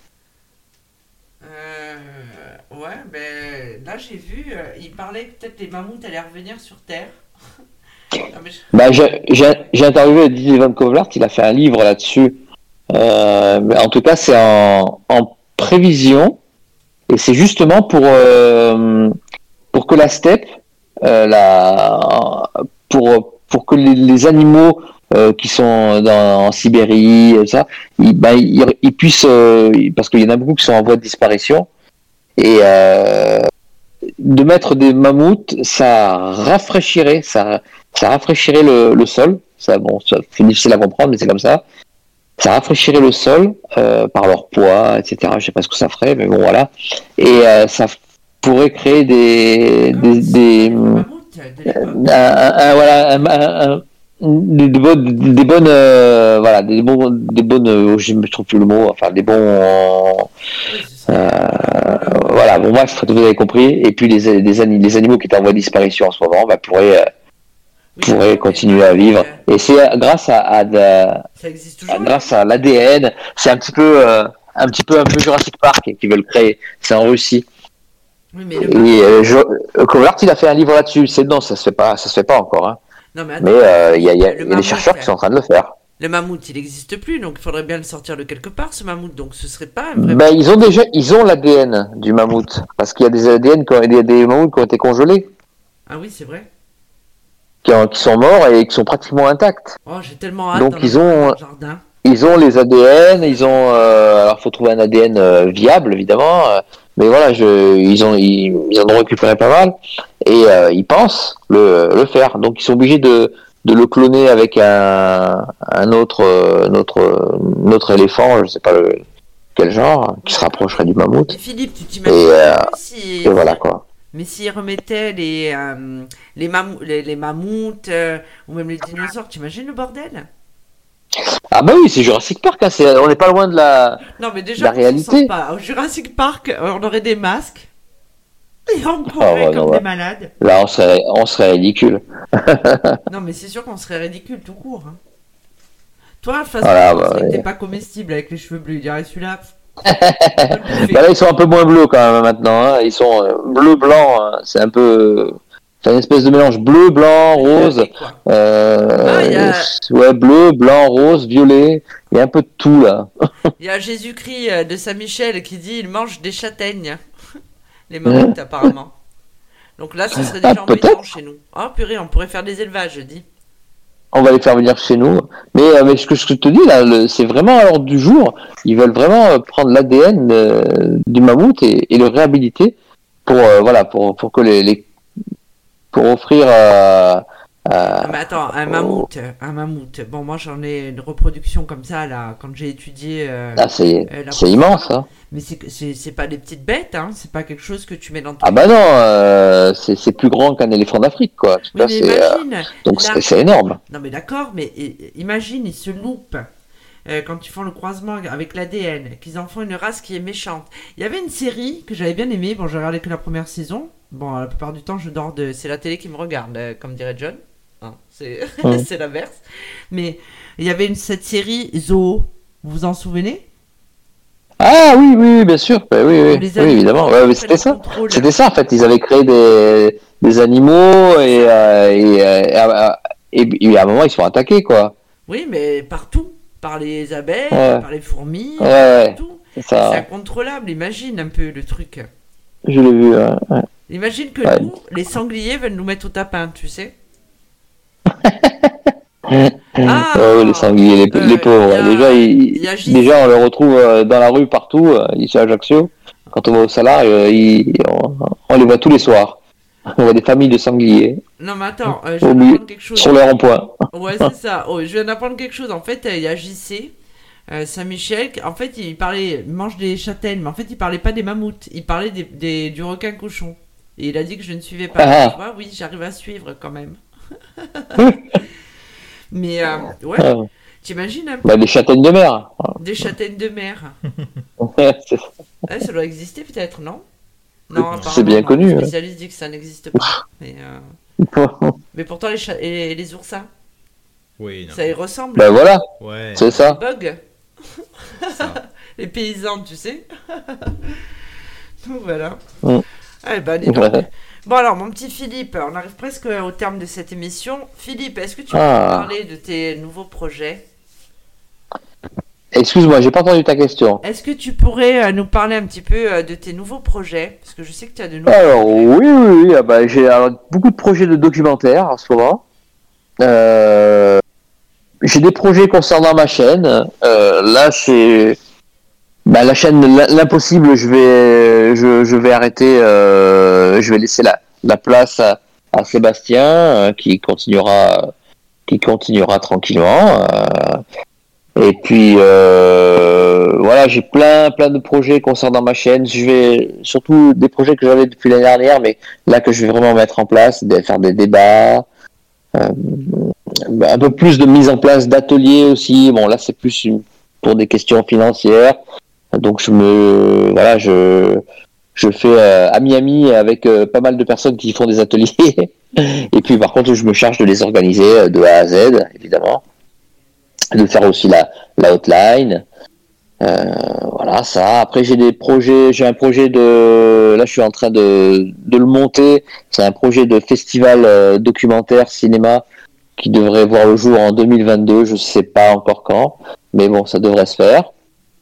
Euh, ouais, ben là j'ai vu, euh, il parlait que peut-être les mammouths allaient revenir sur Terre. Ah, mais je- Bah, j'ai, j'ai, j'ai interviewé Didier Van Kovlart, il a fait un livre là-dessus. Euh, mais en tout cas, c'est en, en prévision et c'est justement pour euh, pour que la steppe, euh, la, pour pour que les, les animaux euh, qui sont dans, en Sibérie, et ça, ils, ben, ils, ils puissent, euh, parce qu'il y en a beaucoup qui sont en voie de disparition, et euh, de mettre des mammouths, ça rafraîchirait, ça, ça rafraîchirait le, le sol. Ça, bon, ça, c'est difficile à comprendre, mais c'est comme ça. Ça rafraîchirait le sol euh, par leur poids, et cetera. Je sais pas ce que ça ferait, mais bon, voilà. Et euh, ça pourrait créer des, Ah, des, c'est des, les mammouths de l'époque. un, un- un- voilà, un- un- un- des, des bonnes, des bonnes, euh, voilà, des bons, des bonnes, euh, je ne trouve plus le mot, enfin des bons, euh, Oui, ce serait- euh, voilà, bon bref, vous avez compris. Et puis les, les, ani- les animaux qui étaient en voie de disparition en ce moment, bah, pourraient, euh, Oui, pourraient d'accord, continuer mais- à vivre. mais, Et c'est euh, grâce à, à, de- euh, ça existe à- toujours. grâce à l'A D N, c'est un petit peu, euh, un petit peu un peu Jurassic Park qu'ils veulent créer. C'est en Russie. Oui, mais le Et mammouth. euh, je, euh, Kovlart, il a fait un livre là-dessus. C'est non, ça se fait pas, ça se fait pas encore. Hein. Non, mais attends, Mais euh, il y a, il y a- le il y a des mammouth, chercheurs qui sont en train de le faire. Le mammouth, il n'existe plus, donc il faudrait bien le sortir de quelque part, ce mammouth. Donc ce serait pas un vrai. Ben, ils ont déjà, ils ont l'A D N du mammouth, parce qu'il y a des A D N, qui ont, des, des mammouths qui ont été congelés, Ah oui, c'est vrai. qui, ont- qui sont morts et qui sont pratiquement intacts. Oh, j'ai tellement hâte Donc, d'en ils avoir ont- dans le jardin. Ils ont les A D N, ils ont, euh, alors faut trouver un A D N euh, viable évidemment, euh, mais voilà, je, ils ont, ils, ils en ont récupéré pas mal et euh, ils pensent le, le faire. Donc ils sont obligés de, de le cloner avec un, un autre, euh, notre, notre éléphant, je sais pas le, quel genre, qui se rapprocherait du mammouth. Mais Philippe, tu t'imagines Et, euh, si... Et voilà quoi. Mais s'ils remettaient les, euh, les, mamou- les, les mammouths euh, ou même les dinosaures, t'imagines le bordel? Ah bah oui, c'est Jurassic Park, hein, c'est, on n'est pas loin de la. Non, mais déjà, La on s'en réalité. sort pas. Au Jurassic Park, on aurait des masques et on courrait Ah ouais, comme non, des ouais. malades. Là, on serait, on serait ridicule. Non, mais c'est sûr qu'on serait ridicule tout court. Hein. Toi, de toute façon, Voilà, on bah, sait que ouais. t'es pas comestible avec les cheveux bleus. Il dirait celui-là. Bah là, ils sont un peu moins bleus quand même maintenant. Hein. Ils sont euh, bleu blanc. Hein. C'est un peu, c'est une espèce de mélange bleu, blanc, rose. Quoi. Euh, Ah, il y a- Ouais, bleu, blanc, rose, violet. Il y a un peu de tout là. Il y a Jésus-Christ euh, de Saint-Michel qui dit il mange des châtaignes. Les mammouths, apparemment. Donc là, ce serait Ah, déjà embêtant peut-être. chez nous. Oh purée, on pourrait faire des élevages, je dis. On va les faire venir chez nous. Mais, euh, mais ce que ce que je te dis là, le- c'est vraiment à l'ordre du jour. Ils veulent vraiment euh, prendre l'A D N euh, du mammouth et, et le réhabiliter pour euh, voilà pour pour que les, les pour offrir euh, Ah, euh, mais attends, un mammouth, un mammouth. Bon, moi j'en ai une reproduction comme ça là, quand j'ai étudié. euh, ah, c'est euh, la c'est immense hein. Mais c'est que- c'est c'est pas des petites bêtes, hein. C'est pas quelque chose que tu mets dans ton. Ah bah non, euh, c'est c'est plus grand qu'un éléphant d'Afrique quoi. Tu Oui, vois, mais c'est, euh, imagine. donc là- c'est c'est énorme. Non mais d'accord, mais i- imagine, il se loupe. euh, quand ils font le croisement avec l'A D N, qu'ils en font une race qui est méchante. Il y avait une série que j'avais bien aimée, bon j'ai regardé que la première saison, bon la plupart du temps je dors de... c'est la télé qui me regarde, euh, comme dirait John, hein, c'est... Ouais. c'est l'inverse, mais il y avait une... cette série Zoo, vous vous en souvenez? Ah oui, oui, oui, bien sûr, bah, oui, oui, Les oui, animaux évidemment, ouais, mais c'était prennent ça. le contrôle. C'était ça en fait, ils avaient créé des, des animaux et, euh, et, euh, et, à- et, et à un moment ils se sont attaqués quoi. Oui, mais partout, par les abeilles, Ouais. par les fourmis, Ouais, ouais, partout. c'est C'est ça, incontrôlable, imagine un peu le truc. je l'ai vu. Ouais, ouais. Imagine que Ouais. nous, les sangliers veulent nous mettre au tapin, tu sais. Ouais, ouais, les sangliers, les, euh, les pauvres. y a- déjà, ils- y a Gisèle. déjà, on les retrouve euh, dans la rue partout, euh, ici à Ajaccio. Quand on va au Salar, euh, ils- on, on les voit tous les soirs. On voit des familles de sangliers Non, mais attends, euh, je au viens milieu, d'apprendre quelque chose. sur les ronds-points. Ouais, c'est ça. Oh, je viens d'apprendre quelque chose. En fait, euh, il y a J C, euh, Saint-Michel. En fait, il parlait, il mange des châtaignes, mais en fait, il parlait pas des mammouths. Il parlait des, des- du requin cochon. Et il a dit que je ne suivais pas. Ah. Tu vois, oui, j'arrive à suivre quand même. Mais, euh, ouais, Ah. t'imagines un peu Bah, des châtaignes de mer. des châtaignes de mer. Ouais, c'est ça. Ouais, ça doit exister peut-être, non? Non, C'est apparemment, bien non. connu, Le ouais. spécialiste dit que ça n'existe pas. Mais, euh, mais pourtant, les, cha- et les oursins, Oui, non. ça y ressemble. Bah voilà, Ouais. c'est ça. Bug. ça. Les paysans, tu sais. Donc voilà. Mm. Allez, bah, dis donc. Ouais. Bon alors, mon petit Philippe, on arrive presque au terme de cette émission. Philippe, est-ce que tu peux Ah. nous parler de tes nouveaux projets? Excuse-moi, j'ai pas entendu ta question. Est-ce que tu pourrais euh, nous parler un petit peu euh, de tes nouveaux projets? Parce que je sais que tu as de nouveaux Alors, projets. oui, oui, oui. Ah bah, j'ai alors, beaucoup de projets de documentaires en ce moment. Euh, j'ai des projets concernant ma chaîne. Euh, là, c'est bah, la chaîne L'Im- L'Impossible. Je vais, je, je vais arrêter. Euh, je vais laisser la, la place à, à Sébastien euh, qui continuera, qui continuera tranquillement. Euh, et puis euh, voilà, j'ai plein, plein de projets concernant ma chaîne. Je vais surtout des projets que j'avais depuis l'année dernière, mais là que je vais vraiment mettre en place, de faire des débats. Euh, un peu plus de mise en place d'ateliers aussi. Bon, là, c'est plus une- pour des questions financières. Donc, je me, voilà, je, je fais euh, ami-ami avec euh, pas mal de personnes qui font des ateliers. Et puis, par contre, je me charge de les organiser euh, de A à Z, évidemment. De faire aussi la, la hotline. Euh, voilà, ça. Après, j'ai des projets, j'ai un projet de, là, je suis en train de, de le monter. C'est un projet de festival euh, documentaire cinéma qui devrait voir le jour en deux mille vingt-deux. Je sais pas encore quand, mais bon, ça devrait se faire.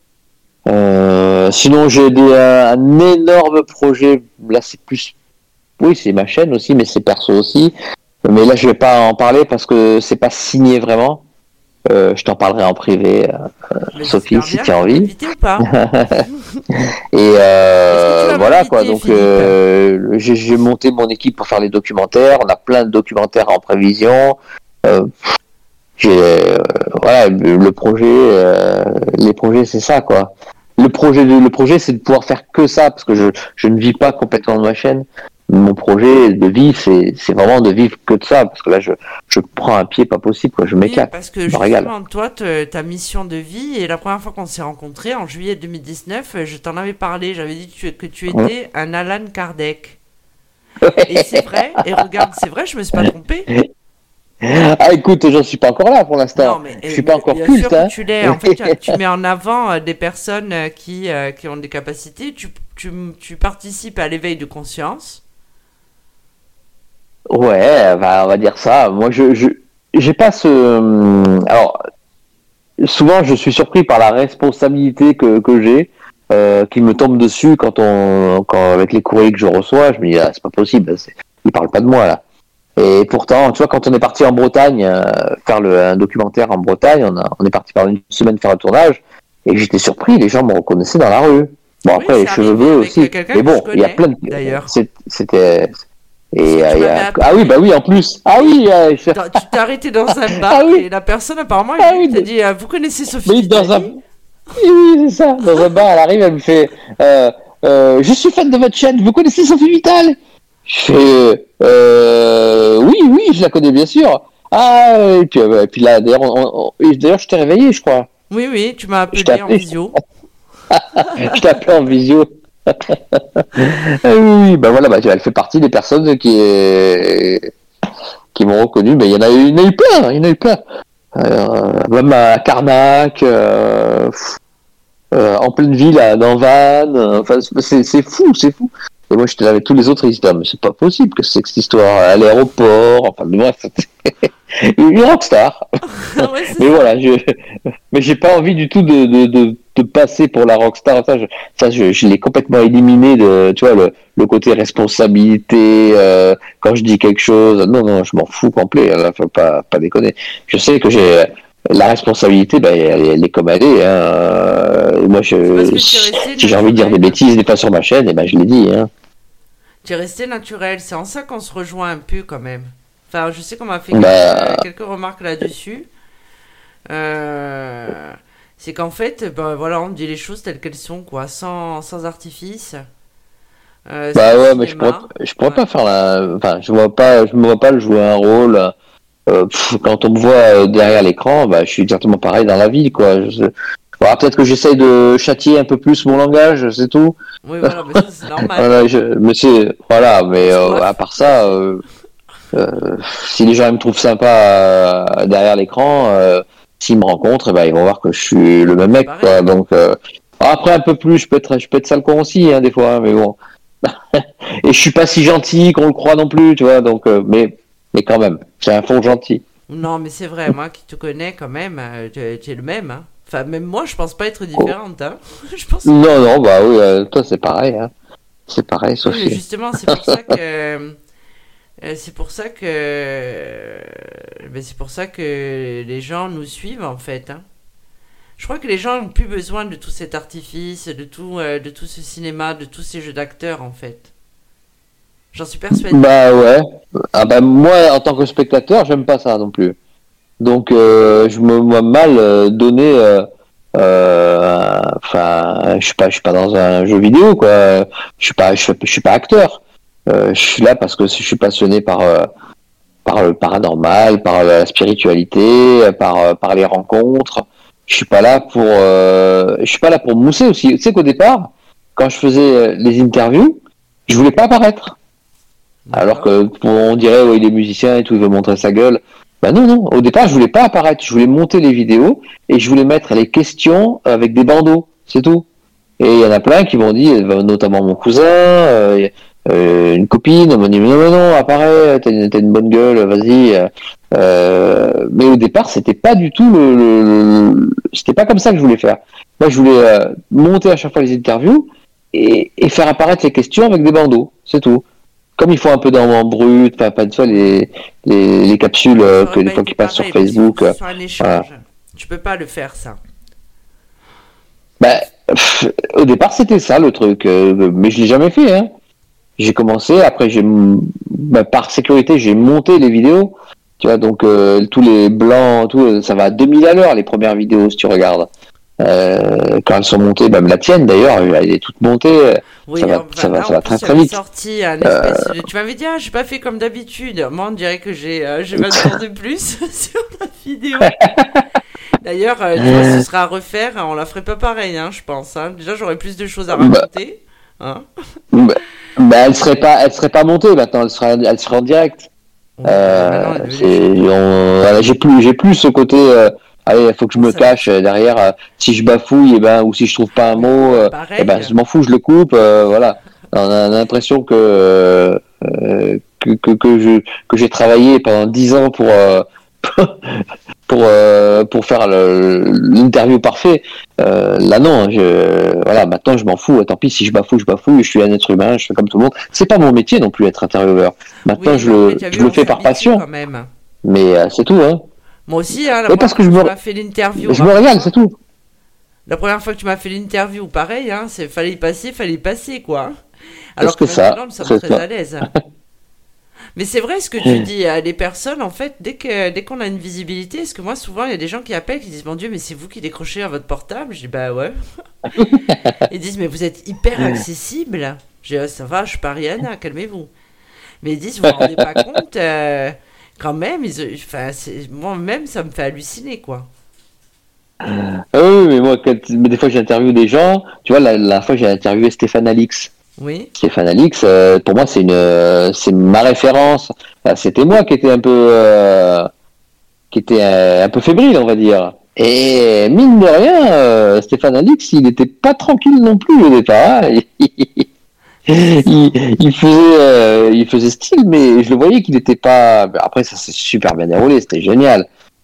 Euh, sinon, j'ai des, un, un énorme projet. Là, c'est plus, oui, c'est ma chaîne aussi, mais c'est perso aussi. Mais là, je vais pas en parler parce que c'est pas signé vraiment. Euh, je t'en parlerai en privé, euh, Mais Sophie, j'espère si bien tu as que envie. invité ou pas? Et euh, Est-ce que tu vas voilà m'inviter, quoi. Donc Philippe euh, j'ai, j'ai monté mon équipe pour faire les documentaires. On a plein de documentaires en prévision. Euh, j'ai euh, voilà le, le projet, euh, les projets c'est ça quoi. Le projet, de, le projet c'est de pouvoir faire que ça parce que je je ne vis pas complètement de ma chaîne. Mon projet de vie, c'est, c'est vraiment de vivre que de ça, parce que là, je, je prends un pied pas possible, quoi. Je Oui, m'éclate. parce que je me régale. justement, toi, te- ta mission de vie, et la première fois qu'on s'est rencontrés, en juillet deux mille dix-neuf, euh, je t'en avais parlé, j'avais dit que tu, que tu étais un Alan Kardec. Et c'est vrai, et regarde, c'est vrai, je me suis pas trompé. Ah, écoute, j'en suis pas encore là pour l'instant. Non, mais je suis pas encore bien culte, sûr que hein. tu l'es. En fait, tu, tu mets en avant euh, des personnes euh, qui, euh, qui ont des capacités, tu, tu, tu participes à l'éveil de conscience. Ouais, bah, on va dire ça. Moi, je, je, j'ai pas ce. Alors, souvent, je suis surpris par la responsabilité que, que j'ai, euh, qui me tombe dessus quand on, quand avec les courriers que je reçois, je me dis, ah, c'est pas possible, c'est... ils parlent pas de moi là. Et pourtant, tu vois, quand on est parti en Bretagne euh, faire le, un documentaire en Bretagne, on, a, on est parti pendant une semaine faire un tournage, et j'étais surpris, les gens me reconnaissaient dans la rue. Bon, Oui, après, c'est les cheveux arrivé bleus avec aussi. quelqu'un Mais que bon, je il y a connais, plein de. d'ailleurs. C'est- C'était. Et, Parce que tu euh, il y m'avais a- appelé. Ah oui, bah oui, en plus. Ah oui, euh, je- Dans- Tu t'es arrêté dans un bar Ah oui. et la personne, apparemment, Ah elle oui, t'a mais- dit euh, vous connaissez Sophie mais dans un. Vitali Oui, oui, c'est ça. Dans un bar, elle arrive, elle me fait euh, euh, je suis fan de votre chaîne, vous connaissez Sophie Vital? Je fais euh, oui, oui, je la connais bien sûr. Ah, et puis, euh, et puis là, d'ailleurs, on- on- et d'ailleurs, je t'ai réveillé, je crois. Oui, oui, tu m'as Je t'ai appelé en appelé. visio. Je t'ai appelé en visio. Ah oui, oui, bah voilà, bah, elle fait partie des personnes qui, est... qui m'ont reconnu. Mais il y en a eu, il y en a eu plein, il y en a eu plein. Euh, même à Carnac, euh, euh, en pleine ville, à, dans Vannes. euh, Enfin, c'est, c'est fou, c'est fou. Et moi, j'étais là avec tous les autres, ils disaient, ah, mais c'est pas possible que c'est que cette histoire à l'aéroport. Enfin, mais bref, c'était une rockstar. Ah ouais, c'est Mais ça. voilà, je, mais j'ai pas envie du tout de, de, de, de passer pour la rockstar. Ça, je, ça, je, je l'ai complètement éliminé de, tu vois, le, le côté responsabilité, euh, quand je dis quelque chose. Non, non, je m'en fous complet. Là, faut pas, pas déconner. Je sais que j'ai, la responsabilité, ben, elle, elle est comme elle est, hein. Euh, Moi, C'est parce je, que tu es si resté j'ai envie de dire des naturel. bêtises des fois sur ma chaîne, et ben, je l'ai dit, hein. Tu es resté naturel. C'est en ça qu'on se rejoint un peu quand même. Enfin, je sais qu'on m'a fait Bah. quelques, quelques remarques là-dessus. Euh, c'est qu'en fait, ben, voilà, on dit les choses telles qu'elles sont, quoi, sans, sans artifice. Euh, Bah sans ouais, mais je pourrais, cinéma. je pourrais Ouais. pas faire la, enfin, je vois pas, je me vois pas le jouer un rôle. Euh, pff, quand on me voit euh, derrière l'écran, bah, je suis exactement pareil dans la vie, quoi. Je, bon, peut-être que j'essaye de châtier un peu plus mon langage, c'est tout. Oui, voilà, mais ça, c'est normal. Voilà, je, mais c'est, voilà, mais On se euh, voit. à part ça, euh, euh, si les gens me trouvent sympa euh, derrière l'écran, euh, s'ils me rencontrent, eh ben, ils vont voir que je suis le même mec, Pareil. quoi. Donc euh, après un peu plus, je peux être, je peux être sale con aussi, hein, des fois, hein, mais bon. Et je suis pas si gentil qu'on le croit non plus, tu vois. Donc, euh, mais, mais quand même, j'ai un fond gentil. Non, mais c'est vrai, moi qui te connais quand même, euh, tu, tu es le même. Hein. Enfin, même moi, je pense pas être différente. Hein. Je pense. Non, non, bah oui, euh, toi c'est pareil, hein. C'est pareil, Oui, mais Sophie. justement, c'est pour ça que. euh, c'est pour ça que. ben, c'est pour ça que les gens nous suivent en fait. Hein. Je crois que les gens n'ont plus besoin de tout cet artifice, de tout, euh, de tout ce cinéma, de tous ces jeux d'acteurs en fait. J'en suis persuadée. Bah ouais. Ah bah moi, en tant que spectateur, j'aime pas ça non plus. Donc euh, je me vois mal euh, donner. euh, euh, Enfin, je suis pas, je suis pas dans un jeu vidéo, quoi. Je suis pas, je, suis- je suis pas acteur. Euh, je suis là parce que je suis passionné par euh, par le paranormal, par la spiritualité, par euh, par les rencontres. Je suis pas là pour, euh, je suis pas là pour mousser aussi. Tu sais qu'au départ, quand je faisais euh, les interviews, je voulais pas apparaître. Alors que pour- on dirait, ouais, il est musicien et tout, il veut montrer sa gueule. Bah non, non. Au départ, je voulais pas apparaître. Je voulais monter les vidéos et je voulais mettre les questions avec des bandeaux. C'est tout. Et il y en a plein qui m'ont dit, euh, notamment mon cousin, euh, euh, une copine, m'ont dit, non, non, non, apparaît, t'as une, t'as une bonne gueule, vas-y. Euh, mais au départ, c'était pas du tout le, le- le- c'était pas comme ça que je voulais faire. Moi, je voulais euh, monter à chaque fois les interviews et, et faire apparaître les questions avec des bandeaux. C'est tout. Comme il faut un peu dans brut, enfin, pas de fois les, les, les capsules euh, Ça que aurait des pas fois été qui passent sur pareil, parce qu'il faut Facebook. que euh, ce soit un échange. voilà. Tu peux pas le faire ça. Bah, pff, au départ, c'était ça le truc, euh, mais je l'ai jamais fait. Hein. J'ai commencé, après, j'ai, bah, par sécurité, j'ai monté les vidéos. Tu vois, donc euh, tous les blancs, tout, ça va à deux mille à l'heure les premières vidéos si tu regardes. Euh, quand elles sont montées, même la tienne d'ailleurs, elle est toute montée. Oui, ça va, enfin, ça va, là, ça en va plus, très tu très avais vite. sorti un espèce de... Tu m'avais dit, ah, j'ai pas fait comme d'habitude. Moi, on dirait que j'ai euh, j'ai vingt ans de plus sur la vidéo. D'ailleurs, euh, tu vois, ce sera à refaire. On la ferait pas pareil, hein, je pense. Hein. Déjà, j'aurais plus de choses à raconter. Hein. Bah, bah, elle serait pas, elle serait pas montée maintenant, elle serait, elle serait en direct. Euh, maintenant, elle est c'est- on- voilà, j'ai plus, j'ai plus ce côté. Euh, allez, il faut que je me Ça- cache euh, derrière. euh, si je bafouille, et ben, ou si je trouve pas un mot, euh, Pareil. eh ben, je m'en fous, je le coupe. euh, voilà. On a l'impression que, euh, euh, que que que je que j'ai travaillé pendant dix ans pour euh, pour euh, pour faire le- l'interview parfait. Euh, là non, je, voilà, maintenant je m'en fous. Tant pis si je bafouille, je bafouille. Je suis un être humain, je fais comme tout le monde. C'est pas mon métier non plus être intervieweur. Maintenant Oui, je non, le mais tu as je vu, le on fais par s'habitue passion. quand même. Mais euh, c'est tout, hein. Moi aussi, hein, la Oui, première parce que fois je que me- tu m'as fait l'interview. Je me régale, c'est tout. La première fois que tu m'as fait l'interview, pareil, hein, c'est fallait y passer, fallait y passer, quoi. Alors Est-ce que ça, maintenant, nous sommes c'est très ça. à l'aise. Mais c'est vrai ce que tu dis, euh, les personnes, en fait, dès que dès qu'on a une visibilité, parce que moi, souvent, il y a des gens qui appellent, qui disent, mon Dieu, mais c'est vous qui décrochez à votre portable. Je dis, bah ouais. Ils disent, mais vous êtes hyper accessible. Je dis, ah, ça va, je suis pas Rihanna, calmez-vous. Mais ils disent, vous vous rendez pas compte, euh, quand même, ils, enfin, c'est- moi-même, ça me fait halluciner, quoi. Ah oui, mais moi, quand, mais des fois, j'interviewe des gens. Tu vois, la, la fois, j'ai interviewé Stéphane Alix. Oui. Stéphane Alix, euh, pour moi, c'est une, euh, c'est ma référence. Enfin, c'était moi qui étais un peu, euh, qui était euh, un peu fébrile, on va dire. Et mine de rien, euh, Stéphane Alix, il n'était pas tranquille non plus au départ. Hein. il, il faisait, euh, il faisait style, mais je le voyais qu'il n'était pas. Après, ça s'est super bien déroulé, c'était génial.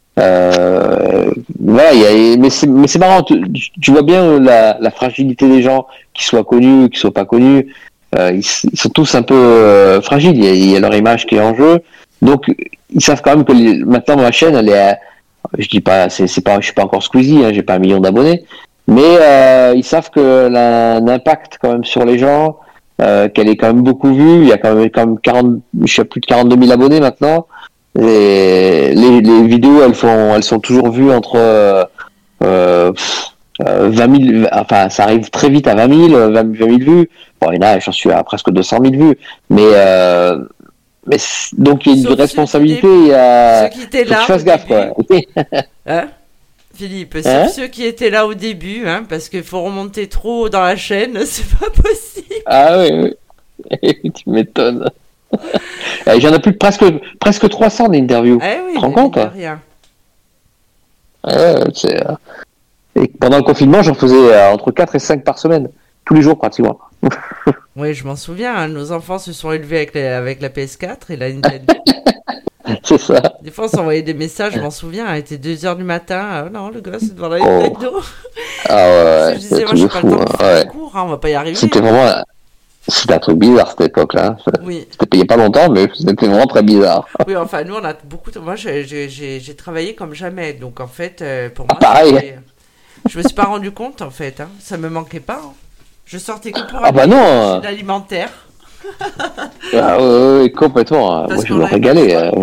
Euh, voilà, il y a, mais c'est, mais c'est marrant. Tu, tu vois bien la, la fragilité des gens, qu'ils soient connus, qu'ils soient pas connus. Euh, ils, ils sont tous un peu euh, fragiles. Il y, a, il y a leur image qui est en jeu. Donc, ils savent quand même que les, maintenant ma chaîne, elle est. À, je dis pas, c'est, c'est pas, je suis pas encore Squeezie, hein, j'ai pas un million d'abonnés, mais euh, ils savent que a un impact quand même sur les gens, euh, qu'elle est quand même beaucoup vue. Il y a quand même, quand même quarante, je suis à plus de quarante-deux mille abonnés maintenant. Et les, les vidéos, elles font, elles sont toujours vues entre euh, euh, vingt mille, enfin ça arrive très vite à vingt mille, vingt mille vues. Bon, et là, j'en suis à presque deux cent mille vues. Mais, euh, mais donc il y a une Sauf responsabilité, il y a. Ceux qui étaient faut que là. tu fasses gaffe, quoi. Hein, Philippe, sauf Hein ceux qui étaient là au début, hein, parce qu'il faut remonter trop haut dans la chaîne, c'est pas possible. Ah oui, oui. Tu m'étonnes. J'en ai plus de presque, presque trois cents d'interviews. Eh oui, tu te rends compte, hein? rien. Ouais, c'est, euh... Et pendant le confinement, j'en faisais euh, entre quatre et cinq par semaine. Tous les jours, pratiquement. Oui, je m'en souviens. Hein, nos enfants se sont élevés avec, les, avec la P S quatre et la Nintendo. C'est ça. Des fois, on s'envoyait des messages, je m'en souviens. Il était deux heures du matin. Oh non, le gosse est devant la Oh. Nintendo. Ah ouais, Je disais, c'est moi, tout j'ai de pas fou. le temps de Hein. faire Ouais. des cours, hein, on va pas y arriver. C'était vraiment. C'était un truc bizarre cette époque-là. Oui. C'était payé pas longtemps, mais c'était vraiment très bizarre. Oui, enfin, nous, on a beaucoup. De... Moi, j'ai, j'ai, j'ai, j'ai travaillé comme jamais. Donc, en fait, euh, pour moi. Ah, pareil. c'était- Je me suis pas rendu compte, en fait. Hein. Ça me manquait pas. Hein. Je sortais que pour Ah bah non. l'alimentaire. Ah ouais, ouais, complètement. Parce Moi, je qu'on me a- régalais. euh.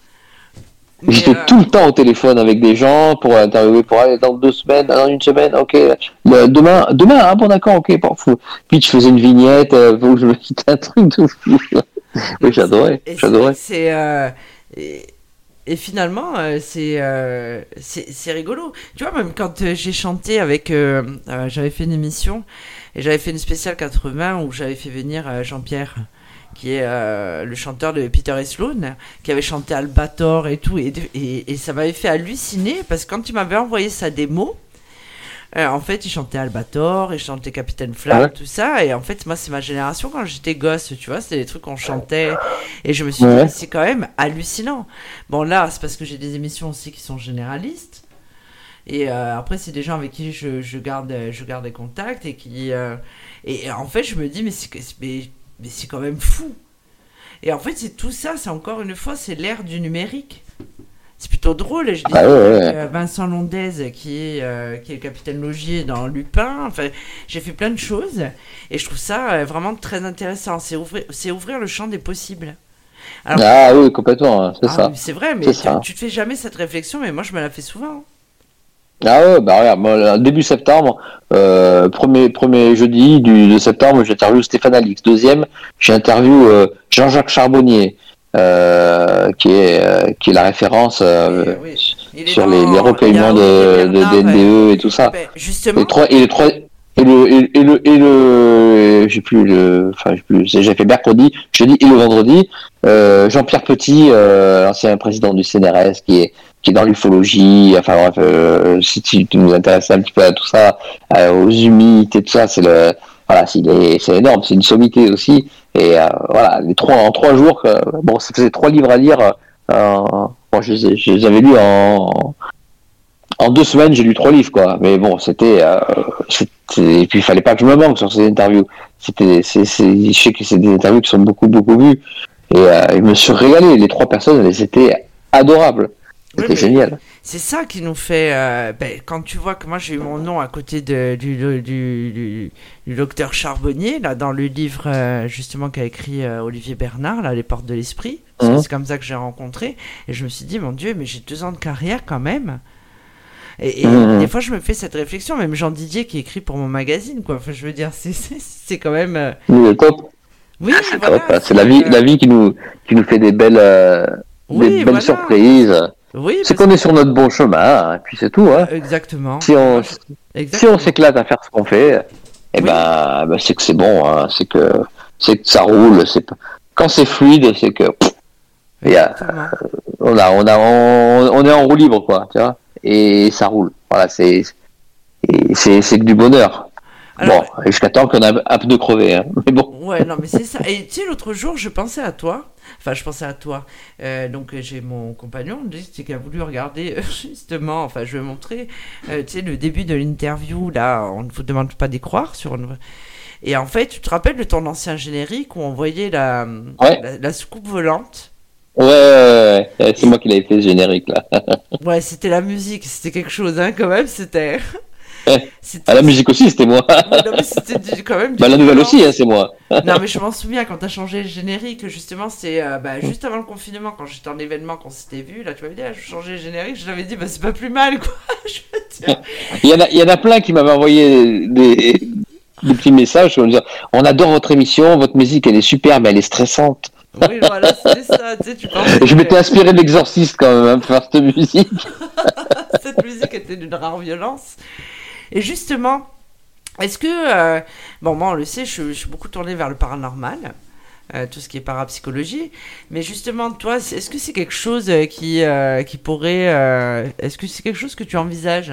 Mais, J'étais euh, tout le temps au téléphone avec des gens pour interviewer, pour aller dans deux semaines, dans une semaine, ok. Le- demain, demain, ah bon d'accord, ok, bon, fou. Puis je faisais une vignette, euh, où je me c'était un truc de fou. Oui, j'adorais, Et c'est j'adorais. vrai que c'est euh, et, et finalement euh, c'est, euh, c'est c'est rigolo. Tu vois, même quand euh, j'ai chanté avec euh, euh, j'avais fait une émission et j'avais fait une spéciale quatre-vingts où j'avais fait venir euh, Jean-Pierre qui est euh, le chanteur de Peter et Sloan, qui avait chanté Albator et tout, et, et, et ça m'avait fait halluciner parce que quand tu m'avais envoyé sa démo, euh, en fait, il chantait Albator, il chantait Capitaine Flamme, Ah ouais. tout ça. Et en fait, moi, c'est ma génération quand j'étais gosse, tu vois, c'était des trucs qu'on chantait. Et je me suis Ouais. dit, mais c'est quand même hallucinant. Bon, là, c'est parce que j'ai des émissions aussi qui sont généralistes. Et euh, après, c'est des gens avec qui je, je, garde, je garde des contacts et qui. Euh, et en fait, je me dis, mais c'est, mais, mais c'est quand même fou. Et en fait, c'est tout ça, c'est encore une fois, c'est l'ère du numérique. C'est plutôt drôle. Je dis Ah ouais, ouais. avec, euh, Vincent Londez, qui est, euh, qui est le capitaine Logier dans Lupin. Enfin, j'ai fait plein de choses. Et je trouve ça euh, vraiment très intéressant. C'est ouvrir, c'est ouvrir le champ des possibles. Alors, Ah oui, complètement, hein, c'est ah, ça. mais c'est vrai, mais C'est tu, ça. tu te fais jamais cette réflexion, mais moi, je me la fais souvent. Ah ouais, bah regarde, moi, là, début septembre, euh, premier, premier jeudi du, de septembre, j'interviewe Stéphane Alix. Deuxième, j'interviewe euh, Jean-Jacques Charbonnier, euh, qui est euh, qui est la référence euh, Et, oui, il est sur dans- les, les il y a recueillements de, Olivier de, Bernard, D N D E et tout ça. Ben, justement, Et trois et les trois et le et, et le et le j'ai plus le enfin j'ai plus j'ai fait mercredi, jeudi et le vendredi. Euh, Jean-Pierre Petit, euh, l'ancien président du C N R S, qui est qui est dans l'ufologie, enfin bref, euh, si tu, tu nous intéresses un petit peu à tout ça, euh, aux humides et tout ça, c'est le voilà, c'est, les, c'est énorme, c'est une sommité aussi. Et euh, voilà, les trois en trois jours, euh, bon, ça faisait trois livres à lire. Euh, bon, je, les ai- je les avais lus en en deux semaines, j'ai lu trois livres, quoi. Mais bon, c'était, euh, c'était... et puis il fallait pas que je me manque sur ces interviews. C'était, c'est, c'est, je sais que c'est des interviews qui sont beaucoup, beaucoup vues. Et euh, je me suis régalé. Les trois personnes, elles étaient adorables. Oui, C'était mais génial. c'est ça qui nous fait. euh, ben, quand tu vois que moi j'ai eu mon nom à côté de, du, du, du, du docteur Charbonnier, là, dans le livre euh, justement qu'a écrit euh, Olivier Bernard, là, Les Portes de l'Esprit, parce que Mhm. c'est comme ça que j'ai rencontré. Et je me suis dit, mon Dieu, mais j'ai deux ans de carrière quand même. Et, et Mhm. des fois, je me fais cette réflexion, même Jean Didier qui écrit pour mon magazine, quoi. Enfin, je veux dire, c'est, c'est, c'est quand même. euh, Nous, le top. Oui, C'est voilà. top. C'est la vie, euh, la vie qui nous, qui nous fait des belles, euh, Oui, des belles voilà. surprises. Oui, c'est parce qu'on est sur notre bon chemin, hein, et puis c'est tout. Hein. Exactement. Si on, Exactement. si on s'éclate à faire ce qu'on fait, eh Oui. ben, ben, c'est que c'est bon, hein, c'est que c'est que ça roule. C'est pas- quand c'est fluide, c'est que pff, il y a, Exactement. on a, on a, on, on est en roue libre, quoi, tu vois, et ça roule. Voilà, c'est, et c'est, c'est que du bonheur. Alors, bon, jusqu'à temps qu'on a un peu de crever, hein. Mais bon. Ouais, non, mais c'est ça. Et tu sais, l'autre jour, je pensais à toi. Enfin, je pensais à toi. Euh, donc, euh, j'ai mon compagnon c'est qui a voulu regarder, euh, justement, enfin, je vais montrer, euh, tu sais, le début de l'interview, là, on ne vous demande pas d'y croire. Sur une... Et en fait, tu te rappelles de ton ancien générique où on voyait la, Ouais. la, la soucoupe volante? Ouais, ouais, ouais, ouais. C'est moi qui l'avais fait ce générique là. Ouais, c'était la musique, c'était quelque chose, hein, quand même, c'était... Ah, la musique aussi, c'était moi. Ouais, non, mais c'était du- quand même du Bah, la nouvelle violence. aussi, hein, c'est moi. Non, mais je m'en souviens quand t'as changé le générique, justement, c'est euh, bah, juste avant le confinement, quand j'étais en événement, qu'on s'était vu, là, tu m'avais dit, ah, je vais changer le générique, je l'avais dit, bah, c'est pas plus mal, quoi. Je veux dire. Il y en a, il y en a plein qui m'avaient envoyé des, des petits messages pour me dire on adore votre émission, votre musique elle est super, mais elle est stressante. Oui, voilà, c'était ça, tu sais, tu penses. Et je m'étais inspiré de l'exorciste quand même hein, pour faire cette musique. Cette musique était d'une rare violence. Et justement, est-ce que. euh, bon, moi, on le sait, je, je suis beaucoup tournée vers le paranormal, euh, tout ce qui est parapsychologie. Mais justement, toi, c'est- est-ce que c'est quelque chose euh, qui, euh, qui pourrait. euh, est-ce que c'est quelque chose que tu envisages?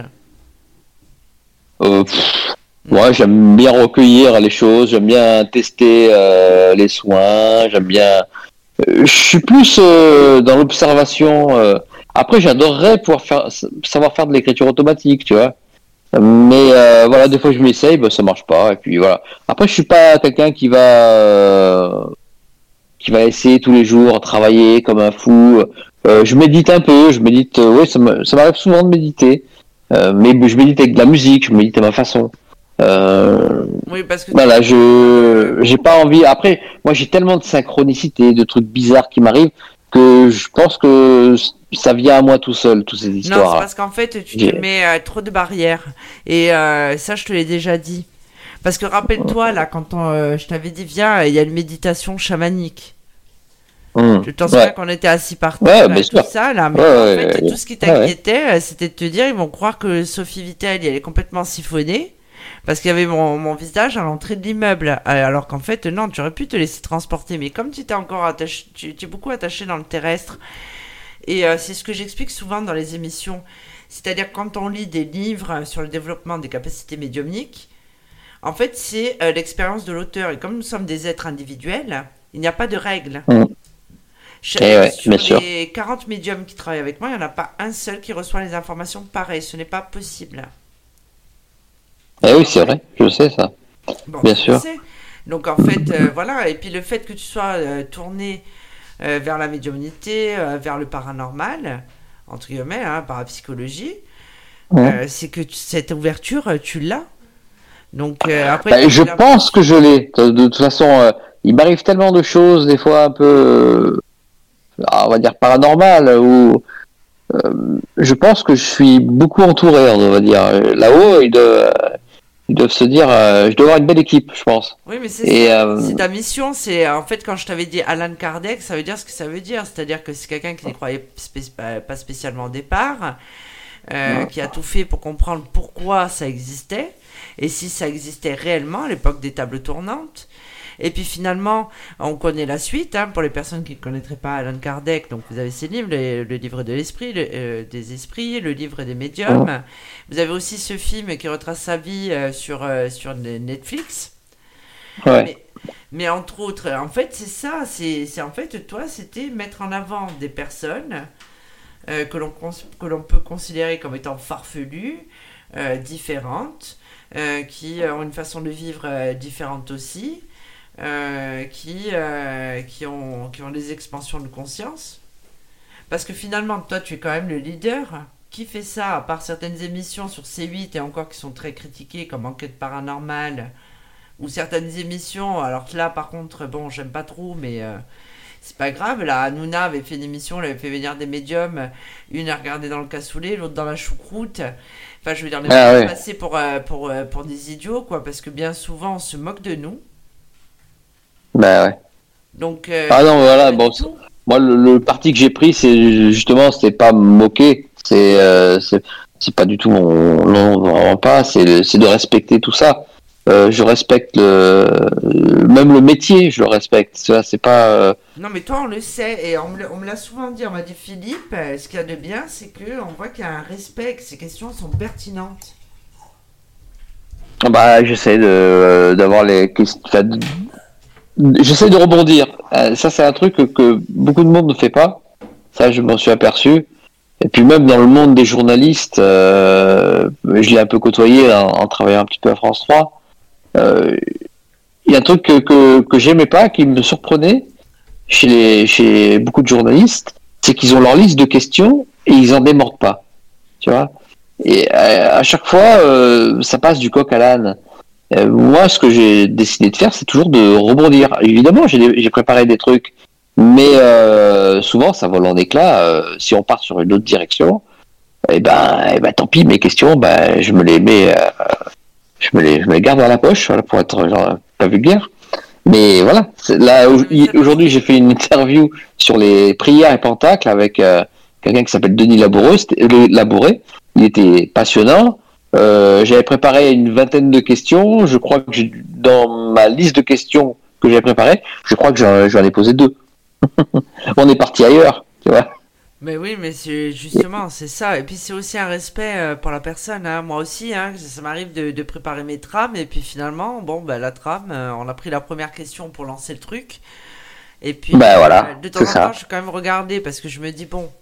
Euh, pff, moi j'aime bien recueillir les choses, j'aime bien tester euh, les soins, j'aime bien. Euh, je suis plus euh, dans l'observation. euh. Après j'adorerais pouvoir faire, savoir faire de l'écriture automatique, tu vois. Mais euh, voilà, des fois je m'essaye, bah, ça marche pas. Et puis voilà. Après je suis pas quelqu'un qui va euh, qui va essayer tous les jours, travailler comme un fou. Euh, je médite un peu, je médite. Euh, oui, ça me- ça m'arrive souvent de méditer. Euh, mais je médite avec de la musique, je médite à ma façon. Euh, Oui, parce que. voilà, je j'ai pas envie. Après, moi j'ai tellement de synchronicité, de trucs bizarres qui m'arrivent que je pense que ça vient à moi tout seul, toutes ces Non, c'est histoires. parce qu'en fait, tu te J'ai- mets euh, trop de barrières. Et euh, ça, je te l'ai déjà dit. Parce que rappelle-toi, là, quand on, euh, je t'avais dit, viens, il y a une méditation chamanique. Hum. Tu t'en souviens Ouais. qu'on était assis par Ouais, terre, bien là, sûr. tout ça, là. Mais Ouais, en ouais, fait, ouais. tout ce qui Ouais, ouais. t'inquiétait, euh, c'était de te dire, ils vont croire que Sophie Vittel, elle est complètement siphonnée. Parce qu'il y avait mon, mon visage à l'entrée de l'immeuble. Euh, Alors qu'en fait, non, tu aurais pu te laisser transporter. Mais comme tu étais encore attaché, tu, tu es beaucoup attaché dans le terrestre. Et euh, c'est ce que j'explique souvent dans les émissions. C'est-à-dire quand on lit des livres sur le développement des capacités médiumniques, en fait, c'est euh, l'expérience de l'auteur. Et comme nous sommes des êtres individuels, il n'y a pas de règles. Mmh. Cha- Eh ouais, sur bien sûr. les quarante médiums qui travaillent avec moi, il n'y en a pas un seul qui reçoit les informations pareilles. Ce n'est pas possible. Eh oui, c'est vrai, je sais ça. Bon, Bien tu sûr. le sais. Donc en fait, euh, voilà. Et puis le fait que tu sois euh, tourné euh, vers la médiumnité, euh, vers le paranormal, entre guillemets, hein, parapsychologie, Mmh. euh, c'est que tu- cette ouverture, euh, tu l'as. Donc euh, après, Bah, tu je l'as- pense que je l'ai. De, de toute façon, euh, il m'arrive tellement de choses, des fois un peu, euh, ah, on va dire paranormales, ou euh, je pense que je suis beaucoup entouré, on va dire. Là-haut, ils doivent, ils doivent se dire, euh, je dois avoir une belle équipe, je pense. Oui, mais c'est Et, ça. euh, C'est ta mission. C'est en fait quand je t'avais dit Alan Kardec, ça veut dire ce que ça veut dire. C'est-à-dire que c'est quelqu'un qui n'y croyait spé- pas pas spécialement au départ, euh, qui a tout fait pour comprendre pourquoi ça existait et si ça existait réellement à l'époque des tables tournantes. Et puis finalement, on connaît la suite, hein, pour les personnes qui ne connaîtraient pas Alan Kardec. Donc vous avez ses livres, le, le livre de l'esprit, le, euh, des esprits, le livre des médiums. Vous avez aussi ce film qui retrace sa vie euh, sur, euh, sur Netflix. Ouais. Mais, mais entre autres, en fait, c'est ça. C'est c'est- en fait, toi, c'était mettre en avant des personnes euh, que l'on cons- que l'on peut considérer comme étant farfelues, euh, différentes, euh, qui ont une façon de vivre euh, différente aussi, euh, qui, euh, qui, ont, qui ont des expansions de conscience. Parce que finalement, toi, tu es quand même le leader. Qui fait ça, à part certaines émissions sur C huit et encore qui sont très critiquées comme Enquête paranormale, ou certaines émissions, alors que là, par contre, bon, j'aime pas trop, mais euh, c'est pas grave. Là, Hanouna avait fait une émission, elle avait fait venir des médiums, une à regarder dans le cassoulet, l'autre dans la choucroute. Enfin, je veux dire, les Ah gens ouais. passaient pour, euh, pour, euh, pour des idiots, quoi, parce que bien souvent, on se moque de nous. Bah ouais. Donc, euh, Ah non, voilà, pas bon, du tout. moi, le, le parti que j'ai pris, c'est justement, c'est pas me moquer, c'est, euh, c'est, c'est pas du tout mon, non, vraiment pas, c'est, c'est de respecter tout ça. Euh, je respecte le, même le métier, je le respecte. Ça, c'est pas. Euh... Non, mais toi, on le sait, et on me, l'a- on me l'a souvent dit. On m'a dit, Philippe, euh, ce qu'il y a de bien, c'est que on voit qu'il y a un respect, que ces questions sont pertinentes. Bah, j'essaie de d'avoir les questions. Enfin, de- j'essaie de rebondir. Euh, ça, c'est un truc que, que beaucoup de monde ne fait pas. Ça, je m'en suis aperçu. Et puis même dans le monde des journalistes, euh, je l'ai un peu côtoyé en, en travaillant un petit peu à France trois. Euh, Il y a un truc que, que, que j'aimais pas, qui me surprenait chez, les, chez beaucoup de journalistes, c'est qu'ils ont leur liste de questions et ils en démordent pas. Tu vois. Et à, à chaque fois, euh, ça passe du coq à l'âne. Euh, moi, ce que j'ai décidé de faire, c'est toujours de rebondir. Évidemment, j'ai, des- j'ai préparé des trucs, mais euh, souvent, ça vole en éclats. Euh, si on part sur une autre direction, eh ben, eh ben, tant pis, mes questions, ben, je me les mets, euh, je me les, je me les garde dans la poche, voilà, pour être genre, pas vulgaire. Mais voilà, c'est- là au- i- aujourd'hui, j'ai fait une interview sur les prières et pentacles avec euh, quelqu'un qui s'appelle Denis Laboureux, c'était- euh, Labouré. Il était passionnant. Euh, j'avais préparé une vingtaine de questions. Je crois que j'ai, dans ma liste de questions que j'avais préparées, je crois que j'en, j'en ai posé deux. On est parti ailleurs, tu vois. Mais oui, mais c'est justement, c'est ça. Et puis c'est aussi un respect euh, pour la personne. Hein. Moi aussi, hein, ça, ça m'arrive de, de préparer mes trames. Et puis finalement, bon, bah, la trame, euh, on a pris la première question pour lancer le truc. Et puis, Ben voilà, euh, de temps c'est en ça. temps, je vais quand même regarder parce que je me dis, bon,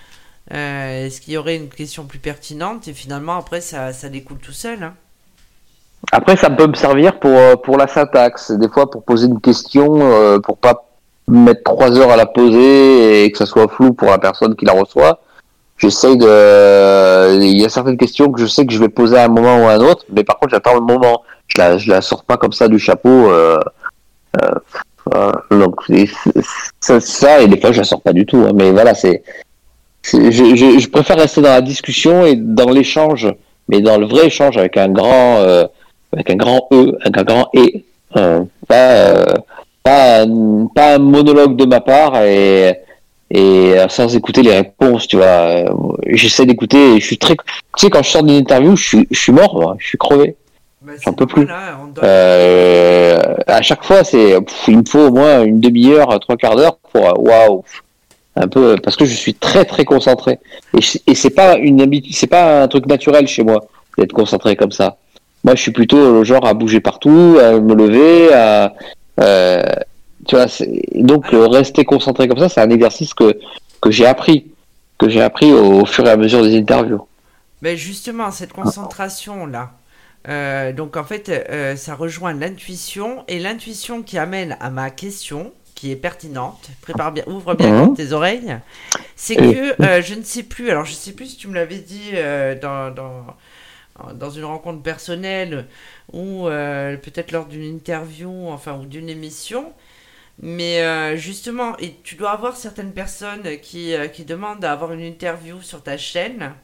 euh, est-ce qu'il y aurait une question plus pertinente? Et finalement, après, ça, ça découle tout seul. Hein. Après, ça peut me servir pour euh, pour la syntaxe. Des fois, pour poser une question, euh, pour pas mettre trois heures à la poser et que ça soit flou pour la personne qui la reçoit. J'essaye de. Il y a certaines questions que je sais que je vais poser à un moment ou à un autre, mais par contre, j'attends le moment. Je la je la sors pas comme ça du chapeau. Euh, euh, euh, donc c'est- c'est- ça, ça et des fois, je la sors pas du tout. Hein, mais voilà, c'est. c'est- Je, je, je préfère rester dans la discussion et dans l'échange, mais dans le vrai échange avec un grand, euh, avec un grand E, avec un grand E, euh, pas, euh, pas, un, pas un monologue de ma part et, et euh, sans écouter les réponses, tu vois. Euh, J'essaie d'écouter et je suis très, tu sais, quand je sors d'une interview, je suis, je suis mort, moi, je suis crevé. Bah, J'en c'est peux plus. normal, hein, on doit- Euh, à chaque fois, c'est, pff, il me faut au moins une demi-heure, trois quarts d'heure pour, euh, waouh, un peu, parce que je suis très très concentré. Et, je- et c'est pas une habitude, c'est pas un truc naturel chez moi d'être concentré comme ça. Moi, je suis plutôt le genre à bouger partout, à me lever, à, euh, tu vois. c'est- Donc, euh, rester concentré comme ça, c'est un exercice que que j'ai appris, que j'ai appris au, au fur et à mesure des interviews. Mais justement, cette concentration-là, euh, donc en fait, euh, ça rejoint l'intuition, et l'intuition qui amène à ma question, qui est pertinente, prépare bien, ouvre bien Mhm. grand tes oreilles, c'est que euh, je ne sais plus, alors je sais plus si tu me l'avais dit euh, dans, dans, dans une rencontre personnelle ou euh, peut-être lors d'une interview, enfin, ou d'une émission. Mais euh, justement, et tu dois avoir certaines personnes qui, euh, qui demandent à avoir une interview sur ta chaîne.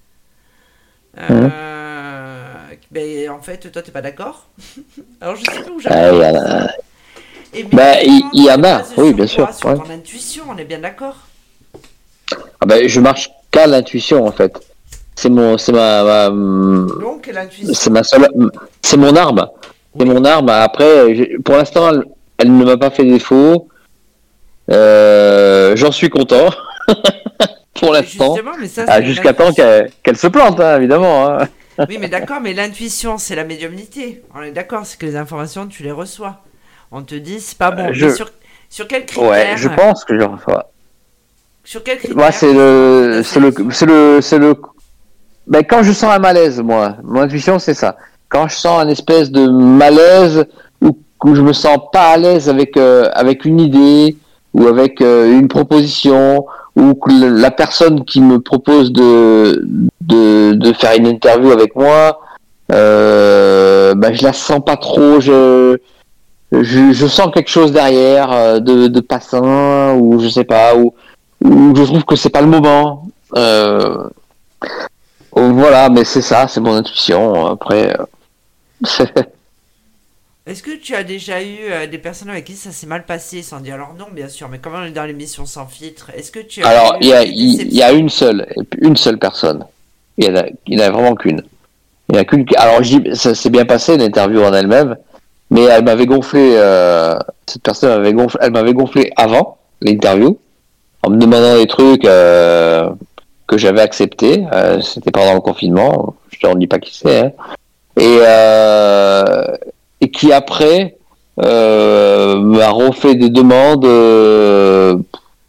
Euh, ben, en fait, toi, t'es pas d'accord. Alors, je sais plus où Ah, j'avais. il y en a- Et mais Bah, il- justement, il y tu en te a, bases oui, sur bien quoi? sûr, Sur ouais. ton intuition, on est bien d'accord. Ah ben, je marche qu'à l'intuition en fait. C'est mon, c'est ma, ma- Donc, l'intuition. c'est ma seule, c'est mon arme. C'est Oui. mon arme. Après, j'ai- pour l'instant, elle, elle ne m'a pas fait défaut. Euh, j'en suis content. Pour Mais l'instant. justement, mais ça, Ah, c'est jusqu'à temps l'intuition. qu'elle, qu'elle se plante, hein, évidemment. Hein. Oui, mais d'accord, mais l'intuition, c'est la médiumnité. On est d'accord, c'est que les informations, tu les reçois. On te dit, c'est pas bon. Euh, je- Mais sur, sur quel critère Ouais, je pense que je reçois. Sur quel critère Moi, c'est le, c'est le, c'est le, c'est le. Ben, quand je sens un malaise, moi, mon intuition, c'est ça. Quand je sens un espèce de malaise où, où je me sens pas à l'aise avec euh, avec une idée ou avec euh, une proposition ou que le- la personne qui me propose de de de faire une interview avec moi, euh, ben, je la sens pas trop. Je je, je sens quelque chose derrière euh, de de pas sain ou je sais pas ou ou je trouve que c'est pas le moment. Euh, voilà, mais c'est ça, c'est mon intuition. Après, euh, Est-ce que tu as déjà eu euh, des personnes avec qui ça s'est mal passé, sans dire leur nom, bien sûr, mais comme on est dans l'émission Sans Filtre, est-ce que tu as Alors, eu il y a, des il déceptions? y a une seule, une seule personne. Il n'y en a, il y en a vraiment qu'une. Il y en a qu'une. qui- Alors, je dis, ça s'est bien passé, l'interview en elle-même, mais elle m'avait gonflé, euh, cette personne m'avait gonflé, elle m'avait gonflé avant l'interview, en me demandant des trucs euh, que j'avais acceptés. Euh, c'était pendant le confinement, je ne dis pas qui c'est, hein. Et, euh, et qui après euh, m'a refait des demandes, euh,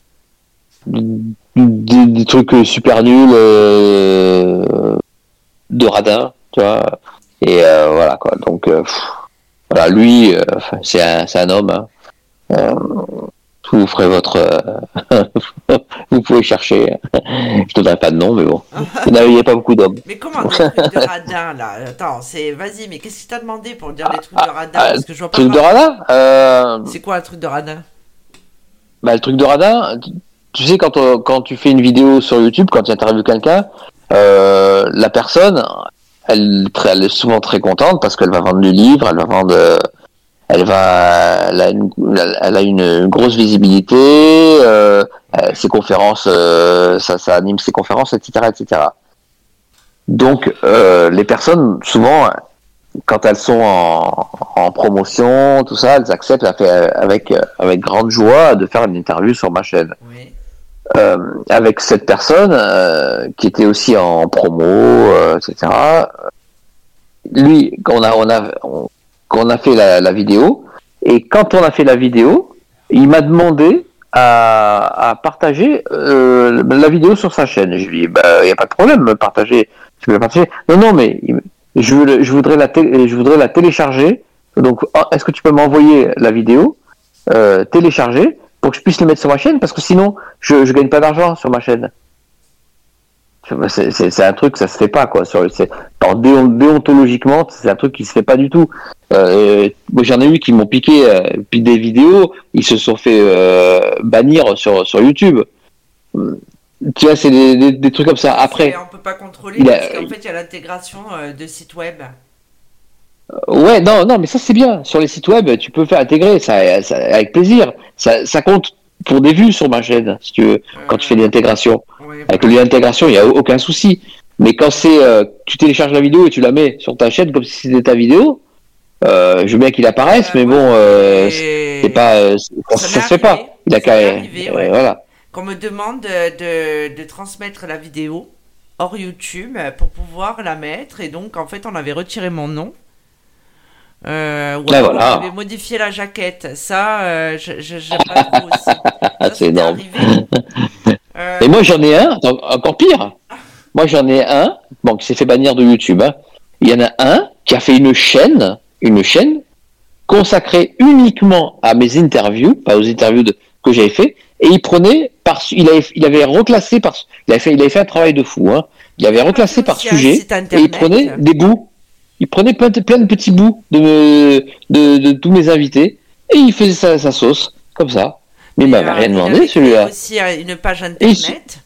des, des trucs super nuls, euh, de radin, tu vois. Et euh, voilà quoi. Donc euh, pff, voilà, lui, euh, c'est un, c'est un homme. Hein. Euh, vous ferez votre, euh, vous pouvez chercher. Je te donnerai pas de nom, mais bon, il n'y a, il y a pas beaucoup d'hommes. Mais comment des trucs de radin là? Attends, c'est vas-y, mais qu'est-ce qu'il t'a demandé pour dire des trucs de radin? Ah, Parce que je vois pas. truc de radin euh, C'est quoi un truc de radin? Bah, le truc de radin, tu- tu sais, quand, on- quand tu fais une vidéo sur YouTube, quand tu interviews quelqu'un, euh, la personne, elle, très- elle est souvent très contente parce qu'elle va vendre du livre, elle va vendre, euh, elle va, elle a une, elle a une grosse visibilité, euh, euh, ses conférences, euh, ça, ça anime ses conférences, et cetera, et cetera. Donc, euh, les personnes, souvent, quand elles sont en, en promotion, tout ça, elles acceptent avec, avec grande joie de faire une interview sur ma chaîne. Oui. Euh, avec cette personne euh, qui était aussi en promo, euh, et cetera. Lui, quand on a, on a, on, quand on a fait la, la vidéo, et quand on a fait la vidéo, il m'a demandé à, à partager euh, la vidéo sur sa chaîne. Je lui ai dit, bah, il n'y a pas de problème, partager. Tu peux la partager. Non, non, mais je, veux, je, voudrais la té- je voudrais la télécharger. Donc, est-ce que tu peux m'envoyer la vidéo euh, téléchargée pour que je puisse le mettre sur ma chaîne, parce que sinon je je gagne pas d'argent sur ma chaîne. C'est, c'est, c'est un truc, ça se fait pas quoi. Sur, c'est, alors, déon, déontologiquement, c'est un truc qui se fait pas du tout. Euh, moi j'en ai eu qui m'ont piqué euh, puis des vidéos, ils se sont fait euh, bannir sur sur YouTube. Tu vois, c'est des, des, des trucs comme ça. Après, on peut pas contrôler il parce a- qu'en fait il y a l'intégration euh, de sites web. Ouais, non, non, mais ça c'est bien. Sur les sites web, tu peux faire intégrer, ça, ça avec plaisir. Ça, ça compte pour des vues sur ma chaîne, si tu veux, quand tu fais des intégrations. Ouais, Avec le lien d'intégration, il n'y a aucun souci. Mais quand c'est, euh, tu télécharges la vidéo et tu la mets sur ta chaîne comme si c'était ta vidéo, euh, je veux bien qu'il apparaisse, mais bon, euh, c'est c'est pas, euh, ça, Ça ça m'est se fait pas. arrivé. Il a Ça qu'à, m'est arrivé, euh, ouais. voilà. Qu'on me demande de, de, de transmettre la vidéo hors YouTube pour pouvoir la mettre, et donc en fait on avait retiré mon nom. Euh, ou Ah, alors voilà. on avait modifié la jaquette. Ça, euh, je- je- j'aime pas trop aussi. Ça, C'est énorme. arrivé. Euh, Et moi j'en ai un, attends, encore pire. Moi j'en ai un, bon, qui s'est fait bannir de YouTube. Hein. Il y en a un qui a fait une chaîne, une chaîne consacrée uniquement à mes interviews, pas aux interviews de, que j'avais fait, et il prenait par, il avait, il avait reclassé par, il avait fait, il avait fait un travail de fou. Hein. Il avait reclassé par aussi un sujet site et internet. il prenait des bouts. Il prenait plein de, plein de petits bouts de, de, de tous mes invités et il faisait sa, sa sauce comme ça. Mais il m'avait euh, rien il demandé avait créé celui-là. aussi euh, une page Et il- internet.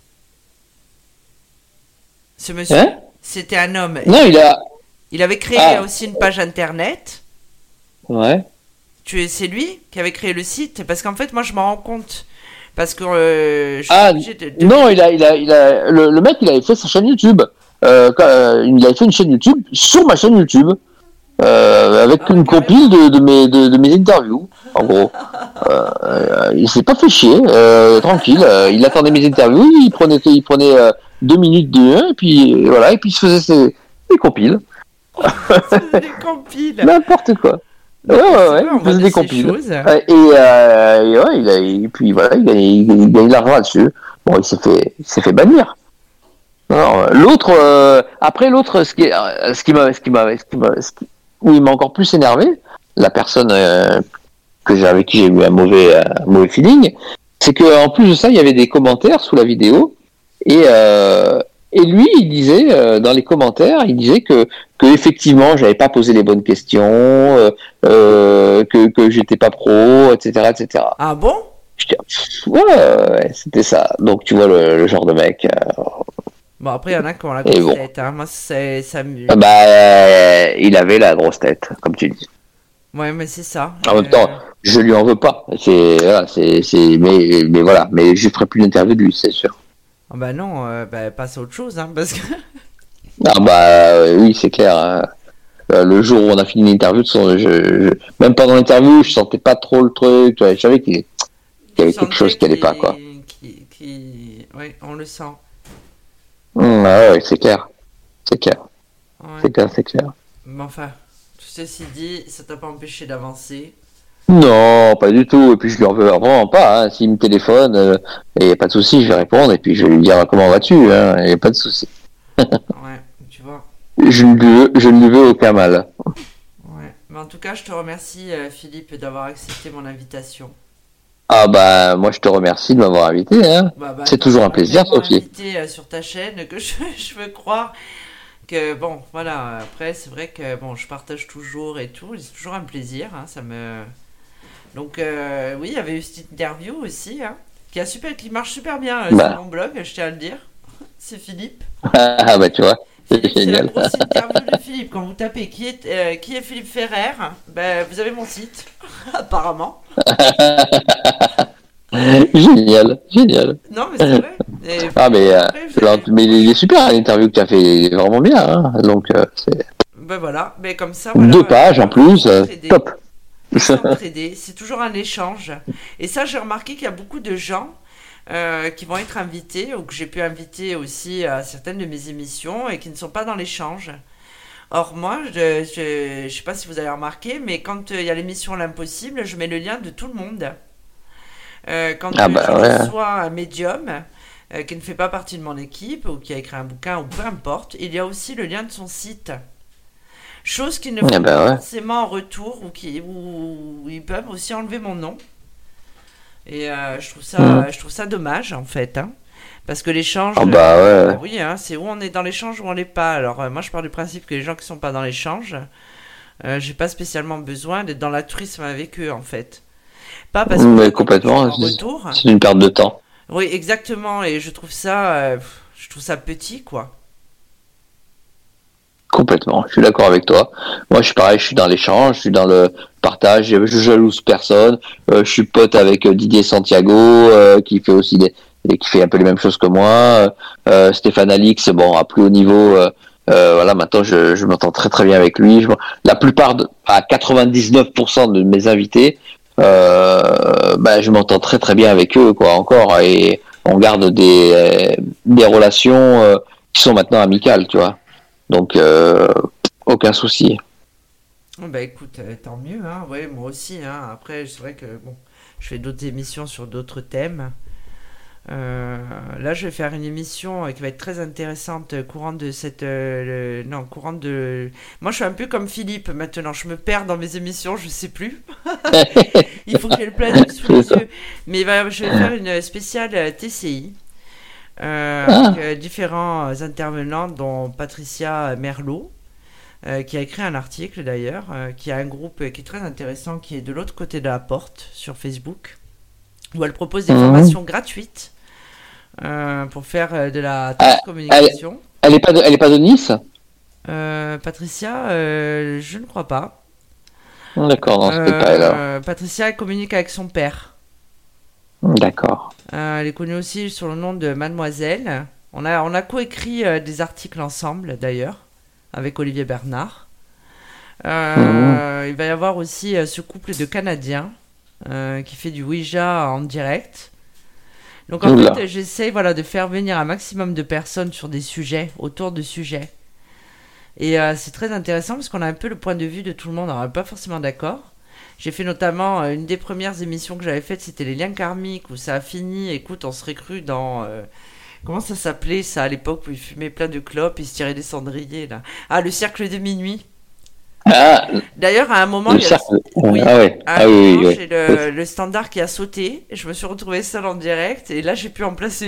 Ce monsieur, Hein c'était un homme. Non, il a. Il avait créé Ah. aussi une page internet. Ouais. Tu es, c'est lui qui avait créé le site, parce qu'en fait, moi, je m'en rends compte, parce que euh, je suis Ah obligée de, de- non, il a, il a, il a. Le, le mec, il avait fait sa chaîne YouTube. Euh, quand, euh, il avait fait une chaîne YouTube sur ma chaîne YouTube. Euh, avec Ah, une carrément. compile de, de mes de, de mes interviews, en gros. Euh, euh, il s'est pas fait chier, euh, tranquille. Euh, il attendait mes interviews, il prenait il prenait euh, deux minutes de un, et puis euh, voilà, et puis il se faisait ses, ses compiles, des compiles. n'importe quoi. Ouais, ouais, C'est ouais, vrai, on il faisait voit des ces compiles. choses. Ouais, et, euh, et ouais, il a, et puis voilà, il gagnait, il gagnait- il gagnait de l'argent là-dessus. Bon, il s'est fait, il s'est fait bannir. Alors, l'autre, euh, après l'autre, ce qui, est- euh, ce qui m'a, ce qui m'a, ce qui m'a, ce qui- où il m'a encore plus énervé, la personne euh, que j'ai avec qui j'ai eu un mauvais, un mauvais feeling, c'est que en plus de ça, il y avait des commentaires sous la vidéo et euh, et lui, il disait euh, dans les commentaires, il disait que que effectivement, j'avais pas posé les bonnes questions, euh, euh, que que j'étais pas pro, et cetera, et cetera. Ah bon? J'étais, pff, ouais, ouais, c'était ça. Donc tu vois le, le genre de mec. euh, Bon, après, il y en a qui ont la Et grosse bon. tête. Hein. Moi, c'est, ça me... bah, euh, il avait la grosse tête, comme tu dis. Ouais, mais c'est ça. En même Euh, temps, je lui en veux pas. C'est, voilà, c'est, c'est, mais, mais voilà, mais je ferai plus d'interview de lui, c'est sûr. ah bah non, euh, bah, passe à autre chose, hein, parce que. Ah bah euh, oui, c'est clair. Hein. Euh, le jour où on a fini l'interview, de toute façon, je, je, même pendant l'interview, je sentais pas trop le truc. Tu vois, je savais qu'il y avait quelque chose qui allait pas, quoi. Qui, qui... Oui, on le sent. Mmh, ah ouais, c'est clair. C'est clair. Ouais. C'est clair, c'est clair. Mais enfin, tout ceci dit, ça t'a pas empêché d'avancer. Non, pas du tout. Et puis je lui en veux vraiment pas. Hein. S'il me téléphone, il euh, n'y a pas de souci, je vais répondre et puis je vais lui dire comment vas-tu. Il hein. n'y a pas de souci. Ouais, tu vois. Je ne lui veux, je ne lui veux aucun mal. Ouais. Mais en tout cas, je te remercie, euh, Philippe, d'avoir accepté mon invitation. Ah bah moi je te remercie de m'avoir invité. Hein. Bah, bah, c'est toujours un plaisir, Sophie. Invité euh, sur ta chaîne que je, je veux croire que bon, voilà. Après, c'est vrai que bon, je partage toujours et tout. C'est toujours un plaisir. Hein, ça me. Donc euh, oui, il y avait eu cette interview aussi, hein, qui a super, qui marche super bien euh, bah. sur mon blog. Je tiens à le dire. C'est Philippe. Ah bah tu vois. C'est génial. la grosse interview de Philippe. Quand vous tapez qui est, euh, qui est Philippe Ferrer, ben, vous avez mon site, apparemment. Génial, génial. Non, mais c'est vrai. Et ah, mais, après, euh, mais il est super l'interview que tu as fait, il est vraiment bien. Hein. Donc, euh, c'est. Ben voilà, mais comme ça. Voilà, Deux pages en plus, euh, top. C'est toujours un échange. Et ça, j'ai remarqué qu'il y a beaucoup de gens. Euh, qui vont être invités ou que j'ai pu inviter aussi à certaines de mes émissions et qui ne sont pas dans l'échange. Or moi, je ne sais pas si vous avez remarqué, mais quand il euh, y a l'émission L'Impossible, je mets le lien de tout le monde. Euh, quand ah bah, je ouais. reçois un médium euh, qui ne fait pas partie de mon équipe ou qui a écrit un bouquin ou peu importe, il y a aussi le lien de son site. Chose qu'ils ne font ah bah, pas ouais. forcément en retour ou qui, où ils peuvent aussi enlever mon nom. Et euh, je trouve ça, mmh. je trouve ça dommage en fait, hein, parce que l'échange, oh bah ouais. euh, oui, hein, c'est où on est dans l'échange ou on l'est pas. Alors euh, moi je pars du principe que les gens qui sont pas dans l'échange, euh, j'ai pas spécialement besoin d'être dans l'altruisme avec eux en fait. Pas parce que mais complètement, en retour. C'est une perte de temps. Oui, exactement, et je trouve ça, euh, je trouve ça petit quoi. Complètement, je suis d'accord avec toi. Moi, je suis pareil, je suis dans l'échange, je suis dans le partage, je jalouse personne. Euh, je suis pote avec euh, Didier Santiago, euh, qui fait aussi des, qui fait un peu les mêmes choses que moi. Euh, Stéphane Alix, bon, à plus haut niveau. Euh, euh, voilà, maintenant, je, je m'entends très très bien avec lui. Je, la plupart, de, à quatre-vingt-dix-neuf pour cent de mes invités, euh, bah, je m'entends très très bien avec eux, quoi, encore, et on garde des euh, des relations euh, qui sont maintenant amicales, tu vois. Donc, euh, aucun souci. Bah écoute, euh, tant mieux, hein. Ouais, moi aussi. Hein. Après, c'est vrai que bon, je fais d'autres émissions sur d'autres thèmes. Euh, là, je vais faire une émission euh, qui va être très intéressante, euh, courant de cette, euh, le, non, courant de. Moi, je suis un peu comme Philippe maintenant. Je me perds dans mes émissions, je sais plus. Il faut que j'ai le planning sous les yeux. Mais bah, je vais faire une spéciale euh, T C I. Euh, ah. avec euh, différents intervenants, dont Patricia Merlot, euh, qui a écrit un article d'ailleurs, euh, qui a un groupe euh, qui est très intéressant, qui est de l'autre côté de la porte sur Facebook, où elle propose des mmh. formations gratuites euh, pour faire euh, de la transcommunication. Ah, elle, elle est pas de, elle est pas de Nice euh, Patricia, euh, je ne crois pas. D'accord, non, c'était euh, pas elle. Alors. Patricia, elle communique avec son père. D'accord. Euh, elle est connue aussi sur le nom de Mademoiselle. On a, on a coécrit euh, des articles ensemble, d'ailleurs, avec Olivier Bernard. Euh, mmh. Il va y avoir aussi euh, ce couple de Canadiens euh, qui fait du Ouija en direct. Donc, en Oula. fait, j'essaie voilà, de faire venir un maximum de personnes sur des sujets, autour de sujets. Et euh, c'est très intéressant parce qu'on a un peu le point de vue de tout le monde. Alors, on n'est pas forcément d'accord. J'ai fait notamment euh, une des premières émissions que j'avais faites, c'était les liens karmiques, où ça a fini, écoute, on serait cru dans... Euh, comment ça s'appelait ça à l'époque où ils fumaient plein de clopes, ils se tiraient des cendriers là. Ah, le cercle de minuit. Ah, d'ailleurs, à un moment, le il y a cercle... le... Oui, ah, ouais. à un ah moment, oui, oui, j'ai le, le standard qui a sauté, je me suis retrouvée seule en direct, et là j'ai pu en placer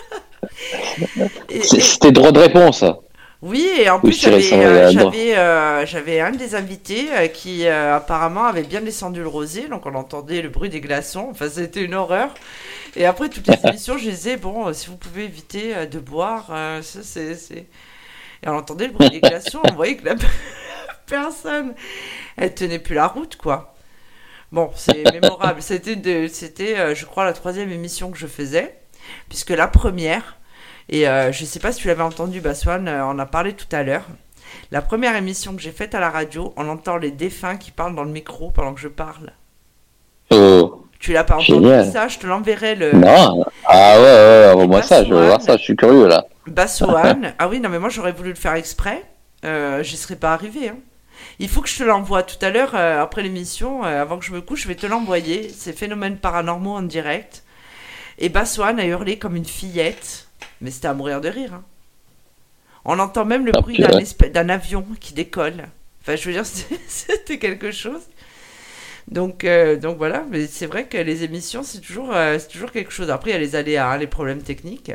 une. et, c'était et... droit de réponse. Oui, et en plus, j'avais, euh, j'avais, euh, j'avais un des invités euh, qui euh, apparemment avait bien descendu le rosé, donc on entendait le bruit des glaçons, enfin c'était une horreur. Et après toutes les émissions, je disais, bon, euh, si vous pouvez éviter euh, de boire, euh, ça, c'est, c'est... Et on entendait le bruit des glaçons, on voyait que la personne. Elle tenait plus la route, quoi. Bon, c'est mémorable. C'était, de, c'était euh, je crois, la troisième émission que je faisais, puisque la première, et euh, je sais pas si tu l'avais entendu, Baswan, euh, on en a parlé tout à l'heure. La première émission que j'ai faite à la radio, on entend les défunts qui parlent dans le micro pendant que je parle. Oh. Tu l'as pas entendu, Génial. ça? Je te l'enverrai le... Non. Ah ouais, ouais, ouais, moi ça, je veux voir ça, je suis curieux là. Bassoane. Ah oui, non, mais moi j'aurais voulu le faire exprès. Euh, j'y serais pas arrivé. Hein. Il faut que je te l'envoie tout à l'heure, euh, après l'émission, euh, avant que je me couche, je vais te l'envoyer. C'est Phénomènes paranormaux en direct. Et Bassoane a hurlé comme une fillette. Mais c'était à mourir de rire. Hein. On entend même le Ah, bruit puis, d'un, ouais. espèce, d'un avion qui décolle. Enfin, je veux dire, c'était, c'était quelque chose. Donc, euh, donc voilà, mais c'est vrai que les émissions, c'est toujours, euh, c'est toujours quelque chose. Après, il y a les aléas, hein, les problèmes techniques.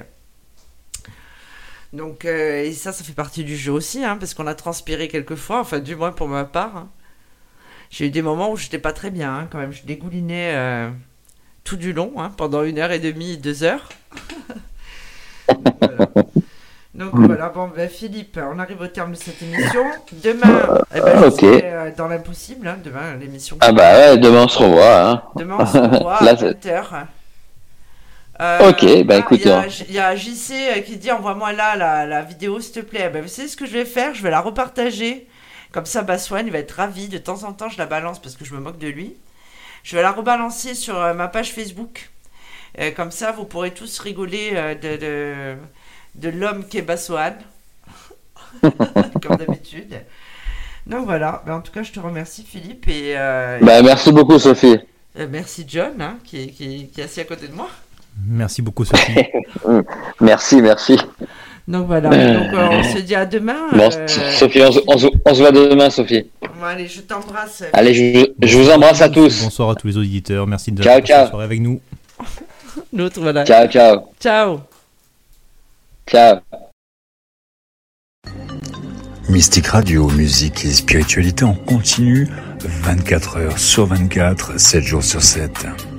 Donc, euh, et ça, ça fait partie du jeu aussi, hein, parce qu'on a transpiré quelques fois, enfin, du moins pour ma part. Hein. J'ai eu des moments où j'étais pas très bien, hein, quand même. Je dégoulinais euh, tout du long, hein, pendant une heure et demie, deux heures. Donc, voilà. Donc voilà, bon, ben, Philippe, on arrive au terme de cette émission. Demain, eh ben, je Ok. serai euh, dans l'impossible, hein, demain, l'émission. Ah bah ouais, demain on se revoit. Hein. Demain, on se revoit Là, à c'est- vingt heures. Euh, Ok, bah, ah, écoute, Il y a, hein. il y a J C euh, qui dit envoie-moi là la, la vidéo, s'il te plaît. Ben, vous savez ce que je vais faire? Je vais la repartager. Comme ça, Baswan, il va être ravi. De temps en temps, je la balance parce que je me moque de lui. Je vais la rebalancer sur euh, ma page Facebook. Euh, comme ça, vous pourrez tous rigoler euh, de, de, de l'homme qu'est Baswan. Comme d'habitude. Donc voilà. Ben, en tout cas, je te remercie, Philippe. Et, euh, Bah merci beaucoup Sophie. euh, merci, John, hein, qui, est- qui, qui est assis à côté de moi. Merci beaucoup, Sophie. Merci, merci. Donc voilà, donc euh, on se dit à demain. Bon, euh, Sophie, on, se- on se- on se voit demain Sophie. Bon, allez, je t'embrasse. Allez, je, je vous embrasse à tous. Bonsoir à tous les auditeurs. Merci de Ciao, passer ciao. la soirée avec nous. L'autre, voilà. Ciao, ciao. Ciao. Ciao. Mystique Radio, musique et spiritualité en continu, vingt-quatre heures sur vingt-quatre, sept jours sur sept.